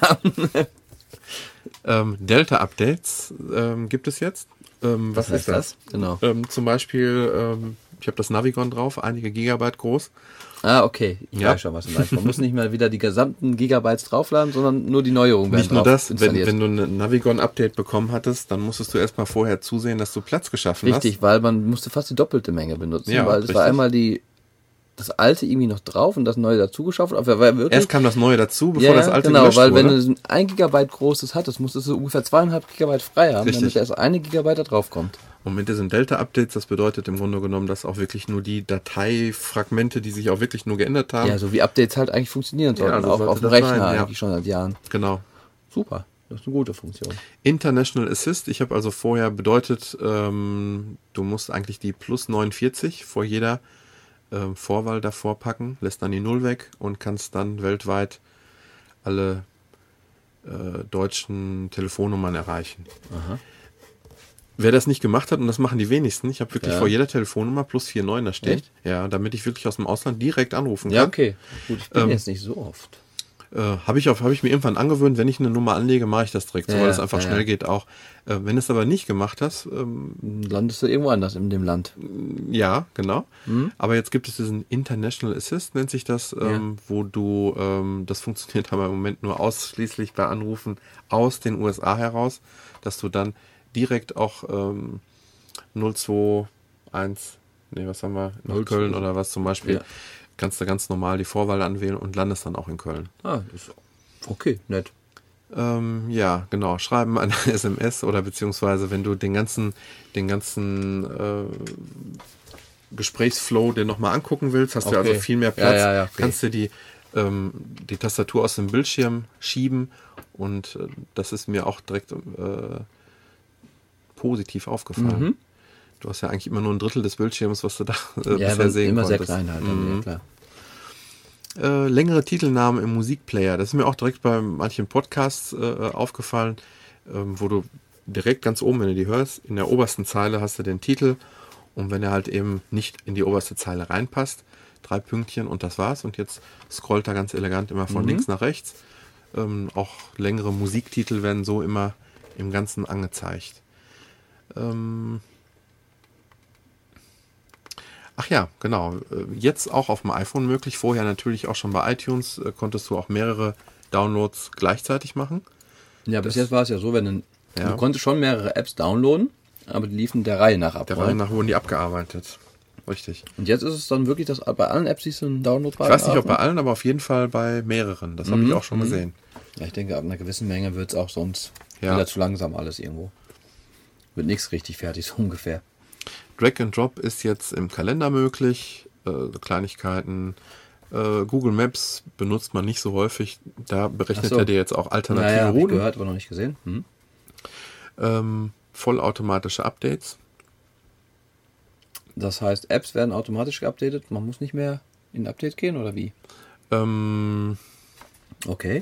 ähm, Delta-Updates ähm, gibt es jetzt. Ähm, was, was ist das? das? Genau. Ähm, zum Beispiel, ähm, ich habe das Navigon drauf, einige Gigabyte groß. Ah, okay. Ich ja. weiß schon, was du meinst. Man muss nicht mehr wieder die gesamten Gigabytes draufladen, sondern nur die Neuerungen werden Nicht nur das, wenn, wenn du ein Navigon-Update bekommen hattest, dann musstest du erstmal vorher zusehen, dass du Platz geschaffen richtig, hast. Richtig, weil man musste fast die doppelte Menge benutzen, ja, weil es war einmal die das alte irgendwie noch drauf und das neue dazu geschaufelt. Aber wirklich, erst kam das neue dazu, bevor ja, das alte genau, gelöscht weil wurde. wenn du ein Gigabyte großes hattest, musstest du ungefähr zweieinhalb Gigabyte frei haben, richtig. Damit erst eine Gigabyte da drauf kommt. Und mit diesen Delta-Updates, das bedeutet im Grunde genommen, dass auch wirklich nur die Dateifragmente, die sich auch wirklich nur geändert haben. Ja, so wie Updates halt eigentlich funktionieren sollten, ja, so auch auf dem Rechner sein, ja. eigentlich schon seit Jahren. Genau. Super, das ist eine gute Funktion. International Assist, ich habe also vorher bedeutet, ähm, du musst eigentlich die plus neunundvierzig vor jeder ähm, Vorwahl davor packen, lässt dann die Null weg und kannst dann weltweit alle äh, deutschen Telefonnummern erreichen. Aha. Wer das nicht gemacht hat, und das machen die wenigsten, ich habe wirklich ja. vor jeder Telefonnummer plus neunundvierzig da steht. Echt? Ja, damit ich wirklich aus dem Ausland direkt anrufen kann. Ja, okay. Gut, ich bin ähm, jetzt nicht so oft. Äh, habe ich, hab ich mir irgendwann angewöhnt, wenn ich eine Nummer anlege, mache ich das direkt, so, ja, weil es einfach ja, schnell ja. geht auch. Äh, wenn du es aber nicht gemacht hast, ähm, landest du irgendwo anders in dem Land. Ja, genau. Mhm. Aber jetzt gibt es diesen International Assist, nennt sich das, ähm, ja. wo du, ähm, das funktioniert aber im Moment nur ausschließlich bei Anrufen aus den U S A heraus, dass du dann direkt auch ähm, null zwei eins, nee, was haben wir, nach Köln oder was zum Beispiel, ja. kannst du ganz normal die Vorwahl anwählen und landest dann auch in Köln. Ah, das ist okay, nett. Ähm, ja, genau, schreiben eine S M S oder beziehungsweise wenn du den ganzen, den ganzen äh, Gesprächsflow dir nochmal angucken willst, hast okay. du also viel mehr Platz, ja, ja, ja, okay. kannst du die, ähm, die Tastatur aus dem Bildschirm schieben und äh, das ist mir auch direkt äh, positiv aufgefallen. Mhm. Du hast ja eigentlich immer nur ein Drittel des Bildschirms, was du da äh, ja, bisher sehen immer konntest. sehr klein halt, mhm. ja, klar. Äh, längere Titelnamen im Musikplayer. Das ist mir auch direkt bei manchen Podcasts äh, aufgefallen, ähm, wo du direkt ganz oben, wenn du die hörst, in der obersten Zeile hast du den Titel und wenn er halt eben nicht in die oberste Zeile reinpasst, drei Pünktchen und das war's und jetzt scrollt er ganz elegant immer von mhm. links nach rechts. Ähm, auch längere Musiktitel werden so immer im Ganzen angezeigt. Ähm Ach ja, genau. Jetzt auch auf dem iPhone möglich. Vorher natürlich auch schon bei iTunes äh, konntest du auch mehrere Downloads gleichzeitig machen. Ja, bis das, jetzt war es ja so, wenn du, ja. du konntest schon mehrere Apps downloaden, aber die liefen der Reihe nach ab. Der Reihe nach wurden die abgearbeitet. Richtig. Und jetzt ist es dann wirklich, dass bei allen Apps siehst du einen Download Ich weiß nicht, ob bei allen, aber auf jeden Fall bei mehreren. Das mhm. habe ich auch schon mhm. gesehen. Ja, ich denke, ab einer gewissen Menge wird es auch sonst ja. wieder zu langsam alles irgendwo. Wird nichts richtig fertig, so ungefähr. Drag and Drop ist jetzt im Kalender möglich. Äh, Kleinigkeiten. Äh, Google Maps benutzt man nicht so häufig. Da berechnet so. er dir jetzt auch alternative naja, Routen. Hab ich gehört, aber noch nicht gesehen. Hm. Ähm, vollautomatische Updates. Das heißt, Apps werden automatisch geupdatet. Man muss nicht mehr in ein Update gehen, oder wie? Ähm, okay.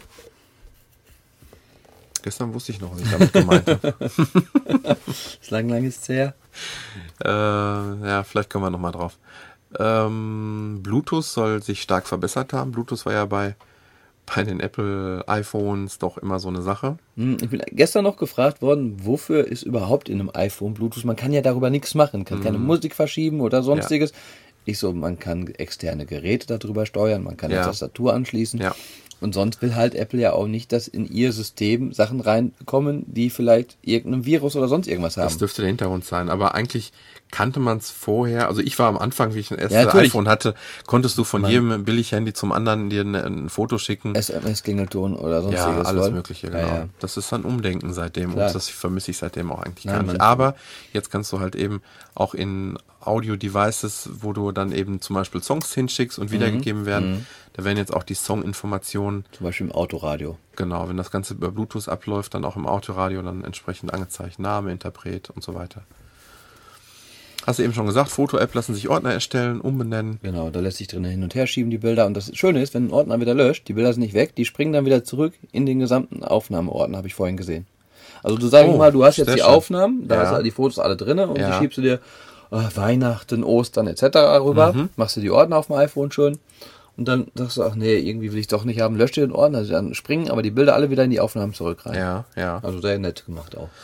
Gestern wusste ich noch, was ich damit gemeint habe. Lang, lang ist es her. Äh, ja, vielleicht kommen wir nochmal drauf. Ähm, Bluetooth soll sich stark verbessert haben. Bluetooth war ja bei, bei den Apple iPhones doch immer so eine Sache. Ich bin gestern noch gefragt worden, wofür ist überhaupt in einem iPhone Bluetooth? Man kann ja darüber nichts machen, kann mhm. keine Musik verschieben oder sonstiges. Ja. Ich so, man kann externe Geräte darüber steuern, man kann ja. eine Tastatur anschließen. Ja. Und sonst will halt Apple ja auch nicht, dass in ihr System Sachen reinkommen, die vielleicht irgendein Virus oder sonst irgendwas haben. Das dürfte der Hintergrund sein. Aber eigentlich kannte man es vorher. Also ich war am Anfang, wie ich ein erstes ja, iPhone hatte, konntest du von man jedem Billig-Handy zum anderen dir ein, ein Foto schicken. S M S-Klingelton oder sonstiges. Ja, alles voll. Mögliche, genau. Ja, ja. Das ist ein Umdenken seitdem. Klar. Und das vermisse ich seitdem auch eigentlich Nein, gar nicht. Aber jetzt kannst du halt eben auch in Audio-Devices, wo du dann eben zum Beispiel Songs hinschickst und wiedergegeben mhm. werden, mhm. da werden jetzt auch die Song-Informationen. Zum Beispiel im Autoradio. Genau, wenn das Ganze über Bluetooth abläuft, dann auch im Autoradio dann entsprechend angezeigt. Name, Interpret und so weiter. Hast du eben schon gesagt, Foto-App lassen sich Ordner erstellen, umbenennen. Genau, da lässt sich drin hin und her schieben die Bilder. Und das Schöne ist, wenn ein Ordner wieder löscht, die Bilder sind nicht weg, die springen dann wieder zurück in den gesamten Aufnahmeordner, habe ich vorhin gesehen. Also du sagst oh, mal, du hast jetzt die schön. Aufnahmen, da ja. hast du die Fotos alle drin und ja. die schiebst du dir äh, Weihnachten, Ostern et cetera rüber, mhm. machst du die Ordner auf dem iPhone schön und dann sagst du, ach nee, irgendwie will ich doch nicht haben, löscht dir den Ordner, also dann springen aber die Bilder alle wieder in die Aufnahmen zurück rein. Ja, ja. Also sehr nett gemacht auch.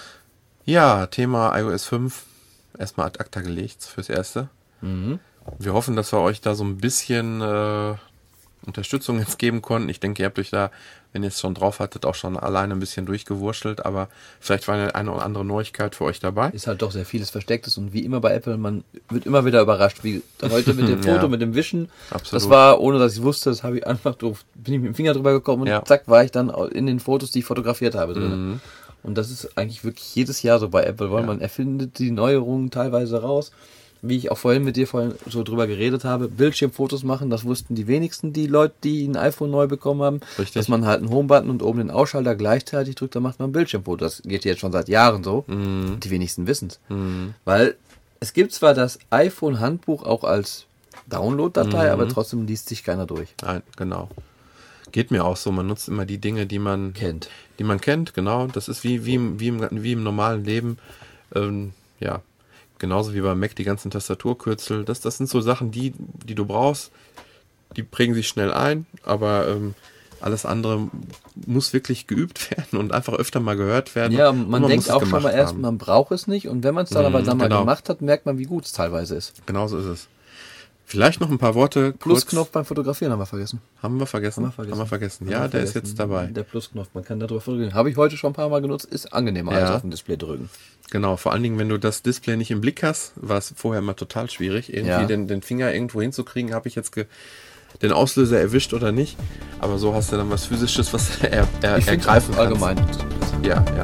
Ja, Thema iOS fünf. Erstmal ad acta gelegt fürs Erste. Mhm. Wir hoffen, dass wir euch da so ein bisschen äh, Unterstützung jetzt geben konnten. Ich denke, ihr habt euch da, wenn ihr es schon drauf hattet, auch schon alleine ein bisschen durchgewurschtelt, aber vielleicht war eine, eine oder andere Neuigkeit für euch dabei. Ist halt doch sehr vieles Verstecktes und wie immer bei Apple, man wird immer wieder überrascht, wie heute mit dem Foto, ja, mit dem Wischen. Absolut. Das war, ohne dass ich wusste, das habe ich einfach drauf, bin ich mit dem Finger drüber gekommen und ja. zack, war ich dann in den Fotos, die ich fotografiert habe, drin. Mhm. Und das ist eigentlich wirklich jedes Jahr so bei Apple, weil ja. man erfindet die Neuerungen teilweise raus. Wie ich auch vorhin mit dir vorhin so drüber geredet habe, Bildschirmfotos machen, das wussten die wenigsten, die Leute, die ein iPhone neu bekommen haben. Richtig. Dass man halt einen Home-Button und oben den Ausschalter gleichzeitig drückt, dann macht man ein Bildschirmfoto. Das geht jetzt schon seit Jahren so. Mhm. Die wenigsten wissen es. Mhm. Weil es gibt zwar das iPhone-Handbuch auch als Download-Datei, mhm. aber trotzdem liest sich keiner durch. Nein, genau. Geht mir auch so. Man nutzt immer die Dinge, die man kennt. Die man kennt, genau. Das ist wie, wie, im, wie, im, wie im normalen Leben. Ähm, ja, genauso wie beim Mac die ganzen Tastaturkürzel. Das, das sind so Sachen, die, die du brauchst. Die prägen sich schnell ein, aber ähm, alles andere muss wirklich geübt werden und einfach öfter mal gehört werden. Ja, man, man denkt auch schon mal erst, man braucht es nicht. Und wenn man es dann mhm, aber dann mal genau. gemacht hat, merkt man, wie gut es teilweise ist. Genau so ist es. Vielleicht noch ein paar Worte. Plusknopf beim Fotografieren haben wir vergessen. Haben wir vergessen? Haben wir vergessen. Haben wir vergessen. Ja, wir der vergessen. ist jetzt dabei. Der Plusknopf, man kann darüber fotografieren. Habe ich heute schon ein paar Mal genutzt, ist angenehmer ja. als auf dem Display drücken. Genau, vor allen Dingen, wenn du das Display nicht im Blick hast, war es vorher immer total schwierig, irgendwie ja. den, den Finger irgendwo hinzukriegen. Habe ich jetzt ge- den Auslöser erwischt oder nicht? Aber so hast du dann was Physisches, was er, er, ich ergreifen kannst. Allgemein. Ja, ja.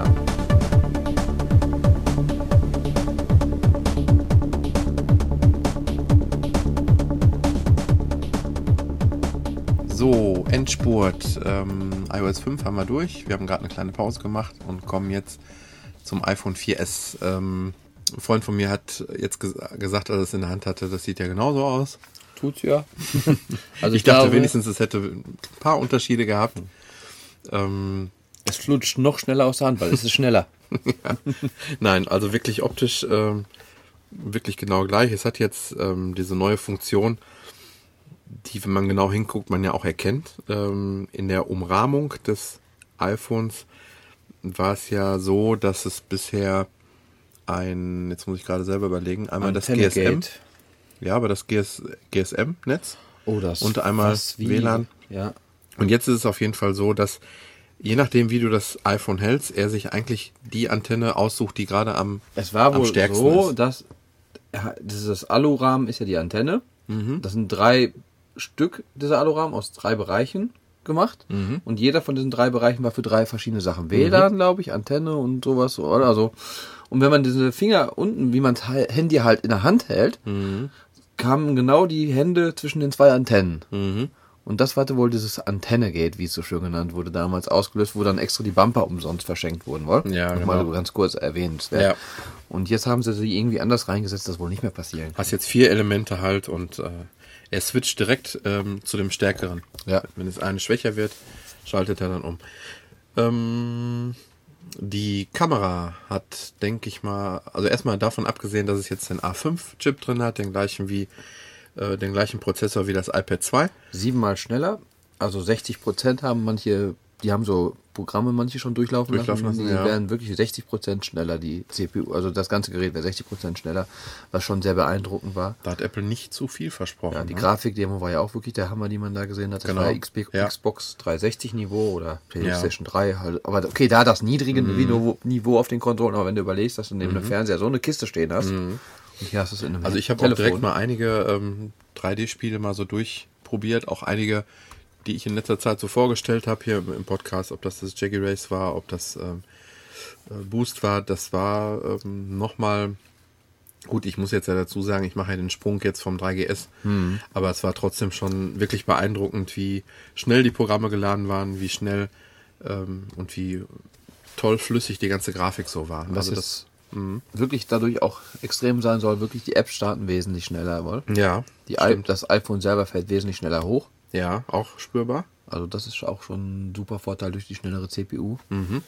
So, Endspurt. Ähm, iOS fünf haben wir durch. Wir haben gerade eine kleine Pause gemacht und kommen jetzt zum iPhone vier S. Ähm, ein Freund von mir hat jetzt ges- gesagt, als er es in der Hand hatte, das sieht ja genauso aus. Tut's ja. Also ich, ich dachte glaube, wenigstens, es hätte ein paar Unterschiede gehabt. Ähm, es flutscht noch schneller aus der Hand, weil es ist schneller. ja. Nein, also wirklich optisch ähm, wirklich genau gleich. Es hat jetzt ähm, diese neue Funktion, die, wenn man genau hinguckt, man ja auch erkennt. Ähm, in der Umrahmung des iPhones war es ja so, dass es bisher ein, jetzt muss ich gerade selber überlegen, einmal das G S M. Ja, aber das G S, G S M-Netz. Oh, das und einmal wie, W L A N. Ja. Und jetzt ist es auf jeden Fall so, dass je nachdem, wie du das iPhone hältst, er sich eigentlich die Antenne aussucht, die gerade am, es war am wohl stärksten so, ist. Dass dieses Alurahmen ist ja die Antenne. Mhm. Das sind drei Stück dieser Alurahmen aus drei Bereichen gemacht. Mhm. Und jeder von diesen drei Bereichen war für drei verschiedene Sachen. W L A N, mhm. glaube ich, Antenne und sowas. Oder so. Und wenn man diese Finger unten, wie man das Handy halt in der Hand hält, mhm. kamen genau die Hände zwischen den zwei Antennen. Mhm. Und das hatte wohl dieses Antenne-Gate, wie es so schön genannt wurde, damals ausgelöst, wo dann extra die Bumper umsonst verschenkt wurden, wohl? Ja, Nochmal genau. ganz kurz erwähnt. Ja. Und jetzt haben sie sie irgendwie anders reingesetzt, das wohl nicht mehr passieren. Hast jetzt vier Elemente halt und äh, er switcht direkt ähm, zu dem Stärkeren. Ja. Wenn es eine schwächer wird, schaltet er dann um. Ähm, die Kamera hat, denke ich mal, also erstmal davon abgesehen, dass es jetzt den A fünf Chip drin hat, den gleichen wie äh, den gleichen Prozessor wie das iPad zwei. Siebenmal schneller, also sechzig Prozent haben manche, die haben so Programme manche schon durchlaufen, durchlaufen lassen. Die ja. wären wirklich sechzig Prozent schneller, die C P U, also das ganze Gerät wäre sechzig Prozent schneller, was schon sehr beeindruckend war. Da hat Apple nicht zu viel versprochen. Ja, die ne? Grafikdemo war ja auch wirklich der Hammer, die man da gesehen hat. Das genau. war ja Xbox, ja. Xbox dreihundertsechzig Niveau oder PlayStation ja. drei. Halt. Aber okay, da das niedrige mm. Niveau auf den Konsolen, aber wenn du überlegst, dass du neben mm. dem Fernseher so eine Kiste stehen hast, mm. und hier hast du es in einem Also ich habe auch direkt mal einige ähm, drei D-Spiele mal so durchprobiert, auch einige, die ich in letzter Zeit so vorgestellt habe hier im Podcast, ob das das Jaggy Race war, ob das ähm, Boost war, das war ähm, nochmal, gut, ich muss jetzt ja dazu sagen, ich mache ja den Sprung jetzt vom drei G S, hm. aber es war trotzdem schon wirklich beeindruckend, wie schnell die Programme geladen waren, wie schnell ähm, und wie toll flüssig die ganze Grafik so war. Was also das mh. wirklich dadurch auch extrem sein soll, wirklich die Apps starten wesentlich schneller, wohl? Ja. Die I- das iPhone selber fällt wesentlich schneller hoch. Ja, auch spürbar. Also das ist auch schon ein super Vorteil durch die schnellere C P U. Mhm.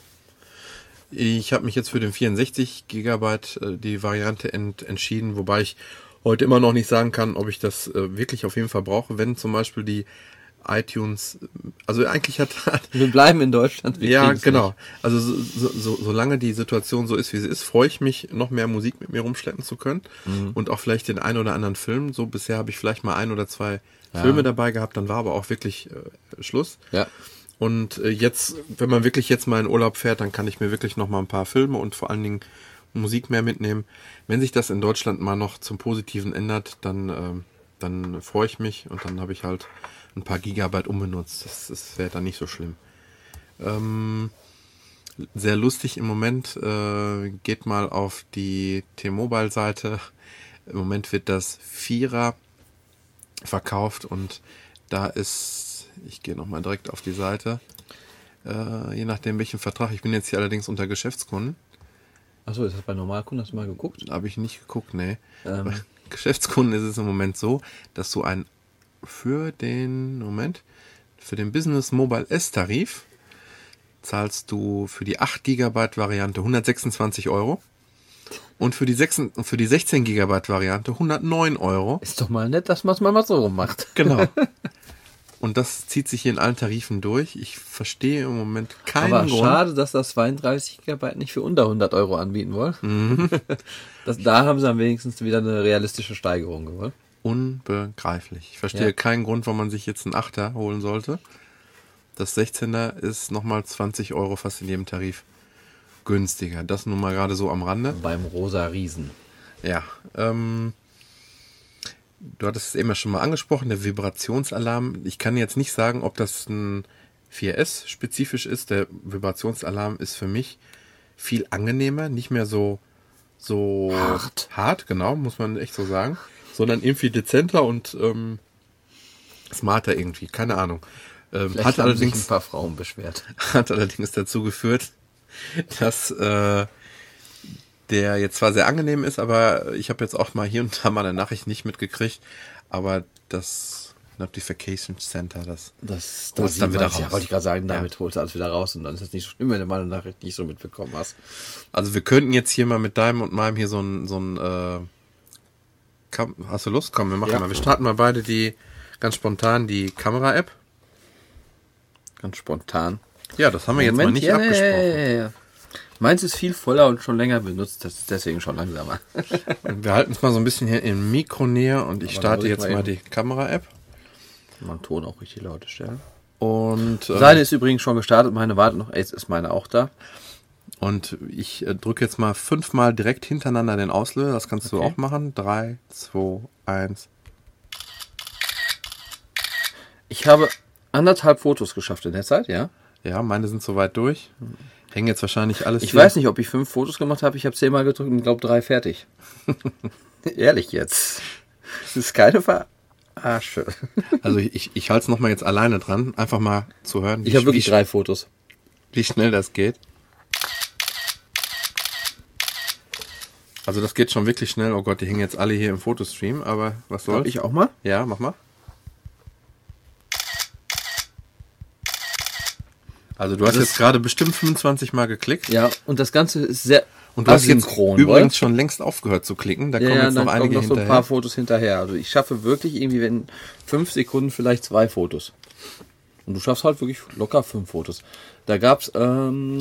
Ich habe mich jetzt für den vierundsechzig Gigabyte äh, die Variante ent- entschieden, wobei ich heute immer noch nicht sagen kann, ob ich das äh, wirklich auf jeden Fall brauche, wenn zum Beispiel die iTunes, also eigentlich hat... Wir bleiben in Deutschland. Wir ja, genau. Nicht. Also so, so, so, solange die Situation so ist, wie sie ist, freue ich mich, noch mehr Musik mit mir rumschleppen zu können mhm. und auch vielleicht den einen oder anderen Film. So bisher habe ich vielleicht mal ein oder zwei ja. Filme dabei gehabt, dann war aber auch wirklich äh, Schluss. Ja. Und äh, jetzt, wenn man wirklich jetzt mal in Urlaub fährt, dann kann ich mir wirklich noch mal ein paar Filme und vor allen Dingen Musik mehr mitnehmen. Wenn sich das in Deutschland mal noch zum Positiven ändert, dann, äh, dann freue ich mich und dann habe ich halt ein paar Gigabyte unbenutzt. Das, das wäre dann nicht so schlimm. Ähm, sehr lustig im Moment. Äh, geht mal auf die T-Mobile-Seite. Im Moment wird das Vierer verkauft und da ist, ich gehe nochmal direkt auf die Seite, äh, je nachdem welchen Vertrag, ich bin jetzt hier allerdings unter Geschäftskunden. Achso, ist das bei Normalkunden, hast du mal geguckt? Habe ich nicht geguckt, nee. Ähm. Bei Geschäftskunden ist es im Moment so, dass du ein für den, Moment, für den Business Mobile S-Tarif zahlst du für die acht Gigabyte Variante hundertsechsundzwanzig Euro. Und für die, sechs, für die sechzehn Gigabyte Variante hundertneun Euro. Ist doch mal nett, dass man es mal so rum macht. Genau. Und das zieht sich hier in allen Tarifen durch. Ich verstehe im Moment keinen Aber Grund. Schade, dass das zweiunddreißig Gigabyte nicht für unter hundert Euro anbieten wollen. Mhm. das, da haben sie am wenigsten wieder eine realistische Steigerung gewollt. Unbegreiflich. Ich verstehe Ja. keinen Grund, warum man sich jetzt einen Achter holen sollte. Das sechzehner ist nochmal zwanzig Euro fast in jedem Tarif günstiger. Das nun mal gerade so am Rande. Beim Rosa Riesen. Ja, ähm, du hattest es eben ja schon mal angesprochen, der Vibrationsalarm. Ich kann jetzt nicht sagen, ob das ein vier S spezifisch ist. Der Vibrationsalarm ist für mich viel angenehmer, nicht mehr so, so hart. hart, genau, muss man echt so sagen, sondern irgendwie dezenter und ähm, smarter irgendwie, keine Ahnung. Ähm, Vielleicht hat haben allerdings sich ein paar Frauen beschwert. Hat allerdings dazu geführt, dass äh, der jetzt zwar sehr angenehm ist, aber ich habe jetzt auch mal hier und da mal eine Nachricht nicht mitgekriegt, aber das Notification Center, das, das holst das dann wieder raus. Ja, wollte ich gerade sagen, damit ja. holst du alles wieder raus und dann ist es nicht so schlimm, wenn du mal eine Nachricht nicht so mitbekommen hast. Also wir könnten jetzt hier mal mit deinem und meinem hier so ein, so ein äh, Kam- hast du Lust? Komm, wir machen ja. mal. Wir starten mal beide die, ganz spontan, die Kamera-App. Ganz spontan. Ja, das haben wir Moment, jetzt mal nicht ja, abgesprochen. Ja, ja, ja. Meins ist viel voller und schon länger benutzt, das ist deswegen schon langsamer. Wir halten es mal so ein bisschen hier in Mikronähe und ich Aber starte ich jetzt mal mal die Kamera-App. Man Ton auch richtig laut stellen. Und äh, Seine ist übrigens schon gestartet, meine wartet noch, jetzt ist meine auch da. Und ich äh, drücke jetzt mal fünfmal direkt hintereinander den Auslöser. Das kannst du Okay. auch machen. Drei, zwei, eins. Ich habe anderthalb Fotos geschafft in der Zeit, ja. Ja, meine sind soweit durch. Hängen jetzt wahrscheinlich alles Ich hier. weiß nicht, ob ich fünf Fotos gemacht habe. Ich habe zehnmal gedrückt und glaube drei fertig. Ehrlich jetzt. Das ist keine Verarsche. Also ich, ich halte es nochmal jetzt alleine dran. Einfach mal zu hören, Ich habe wirklich wie, drei Fotos. wie schnell das geht. Also das geht schon wirklich schnell. Oh Gott, die hängen jetzt alle hier im Fotostream. Aber was Soll soll's? ich auch mal? Ja, mach mal. Also du hast Das jetzt gerade bestimmt fünfundzwanzig Mal geklickt. Ja, und das Ganze ist sehr... Und du hast jetzt asynchron, übrigens oder? schon längst aufgehört zu klicken. Da Ja, kommen ja, jetzt dann noch kommen einige noch so ein hinterher. paar Fotos hinterher. Also ich schaffe wirklich irgendwie, wenn fünf Sekunden vielleicht zwei Fotos. Und du schaffst halt wirklich locker fünf Fotos. Da gab's, ähm,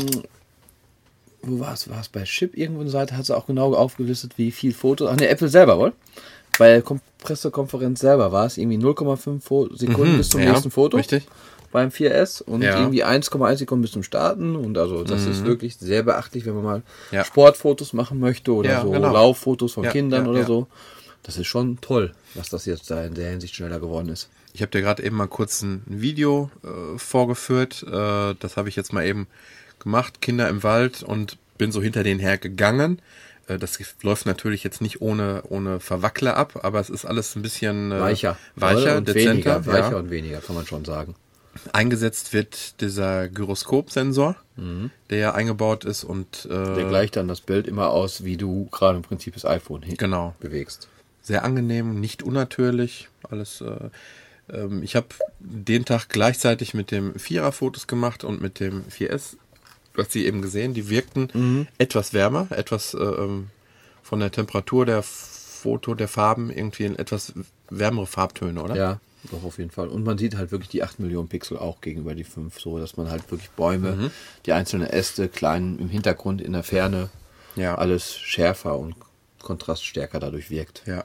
wo war es? War es bei Chip irgendwo eine Seite? Hat sie auch genau aufgelistet, wie viel Fotos. Ach ne, Apple selber, wohl? Bei der Kom- Pressekonferenz selber war es irgendwie null Komma fünf Fo- Sekunden Mhm, bis zum ja, nächsten Foto. richtig. Beim vier S und Ja. irgendwie eins Komma eins Sekunden bis zum Starten. Und also das ist wirklich sehr beachtlich, wenn man mal Ja. Sportfotos machen möchte oder Ja, so genau. Lauffotos von Ja, Kindern ja, oder ja. so. Das ist schon toll, dass das jetzt da in der Hinsicht schneller geworden ist. Ich habe dir gerade eben mal kurz ein Video äh, vorgeführt. Äh, das habe ich jetzt mal eben gemacht. Kinder im Wald und bin so hinter denen hergegangen. Äh, das läuft natürlich jetzt nicht ohne, ohne Verwackler ab, aber es ist alles ein bisschen äh, Weicher. weicher, und dezenter. weniger. Weicher Ja. und weniger, kann man schon sagen. Eingesetzt wird dieser Gyroskopsensor, der ja eingebaut ist und äh, Der gleicht dann das Bild immer aus, wie du gerade im Prinzip das iPhone hin genau. bewegst. Sehr angenehm, nicht unnatürlich. Alles. Äh, ähm, ich habe den Tag gleichzeitig mit dem Vierer Fotos gemacht und mit dem vier S. Du hast sie eben gesehen, die wirkten Mhm. etwas wärmer, etwas äh, ähm, von der Temperatur der Foto, der Farben, irgendwie in etwas wärmere Farbtöne, oder? Ja, doch auf jeden Fall. Und man sieht halt wirklich die acht Millionen Pixel auch gegenüber die fünf, so dass man halt wirklich Bäume, Mhm. die einzelnen Äste, klein im Hintergrund, in der Ferne, Ja. alles schärfer und kontraststärker dadurch wirkt. Ja.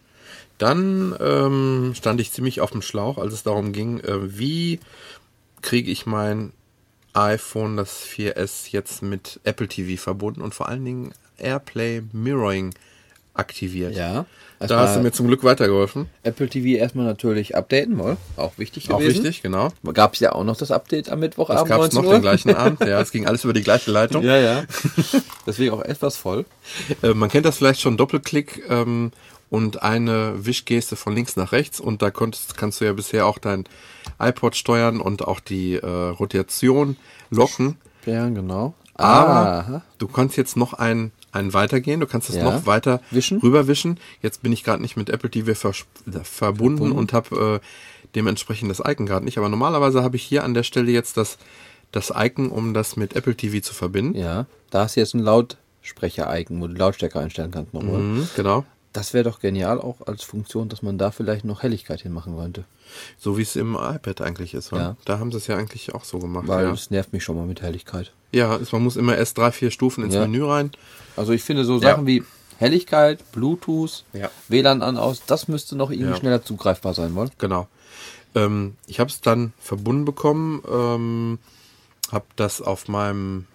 Dann ähm, stand ich ziemlich auf dem Schlauch, als es darum ging, äh, wie kriege ich mein iPhone, das vier S, jetzt mit Apple T V verbunden und vor allen Dingen Airplay Mirroring aktiviert. Ja. Da hast du mir zum Glück weitergeholfen. Apple T V erstmal natürlich updaten, wohl. Auch wichtig Auch gewesen. wichtig, genau. Gab es ja auch noch das Update am Das Mittwochabend gab es noch neunzehn Uhr. den gleichen Abend. Ja, es ging alles über die gleiche Leitung. Ja, ja. Deswegen auch etwas voll. Äh, man kennt das vielleicht schon, Doppelklick ähm, und eine Wischgeste von links nach rechts und da konntest, kannst du ja bisher auch dein iPod steuern und auch die äh, Rotation locken. Ja, genau. Aber Aha. du kannst jetzt noch ein, ein weitergehen, du kannst es Ja. noch weiter Wischen? rüberwischen. Jetzt bin ich gerade nicht mit Apple T V vers- äh, verbunden, Verbunden. und habe äh, dementsprechend das Icon gerade nicht. Aber normalerweise habe ich hier an der Stelle jetzt das, das Icon, um das mit Apple T V zu verbinden. Ja, da hast du jetzt ein Lautsprecher-Icon, wo du Lautstärke einstellen kannst noch, oder? Mhm, genau. Das wäre doch genial auch als Funktion, dass man da vielleicht noch Helligkeit hinmachen könnte. So wie es im iPad eigentlich ist. Oder? Ja. Da haben sie es ja eigentlich auch so gemacht. Weil ja, es nervt mich schon mal mit Helligkeit. ja es, man muss immer erst drei, vier Stufen ins Ja. Menü rein. Also ich finde so Ja. Sachen wie Helligkeit, Bluetooth, Ja. W L A N an, aus, das müsste noch irgendwie Ja. schneller zugreifbar sein, wohl. Genau. Ähm, ich habe es dann verbunden bekommen, ähm, habe das auf meinem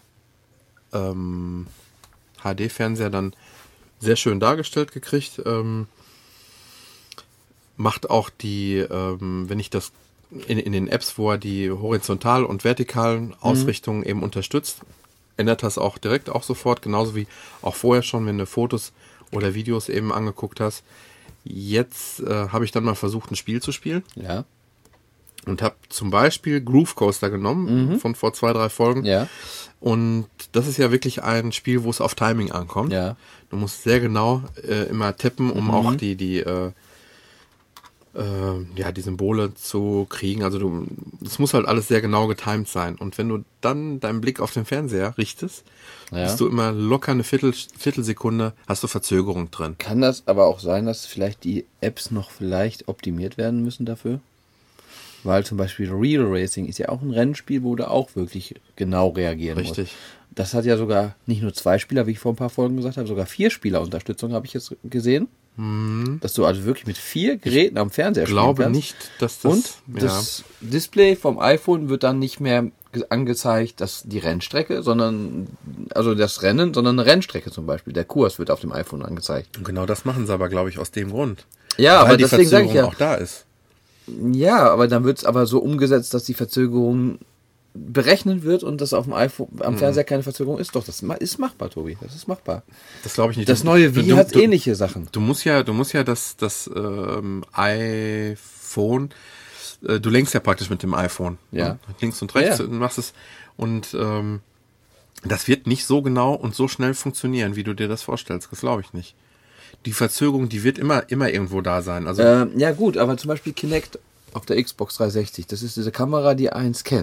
ähm, H D-Fernseher dann sehr schön dargestellt gekriegt. Ähm, macht auch die, ähm, wenn ich das in, in den Apps, wo er die horizontal und vertikalen Ausrichtungen eben unterstützt, ändert das auch direkt auch sofort, genauso wie auch vorher schon, wenn du Fotos oder Videos eben angeguckt hast. Jetzt äh, habe ich dann mal versucht, ein Spiel zu spielen Ja. und habe zum Beispiel Groove Coaster genommen von vor zwei, drei Folgen. Ja. Und das ist ja wirklich ein Spiel, wo es auf Timing ankommt. Ja. Du musst sehr genau äh, immer tippen, um auch die, die, äh, äh, ja, die Symbole zu kriegen. Also du, es muss halt alles sehr genau getimed sein. Und wenn du dann deinen Blick auf den Fernseher richtest, Ja. bist du immer locker eine Viertel, Viertelsekunde, hast du Verzögerung drin. Kann das aber auch sein, dass vielleicht die Apps noch vielleicht optimiert werden müssen dafür? Weil zum Beispiel Real Racing ist ja auch ein Rennspiel, wo du auch wirklich genau reagieren musst. Richtig. Das hat ja sogar nicht nur zwei Spieler, wie ich vor ein paar Folgen gesagt habe, sogar vier Spielerunterstützung habe ich jetzt gesehen. Dass du also wirklich mit vier Geräten am Fernseher Ich glaube spielen kannst. nicht, dass das... Und das Display vom iPhone wird dann nicht mehr ge- angezeigt, dass die Rennstrecke, sondern, also das Rennen, sondern eine Rennstrecke zum Beispiel. Der Kurs wird auf dem iPhone angezeigt. Und genau das machen sie aber, glaube ich, aus dem Grund. Ja, Weil aber die deswegen sage ich Verzögerung ja, auch da ist. ja, aber dann wird es aber so umgesetzt, dass die Verzögerung berechnet wird und dass auf dem iPhone, Mhm. am Fernseher keine Verzögerung ist. Doch, das ma- ist machbar, Tobi. Das ist machbar. Das glaube ich nicht. Das Du- neue du- Wii du- hat du- ähnliche Sachen. Du musst ja, du musst ja das, das ähm, iPhone, äh, du lenkst ja praktisch mit dem iPhone. Ja. Ne? Links und rechts Ja. und machst es. Und ähm, das wird nicht so genau und so schnell funktionieren, wie du dir das vorstellst. Das glaube ich nicht. Die Verzögerung, die wird immer, immer irgendwo da sein. Also Ähm, ja gut, aber zum Beispiel Kinect auf der Xbox dreihundertsechzig, das ist diese Kamera, die eins kennt.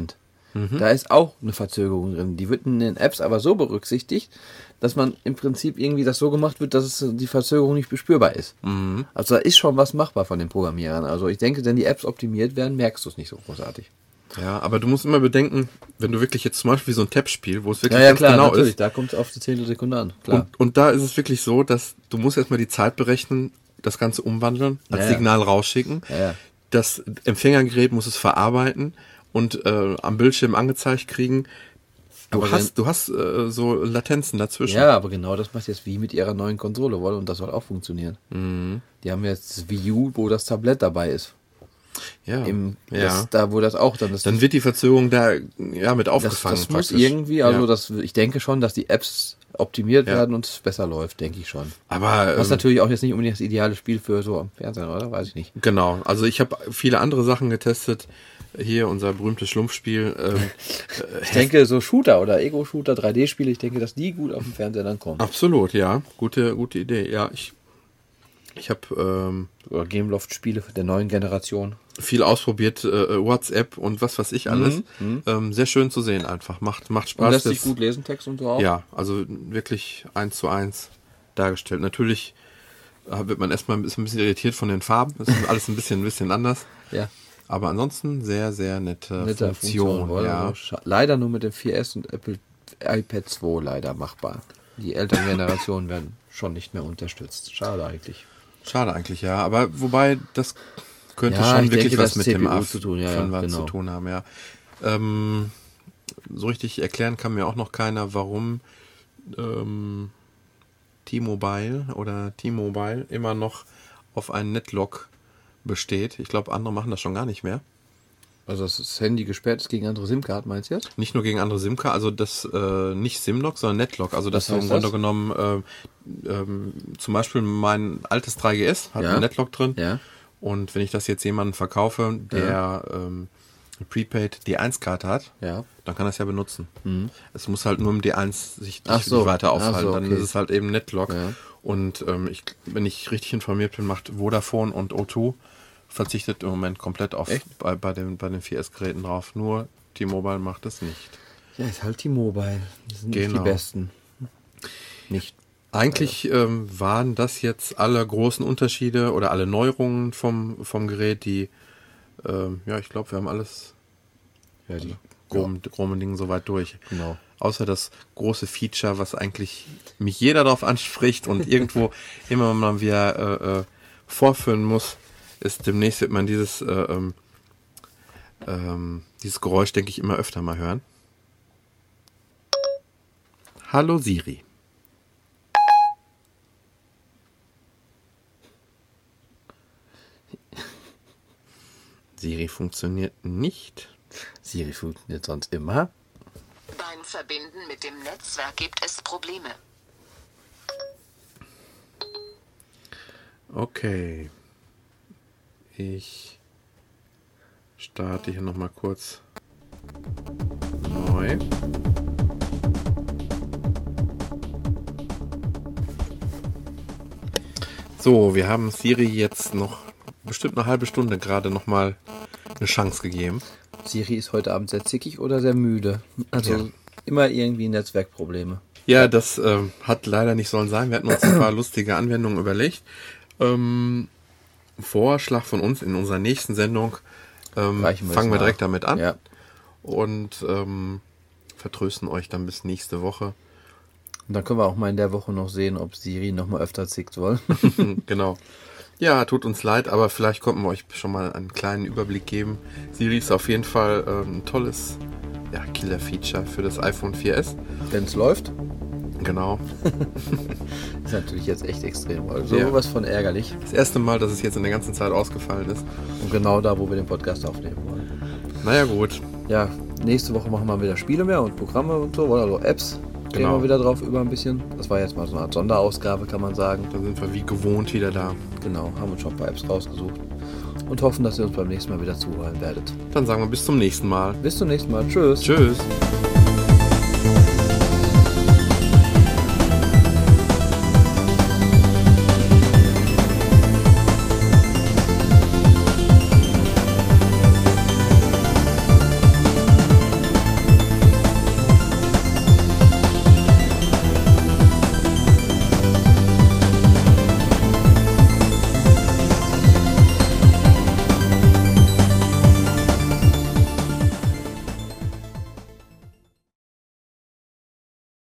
Mhm. Da ist auch eine Verzögerung drin. Die wird in den Apps aber so berücksichtigt, dass man im Prinzip irgendwie das so gemacht wird, dass es die Verzögerung nicht bespürbar ist. Mhm. Also da ist schon was machbar von den Programmierern. Also ich denke, wenn die Apps optimiert werden, merkst du es nicht so großartig. Ja, aber du musst immer bedenken, wenn du wirklich jetzt zum Beispiel so ein Tab-Spiel, wo es wirklich ja, ja, ganz klar, genau natürlich, ist. Da kommt es auf die Zehntelsekunde an. Klar. Und, und da ist es wirklich so, dass du musst erstmal die Zeit berechnen, das Ganze umwandeln, als ja, Signal rausschicken. Ja, ja. Das Empfängergerät muss es verarbeiten und äh, am Bildschirm angezeigt kriegen. Du aber hast, wenn, du hast äh, so Latenzen dazwischen. Ja, aber genau das macht jetzt wie mit ihrer neuen Konsole, wohl, und das soll auch funktionieren. Mhm. Die haben jetzt das Wii U, wo das Tablett dabei ist. Ja, Im, ja. Das, da wo das auch dann ist. Dann wird die Verzögerung da ja mit aufgefangen. Das, das muss irgendwie, also ja. das, ich denke schon, dass die Apps optimiert ja. werden und es besser läuft, denke ich schon. Aber was ähm, natürlich auch jetzt nicht unbedingt das ideale Spiel für so am Fernsehen, oder? Weiß ich nicht. Genau, also ich habe viele andere Sachen getestet. Hier unser berühmtes Schlumpfspiel. Ähm, ich denke, so Shooter oder Ego-Shooter, drei D-Spiele, ich denke, dass die gut auf dem Fernseher dann kommen. Absolut, ja. Gute, gute Idee. Ja, ich, ich habe ähm, oder Gameloft-Spiele der neuen Generation. Viel ausprobiert, äh, WhatsApp und was weiß ich alles. Mhm. Ähm, sehr schön zu sehen einfach. Macht, macht Spaß. Und lässt sich gut lesen, Text und so auch? Ja, also wirklich eins zu eins dargestellt. Natürlich wird man erstmal ein bisschen irritiert von den Farben. Das ist alles ein bisschen, ein bisschen anders. Ja. Aber ansonsten sehr, sehr nette Nette Funktion. Funktion ja. also leider nur mit dem vier S und Apple iPad zwei leider machbar. Die älteren Generationen werden schon nicht mehr unterstützt. Schade eigentlich. Schade eigentlich, ja. Aber wobei, das könnte ja, schon wirklich denke, was mit C P U dem A fünf zu tun, ja, ja, genau. zu tun haben, ja. Ähm, so richtig erklären kann mir auch noch keiner, warum ähm, T-Mobile oder T-Mobile immer noch auf einen Netlock besteht. Ich glaube, andere machen das schon gar nicht mehr. Also dass das Handy gesperrt ist gegen andere SIM-Karten, meinst du jetzt? Nicht nur gegen andere SIM-Karten, also das äh, nicht SIM-Lock, sondern Netlock. Also das, das heißt im Grunde das? genommen äh, ähm, zum Beispiel mein altes drei G S hat ja. einen Netlock drin. Ja. Und wenn ich das jetzt jemandem verkaufe, der ja. ähm, Prepaid D eins Karte hat, ja. dann kann er es ja benutzen. Mhm. Es muss halt nur im D eins sich nicht so. weiter aufhalten. So, okay. Dann ist es halt eben Netlock. Ja. Und ähm, ich, wenn ich richtig informiert bin, macht Vodafone und O zwei verzichtet im Moment komplett auf bei, bei den, bei den vier S-Geräten drauf. Nur T-Mobile macht es nicht. Ja, ist halt T-Mobile. Das sind genau. nicht die besten. Nicht. Eigentlich ähm, waren das jetzt alle großen Unterschiede oder alle Neuerungen vom, vom Gerät, die, ähm, ja, ich glaube, wir haben alles ja, die groben, ja. groben Dingen soweit durch. Genau. Außer das große Feature, was eigentlich mich jeder darauf anspricht und irgendwo immer mal wieder äh, äh, vorführen muss, ist demnächst wird man dieses, äh, ähm, ähm, dieses Geräusch, denke ich, immer öfter mal hören. Hallo Siri. Siri funktioniert nicht. Siri funktioniert sonst immer. Beim Verbinden mit dem Netzwerk gibt es Probleme. Okay. Ich starte hier nochmal kurz neu. So, wir haben Siri jetzt noch bestimmt eine halbe Stunde gerade nochmal eine Chance gegeben. Siri ist heute Abend sehr zickig oder sehr müde. Also ja. immer irgendwie Netzwerkprobleme. Ja, das äh, hat leider nicht sollen sein. Wir hatten uns ein paar lustige Anwendungen überlegt. Ähm, Vorschlag von uns in unserer nächsten Sendung. Ähm, wir fangen wir direkt damit an. Ja. Und ähm, vertrösten euch dann bis nächste Woche. Und dann können wir auch mal in der Woche noch sehen, ob Siri noch mal öfter zickt soll. Genau. Ja, tut uns leid, aber vielleicht konnten wir euch schon mal einen kleinen Überblick geben. Siri ist auf jeden Fall äh, ein tolles ja, Killer-Feature für das iPhone vier S. Wenn es läuft. Genau. Ist natürlich jetzt echt extrem. Also ja. Sowas von ärgerlich. Das erste Mal, dass es jetzt in der ganzen Zeit ausgefallen ist. Und genau da, wo wir den Podcast aufnehmen wollen. Naja, gut. Ja, nächste Woche machen wir wieder Spiele mehr und Programme und so, oder so Apps. Gehen Genau. wir wieder drauf über ein bisschen. Das war jetzt mal so eine Art Sonderausgabe, kann man sagen. Dann sind wir wie gewohnt wieder da. Genau, haben uns schon ein paar Apps rausgesucht. Und hoffen, dass ihr uns beim nächsten Mal wieder zuhören werdet. Dann sagen wir bis zum nächsten Mal. Bis zum nächsten Mal. Tschüss. Tschüss.